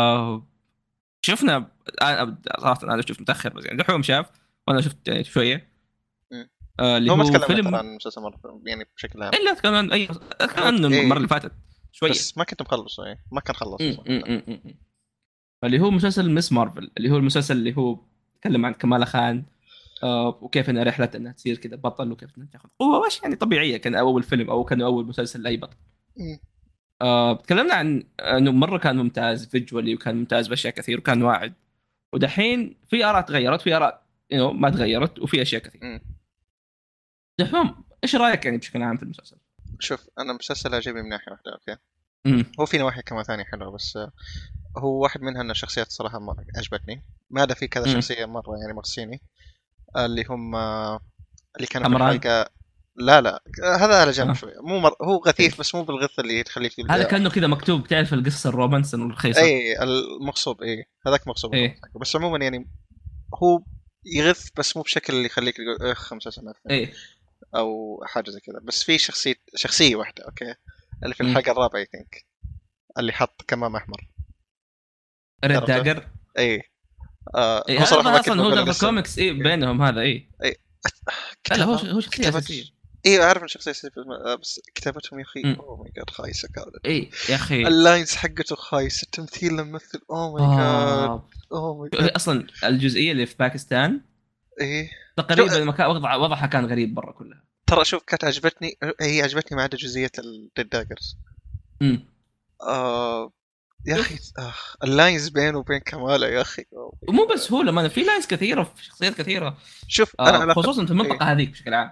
شفنا صراحه انا شفت متاخر بس يعني دحوم شاف وانا شفت يعني شويه اللي هو فيلم عن مسلسل مارفل يعني بشكل عام. الا كان المره اللي فاتت شويه بس ما كنت مخلص ما كان خلص اللي هو مسلسل مس مارفل اللي هو المسلسل اللي هو يتكلم عن كمالا خان وكيف انها رحله انها تصير كذا بطل وكيف انها تاخذ قوه واش يعني طبيعيه. كان اول فيلم او كان اول مسلسل لاي بطل. تكلمنا عن انه مره كان ممتاز فيجوالي وكان ممتاز باشياء كثير وكان واعد. ودحين في اراء تغيرت في اراء ما تغيرت وفي اشياء كثير. دحوم ايش رايك يعني بشكل عام في المسلسل؟ شوف انا المسلسل عجبني من ناحيه واحده اوكي هو في نواحي كمان ثانيه حلوه بس هو واحد منها ان الشخصيات صراحه ما عجبتني. ما هذا في كذا شخصيه مره يعني مرسيني اللي هم اللي كانوا في الحلقه. لا هذا على جنب شوي مو هو غثيث بس مو بالغث اللي تخليك تقول هذا كانه كذا مكتوب تعرف القصه الرومانس الرخيصه المغصوب هذاك مغصوب بس عموما يعني هو يغث بس مو بشكل اللي يخليك تقول مسلسل مثلا او حاجه زي كذا. بس في شخصيه واحده اوكي اللي في الحلقه الرابعه ثينك اللي حط كمام احمر ريد داجر. هو صراحه اصلا هو ده الكوميكس بينهم هذا لا هو شخصيه اساسيه. اعرف ان شخصيه اساسيه بس كتابتهم يا اخي اوه ماي جاد خايسه كانت. يا اخي اللاينز حقته خايسه التمثيل الممثل اوه ماي جاد اصلا الجزئيه اللي في باكستان تقريبا وضعها كان غريب برا كلها. ترى شوف كانت عجبتني هي عجبتني ما عدا جزئيه الريد داجرز. يا اخي اللاينز بينه وبين كمالا يا اخي ومو بس هو لما في لاينز كثيره في شخصيات كثيره. شوف انا خصوصا في المنطقه هذيك بشكل عام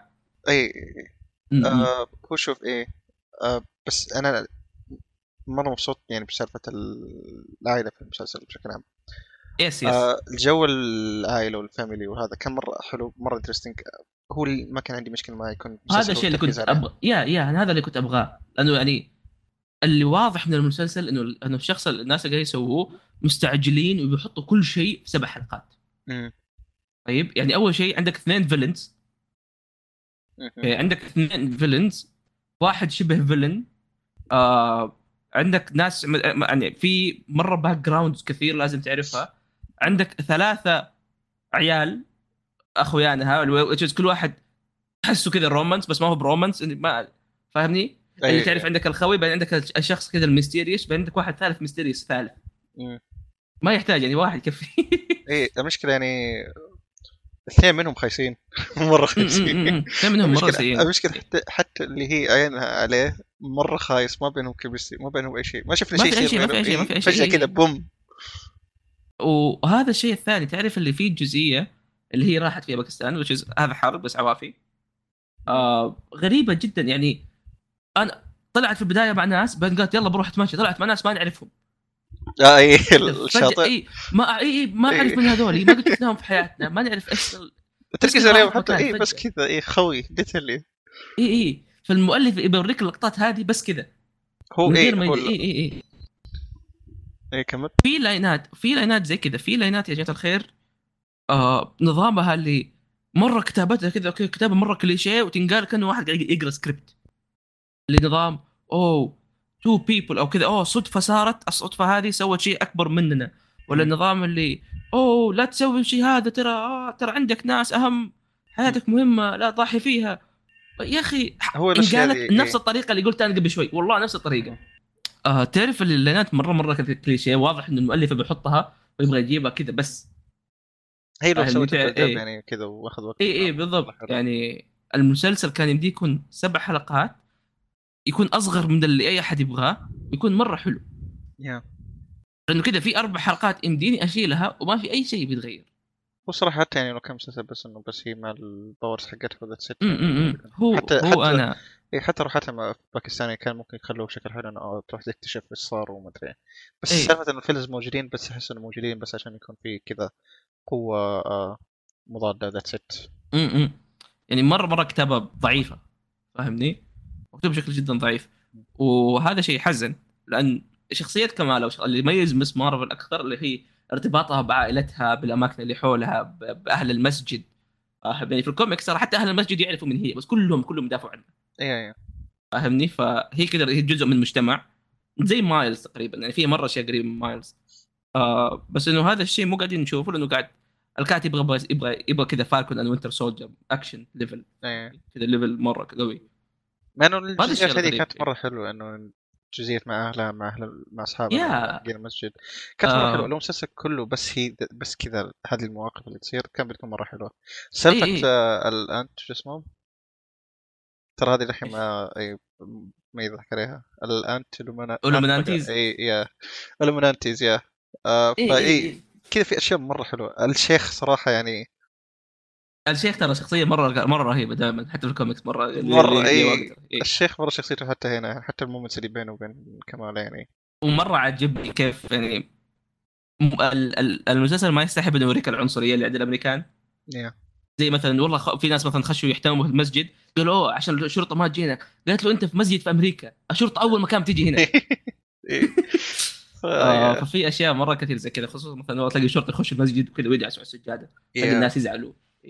هو شوف بس انا مره مبسوط يعني بسالفه العائله في المسلسل بشكل عام. يس الجو العائله والفاميلي وهذا كان مره حلو مره انترستينج. هو ما كان عندي مشكله ما يكون هذا الشيء اللي كنت هذا اللي كنت ابغاه لانه يعني اللي واضح من المسلسل انه الشخص الناس اللي يسووه مستعجلين وبيحطوا كل شيء في 7 حلقات. طيب يعني اول شيء عندك 2 فيلنز. عندك 2 فيلنز واحد شبه فيلن. عندك ناس يعني في مره باك جراوندز كثير لازم تعرفها. عندك 3 عيال اخويانها كل واحد تحسوا كذا رومانس بس ما هو برومانس ما فاهمني؟ اللي تعرف عندك الخوي، بعدين عندك الشخص كذا الميستيريوس، بعدين عندك واحد ثالث ميستيريوس ثالث. ما يحتاج يعني واحد يكفي. ايه المشكله يعني اثنين منهم خايسين. مره خايسين. اثنين منهم مره سيئين. المشكله حتى اللي هي عينها عليه مره خايس، ما بينهم كيمستري، ما بينهم اي شيء، ما شفنا شيء يصير ما في شيء فجاه كذا بوم. وهذا الشيء الثاني، تعرف اللي فيه الجزئيه اللي هي راحت في باكستان، هذا حرب بس عوافي. غريبه جدا يعني. انا طلعت في البدايه مع ناس، بعدين قالت يلا بروح اتمشى، طلعت مع ناس ما نعرفهم. اي الشاطئ ما اعرف من هذول، ما قد شفناهم في حياتنا، ما نعرف ايش تركز عليهم حتى. اي بس كذا اي خوي ليترلي. اي فالمؤلف بيوريك اللقطات هذه بس كذا هو من ايه غير ما هو اي كمل. في لاينات زي كذا، في لاينات يا جماعه الخير. نظامها اللي مره كتابتها كذا كتابه مره كليشيه، وتنقال كانه واحد قاعد يقرا سكريبت. اللي نظام تو بيبل او كذا، صدفه صارت، الصدفه هذه سوت شيء اكبر مننا. ولا النظام اللي لا تسوي شيء هذا، ترى عندك ناس اهم، حياتك مهمه لا تضحي فيها. يا اخي هو إن قالت نفس الطريقه اللي قلت انا قبل شوي، والله نفس الطريقه. تعرف اللينات مره كليشيه، واضح ان المؤلف بيحطها ويبغى يجيبها كذا بس. هي لو سويت يعني كذا واخذ وقت. اي بالضبط. يعني المسلسل كان يمدي يكون 7 حلقات، يكون اصغر من اللي اي احد يبغاه، يكون مره حلو. لانه كذا في 4 حلقات يمديني اشيلها وما في اي شيء بيتغير. وصراحه حتى يعني لو كان مسلسل بس انه بس هي مع الباورز حقتها ذات ست. هو انا حتى روحتها مع باكستاني كان ممكن يخلوه بشكل حلو انه تروح تكتشف ايش صار وما ادري. بس سالفه انه الفيلز موجودين، بس احس انه موجودين بس عشان يكون في كذا قوه مضاده ذات ست. يعني مره كتابه ضعيفه، فاهمني؟ مكتوب بشكل جدا ضعيف، وهذا شيء حزن. لان شخصيه كمال او اللي يميز مس مارفل اكثر اللي هي ارتباطها بعائلتها، بالاماكن اللي حولها، باهل المسجد. يعني في الكوميكس ترى حتى اهل المسجد يعرفوا من هي، بس كلهم يدافعوا عنها. ايوه فاهمني؟ فهي كذا، هي جزء من المجتمع زي مايلز تقريبا. يعني في مره شيء قريب من مايلز. بس انه هذا الشيء مو قاعدين نشوفه، لانه قاعد الكاتب يبغى كذا فالكون اند وينتر سولجر اكشن ليفل كذا، ليفل مره قوي. ما انه الجزئيات هذه كانت مره حلوه، انه جزئيه مع اهلها مع اصحابها في المسجد كانت مره حلوه. لو مسلسل كله بس كذا هذه المواقف اللي تصير كان بتكون مره حلوه. سالفه الانت شو اسمه، ترى هذه الحين ما يضحك عليها. الانت لومنانتيز. يا لومنانتيز يا كذا في اشياء مره حلوه. الشيخ صراحه يعني الشيخ ترى شخصيه مره رهيبه دائما، حتى في الكوميكس مره الشيخ مره شخصيته حتى هنا، حتى المومنتس اللي بينه وبين كمال يعني. ومره عجبني كيف يعني المسلسل ما يستحب انه يوريك العنصريه اللي عند الامريكان. زي مثلا والله في ناس مثلا خشوا يحتموا في المسجد، قالوا عشان الشرطه ما تجينا. قالت له انت في مسجد في امريكا، الشرطه اول مكان بتيجي هنا. ففي اشياء مره كثير زي كذا، خصوصا مثلا تلاقي الشرطه يخش المسجد وكذا ويجلس على السجاده، تلاقي الناس يزعلوا.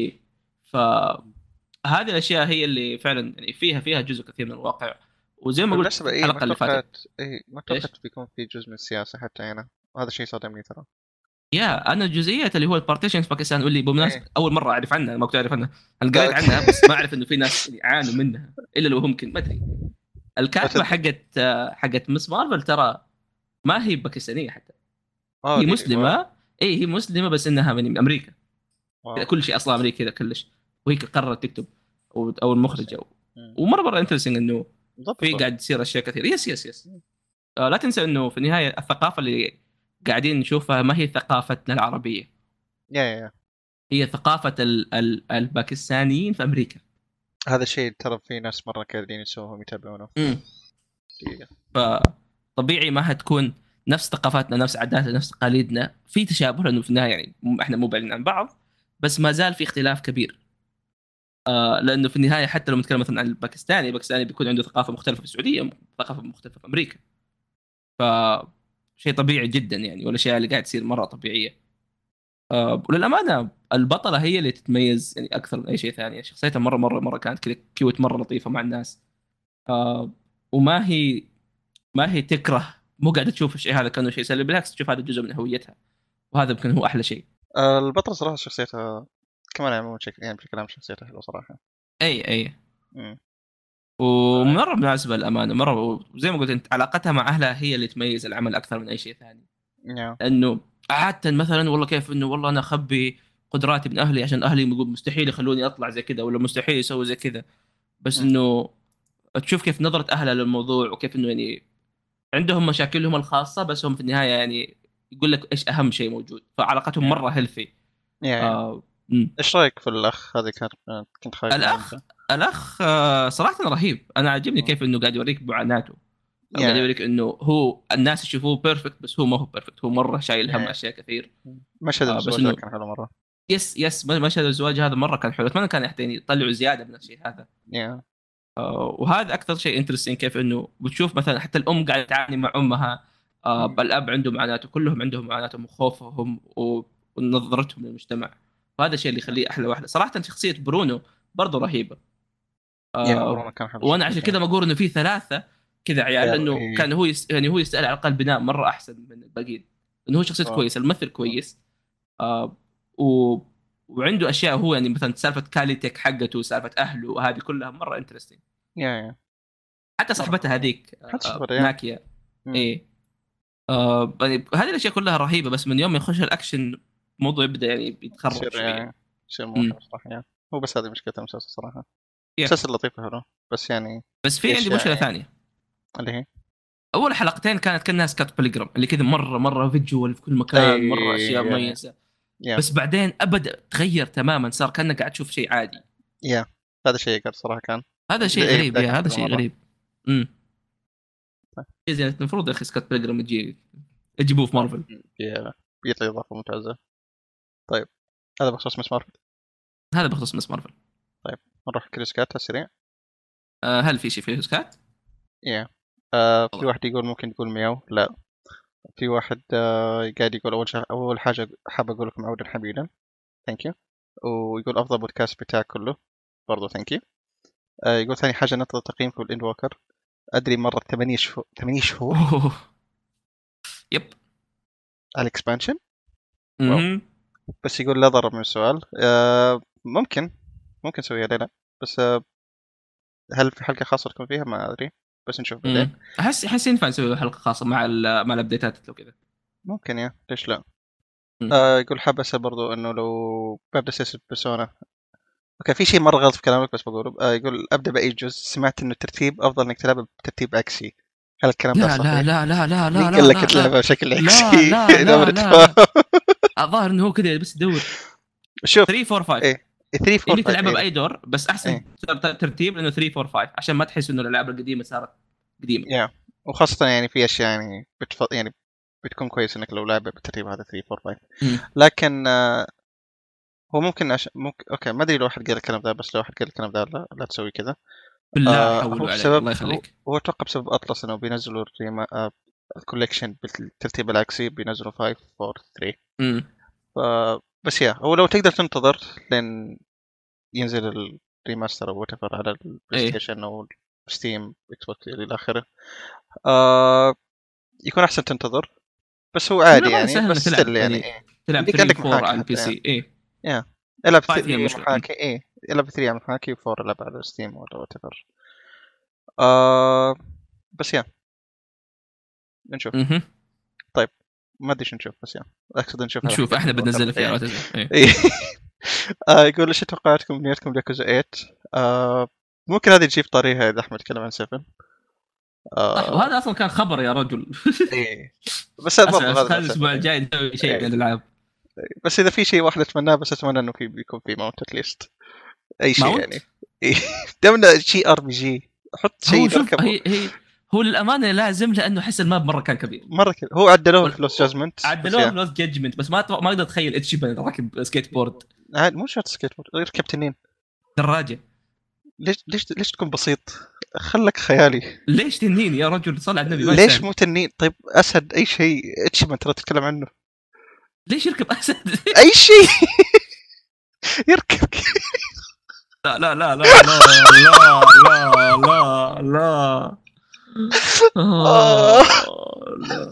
فهذه الاشياء هي اللي فعلا يعني فيها جزء كثير من الواقع. وزي ما قلت الحلقه اللي فاتت ما توقعت بيكون في جزء من السياسه حتى هنا، وهذا الشيء صادمني ترى. انا الجزئيات اللي هو البارتيشن في باكستان، واللي بالمناسبه اول مره اعرف عنها، ما كنت اعرف عنها. انا قريت عنها بس ما اعرف انه في ناس يعانوا منها، الا لو ممكن ما ادري. الكاتبه حقت مس مارفل ترى ما هي باكستانيه حتى، هي مسلمه. هي مسلمه بس انها من امريكا. كل شيء اصلا امريكي كذا كلش، وهي قررت تكتب او المخرج ومره انترستنج انه في قاعد تصير اشياء كثير. يس لا تنسى انه في النهايه الثقافه اللي قاعدين نشوفها ما هي ثقافتنا العربيه. هي ثقافه الباكستانيين في امريكا. هذا الشيء ترى في ناس مره قاعدين يسووهم يتابعونه. فطبيعي ما هتكون نفس ثقافتنا، نفس عاداتنا، نفس تقاليدنا. في تشابه لانه في النهايه يعني احنا مو بعيدين عن بعض، بس ما زال في اختلاف كبير. لانه في النهايه حتى لو نتكلم مثلا عن الباكستاني بيكون عنده ثقافه مختلفه في السعوديه، ثقافه مختلفه في امريكا. شيء طبيعي جدا يعني، والاشياء اللي قاعد تصير مره طبيعيه. وللامانه البطله هي اللي تتميز يعني اكثر من اي شيء ثاني. شخصيتها مره كانت كذا كيوت، مره لطيفه مع الناس. وما هي تكره، مو قاعده تشوف الشيء هذا كانه شيء سلبي، بالعكس تشوف هذا جزء من هويتها، وهذا يمكن هو احلى شيء. البطله صراحه شخصيتها كمان يعني بشكل عام شخصيتها حلوه صراحه. اي ومره مناسبه الامانه مره، وزي ما قلت انت علاقتها مع اهلها هي اللي تميز العمل اكثر من اي شيء ثاني. يا لانه عاده مثلا والله كيف انه والله انا اخبي قدراتي من اهلي عشان اهلي يقول مستحيل يخلوني اطلع زي كذا ولا مستحيل يسوي زي كذا. بس انه تشوف كيف نظره اهلها للموضوع وكيف انه يعني عندهم مشاكلهم الخاصه، بس هم في النهايه يعني يقول لك ايش اهم شيء موجود، فعلاقتهم يا مره هيلثي. يا آه. مم. ايش رايك في الاخ هذه؟ كنت خايف منه الاخ انت. الاخ صراحه رهيب. انا عاجبني كيف انه قاعد يوريك معاناته، او قاعد يا يوريك انه هو الناس يشوفوه بيرفكت بس هو ما هو بيرفكت، هو مره شايل هم يا اشياء كثير. مشهد بس الزواج هذا انه كان حلو مره. يس مشهد الزواج هذا مره كان حلو، اتمنى كان يعني يطلعوا زياده من الشيء هذا. يا وهذا اكثر شيء انترستين، كيف انه بتشوف مثلا حتى الام قاعده تعاني مع امها، الاب عنده معاناته، كلهم عندهم معاناتهم وخوفهم ونظرتهم للمجتمع. وهذا الشيء اللي يخليه احلى واحده صراحه. شخصيه برونو برضه رهيبه. يا برونو كان حلو وانا عشان شخصيته. كذا ما اقول انه في ثلاثه كذا عيال، لانه إيه. كان هو يعني هو يستاهل على الاقل بناء مره احسن من الباقيين، لانه هو شخصيته كويسه، الممثل كويس. آه و... وعنده اشياء هو يعني مثلا سالفه كاليتك حقته، سالفه اهله، وهذه كلها مره انترستنج. يا حتى مرة صاحبتها هذيك حتى صفر يا ناكيا. ايه. يعني هذه الاشياء كلها رهيبه، بس من يوم ما يخش الاكشن الموضوع يبدا يعني بيتخرب يصير شويه. يصير مو امم حلو صراحة هو بس هذه مشكلة المسلسل صراحة. yeah. مسلسل لطيف وحلو بس بس في في عندي أشياء مشكله ثانيه. اللي هي اول حلقتين كانت كانها سكات بليجرام اللي كذا مره فيجوال في كل مكان، مره اشياء أي مميزه. يا بس بعدين ابدا تغير تماما، صار كانك قاعد تشوف شيء عادي. يا هذا شيء يقر صراحة كان. هذا شيء إيه غريب، بداية يا كان هذا حلو شيء مرة. غريب. امم يعني المفروض يا اخي سكوت بيلجرام يجي يجيبوه في مارفل. يا بيطلع إضافة ممتازة. طيب هذا بخصوص مس مارفل. هذا بخصوص مس مارفل. طيب نروح كريسكات على السريع. هل في شيء في سكات؟ يا في واحد يقول ممكن يقول مياو لا. في واحد قاعد يقول أول حاجة حاب أقول لكم عودا حبيبا ثانك يو. ويقول أفضل بودكاست بتاعك كله برضو ثانك يو. يقول ثاني حاجة ننتظر تقييمكم الإند ووكر. أدري مرة 8 شهور أوه. يب. على الإكسبانشن. واو. مهم. بس يقول لا ضرر من السؤال. ممكن نسويها لا بس هل في حلقة خاصة تكون فيها ما أدري بس نشوف بعدين. احس ينفع نسوي حلقه خاصه مع مع الابديتات لو كذا. ممكن ليش لا. مم. يقول حاب أسأل برضو إنه لو ببدأ سلسلة بيرسونا. أوكي في شيء مرة غلط في كلامك بس بقوله. يقول أبدأ بأي جزء سمعت إنه الترتيب أفضل إنك تلعب بترتيب عكسي. هل الكلام ده لا لا صحيح؟ لا لا لا لا مين قال لا لك لا تلعبها لا بشكل لا عكسي؟ لا إذا لا لا بنتفاهم. لا. الظاهر انه هو كذا بس يدور شوف 3 4 5. إيه 3 4 اللي 5 تلعبها إيه باي دور، بس احسن إيه ترتيب لانه 3 4 5 عشان ما تحس انه الالعاب القديمه صارت قديمه. وخاصة في أشياء بتكون كويس إنك لو لعبة بالترتيب هذا 3 4 5. مم. لكن هو ممكن أوكي ما أدري لو واحد قال الكلام ده بس لو واحد قال الكلام ده لا تسوي كذا. بالله هو حولوا علي بسبب الله يخليك. هو أتوقع بسبب أطلس إنه بينزلوا الكوليكشن بالترتيب العكسي بينزلوا 5 4 3. امم بس هو لو تقدر تنتظر لين ينزل الريماستر أو whatever على البلاي ايه ستيشن أو ستيم اكس بوكس إلى آخره يكون أحسن تنتظر. بس هو عادي بالله سهل بس انك تلعب ستيل يعني إيه تلعب عندك 3 4 محاكي على البي حتى سي. ايه العب 5 هي 3 المشكله. محاكي العب 3 على محاكي و4 العب على ستيم ولا whatever. بس نشوف. مهم. طيب ما ادري شو نشوف بس اقصد نشوف نشوف احنا بننزل فيها إيه. وتنزل. ايه إيه. يقول ايش توقعاتكم نيتكم لياكوزا 8. ممكن هذه تجيب طريقها اذا احمد تكلم عن 7. صح، وهذا اصلا كان خبر يا رجل. ايه بس برضه هذا هذا الاسبوع الجاي نسوي شيء من إيه. الالعاب. بس اذا في شيء واحد اتمناه بس اتمنى انه يكون في ماونت اتليست اي شيء ماونت إيه. دمنا شيء ار بي جي حط شيء هو شوف نركبه. هي هو للامانه لازم، لانه حس الماب مره كان كبير. مره كذا هو عدلوه في لوس جاجمنت عدلوها في لوس جادجمنت، بس ما اقدر اتخيل اتشيبن راكب سكيت بورد عاد مو شرط سكيت بورد يركب تنين. دراجه. ليش تكون بسيط خلك خيالي. ليش تنين يا رجل صل على النبي ما ليش يستاهل. مو تنين؟ طيب اسد اي شيء اتشيبن ترى تتكلم عنه ليش يركب اسد؟ اي شيء يركب. لا لا لا لا لا لا لا لا لا لا.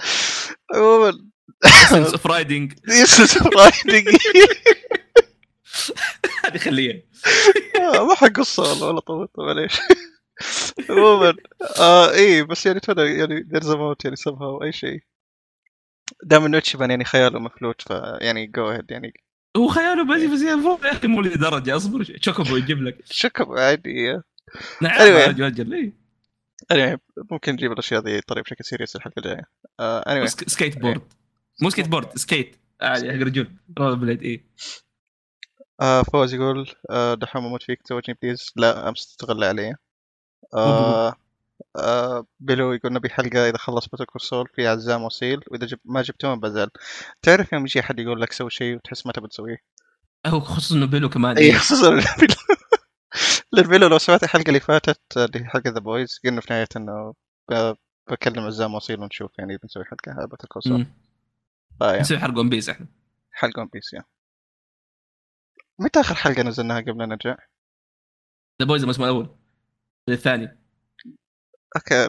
عموما Essence of Riding. Essence of Riding. هذه خليها. ما حق قصة والله ولا طولت معليش. عموما ايه بس يعني ترى يعني there's a mount يعني somehow اي شيء دام انه اتشيبان يعني خياله مفلوت فيعني جو اهيد يعني هو خياله بس يعني فوق يا اخي مو لدرجه اصبر شوكوبو يجيب لك شكرا عادي. نعم anyway اجل لي anyway ممكن نجيب الاشياء ذي طريقة بشكل سيريس الحلقة الجاية. anyway سكيت بورد مو سكيت بورد سكيت عادي حق رجل رول بليد ايه. فوز يقول دحوم اموت فيك تزوجني بليز. لا امس تغلى علي. بيلو يقول نبي حلقة إذا خلص بتوكل سول في عزام وصيل وإذا ما جبتوه بزعل. تعرف يوم يجي حد يقول لك سوي شيء وتحس ما تبي تسويه. هو خصوصا انه بيلو كمان اي خصوصا للبيلو لو سمعت الحلقة اللي فاتت اللي هي حلقة ذا بويز قلنا في نهاية انه بكلم عزام وصيل ونشوف يعني بنسوي حلقة بتوكل سول. نسوي حلقة ون بيس احنا. حلقة ون بيس يا. متى آخر حلقة نزلناها قبل أن نرجع؟ ذا بويز الموسم الأول الثاني. اوكي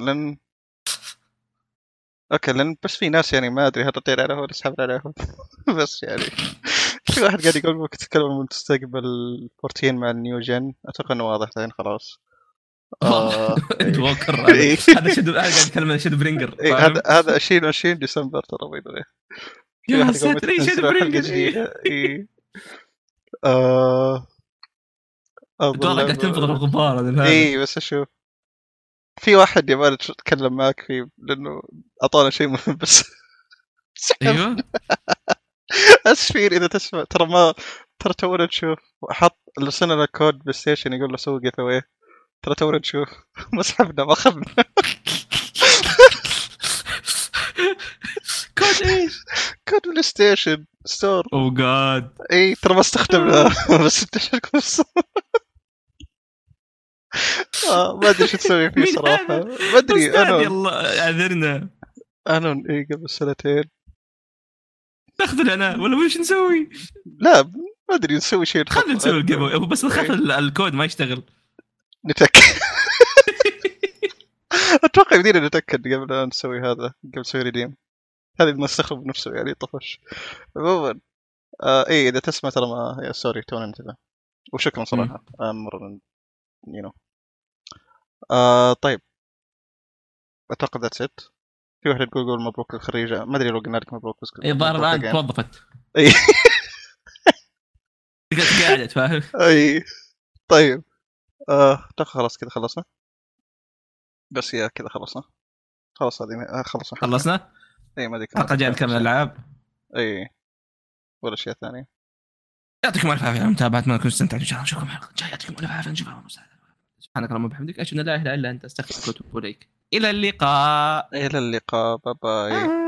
لأن بس في ناس يعني ما أدري هل ردينا عليهم ولا سحبنا عليهم. بس يعني في واحد قاعد يقول ممكن تتكلم من مستقبل 14 مع النيو جن. أتوقع إنه واضح الحين خلاص. انت ووكر هذا شادو قاعد يتكلم عن شادو برينجر. هذا 20 ديسمبر ترى بيض. يا ساتر ايش شادو برينجر. والله قاعد تنفض الغبار هذا. اي بس اشوف في واحد يبغى يتكلم معك فيه لانه اعطانا شيء مهم بس. ايوه اسفين اذا تسمع ترى تونا نشوف حط لسنا لنا كود بلاي ستيشن يقول له سوي جيف اواي. ترى تونا نشوف ما سحبنا ما اخذنا. كود ايش؟ كود بلاي ستيشن ستور. او جاد اي ترى ما استخدمناه بس انت شارك نفسه. ما ادري شو تسوي فيه صراحه. ما ادري انا يلا اعذرنا. انا اي قبل سنتين ناخذ انا ولا وش نسوي؟ لا ما ادري نسوي شيء. خلينا نسوي الجيم بس نخاف الكود ما يشتغل. نتاكد. اتوقع يمدينا نتاكد قبل لا نسوي هذا قبل نسوي ريديم. هذه نستخدم بنفسه يعني طفش. عموما اي اذا تسمع ترى ما سوري تونا ننتبه وشكرا صراحه مره يو نو. طيب اتوقع ذاتس ات. في واحد يقول مبروك الخريجه. ما ادري لو قلنا لك مبروك بس اي الظاهر الان توظفت. اي قاعدة فاهم. اي طيب خلاص كذا خلصنا. بس يا كذا خلصنا خلاص هذه خلصنا. اي ما ادري حلقه جايه نكمل العاب. اي ولا شيء ثاني. يعطيكم الف عافيه على المتابعه. اتمنى تكونوا استمتعتوا. ان شاء الله نشوفكم الحلقه الجايه. يعطيكم الف عافيه. نشوفكم سبحانك اللهم وبحمدك اشهد ان لا اله الا انت استغفرك واتوب اليك. الى اللقاء. باي باي.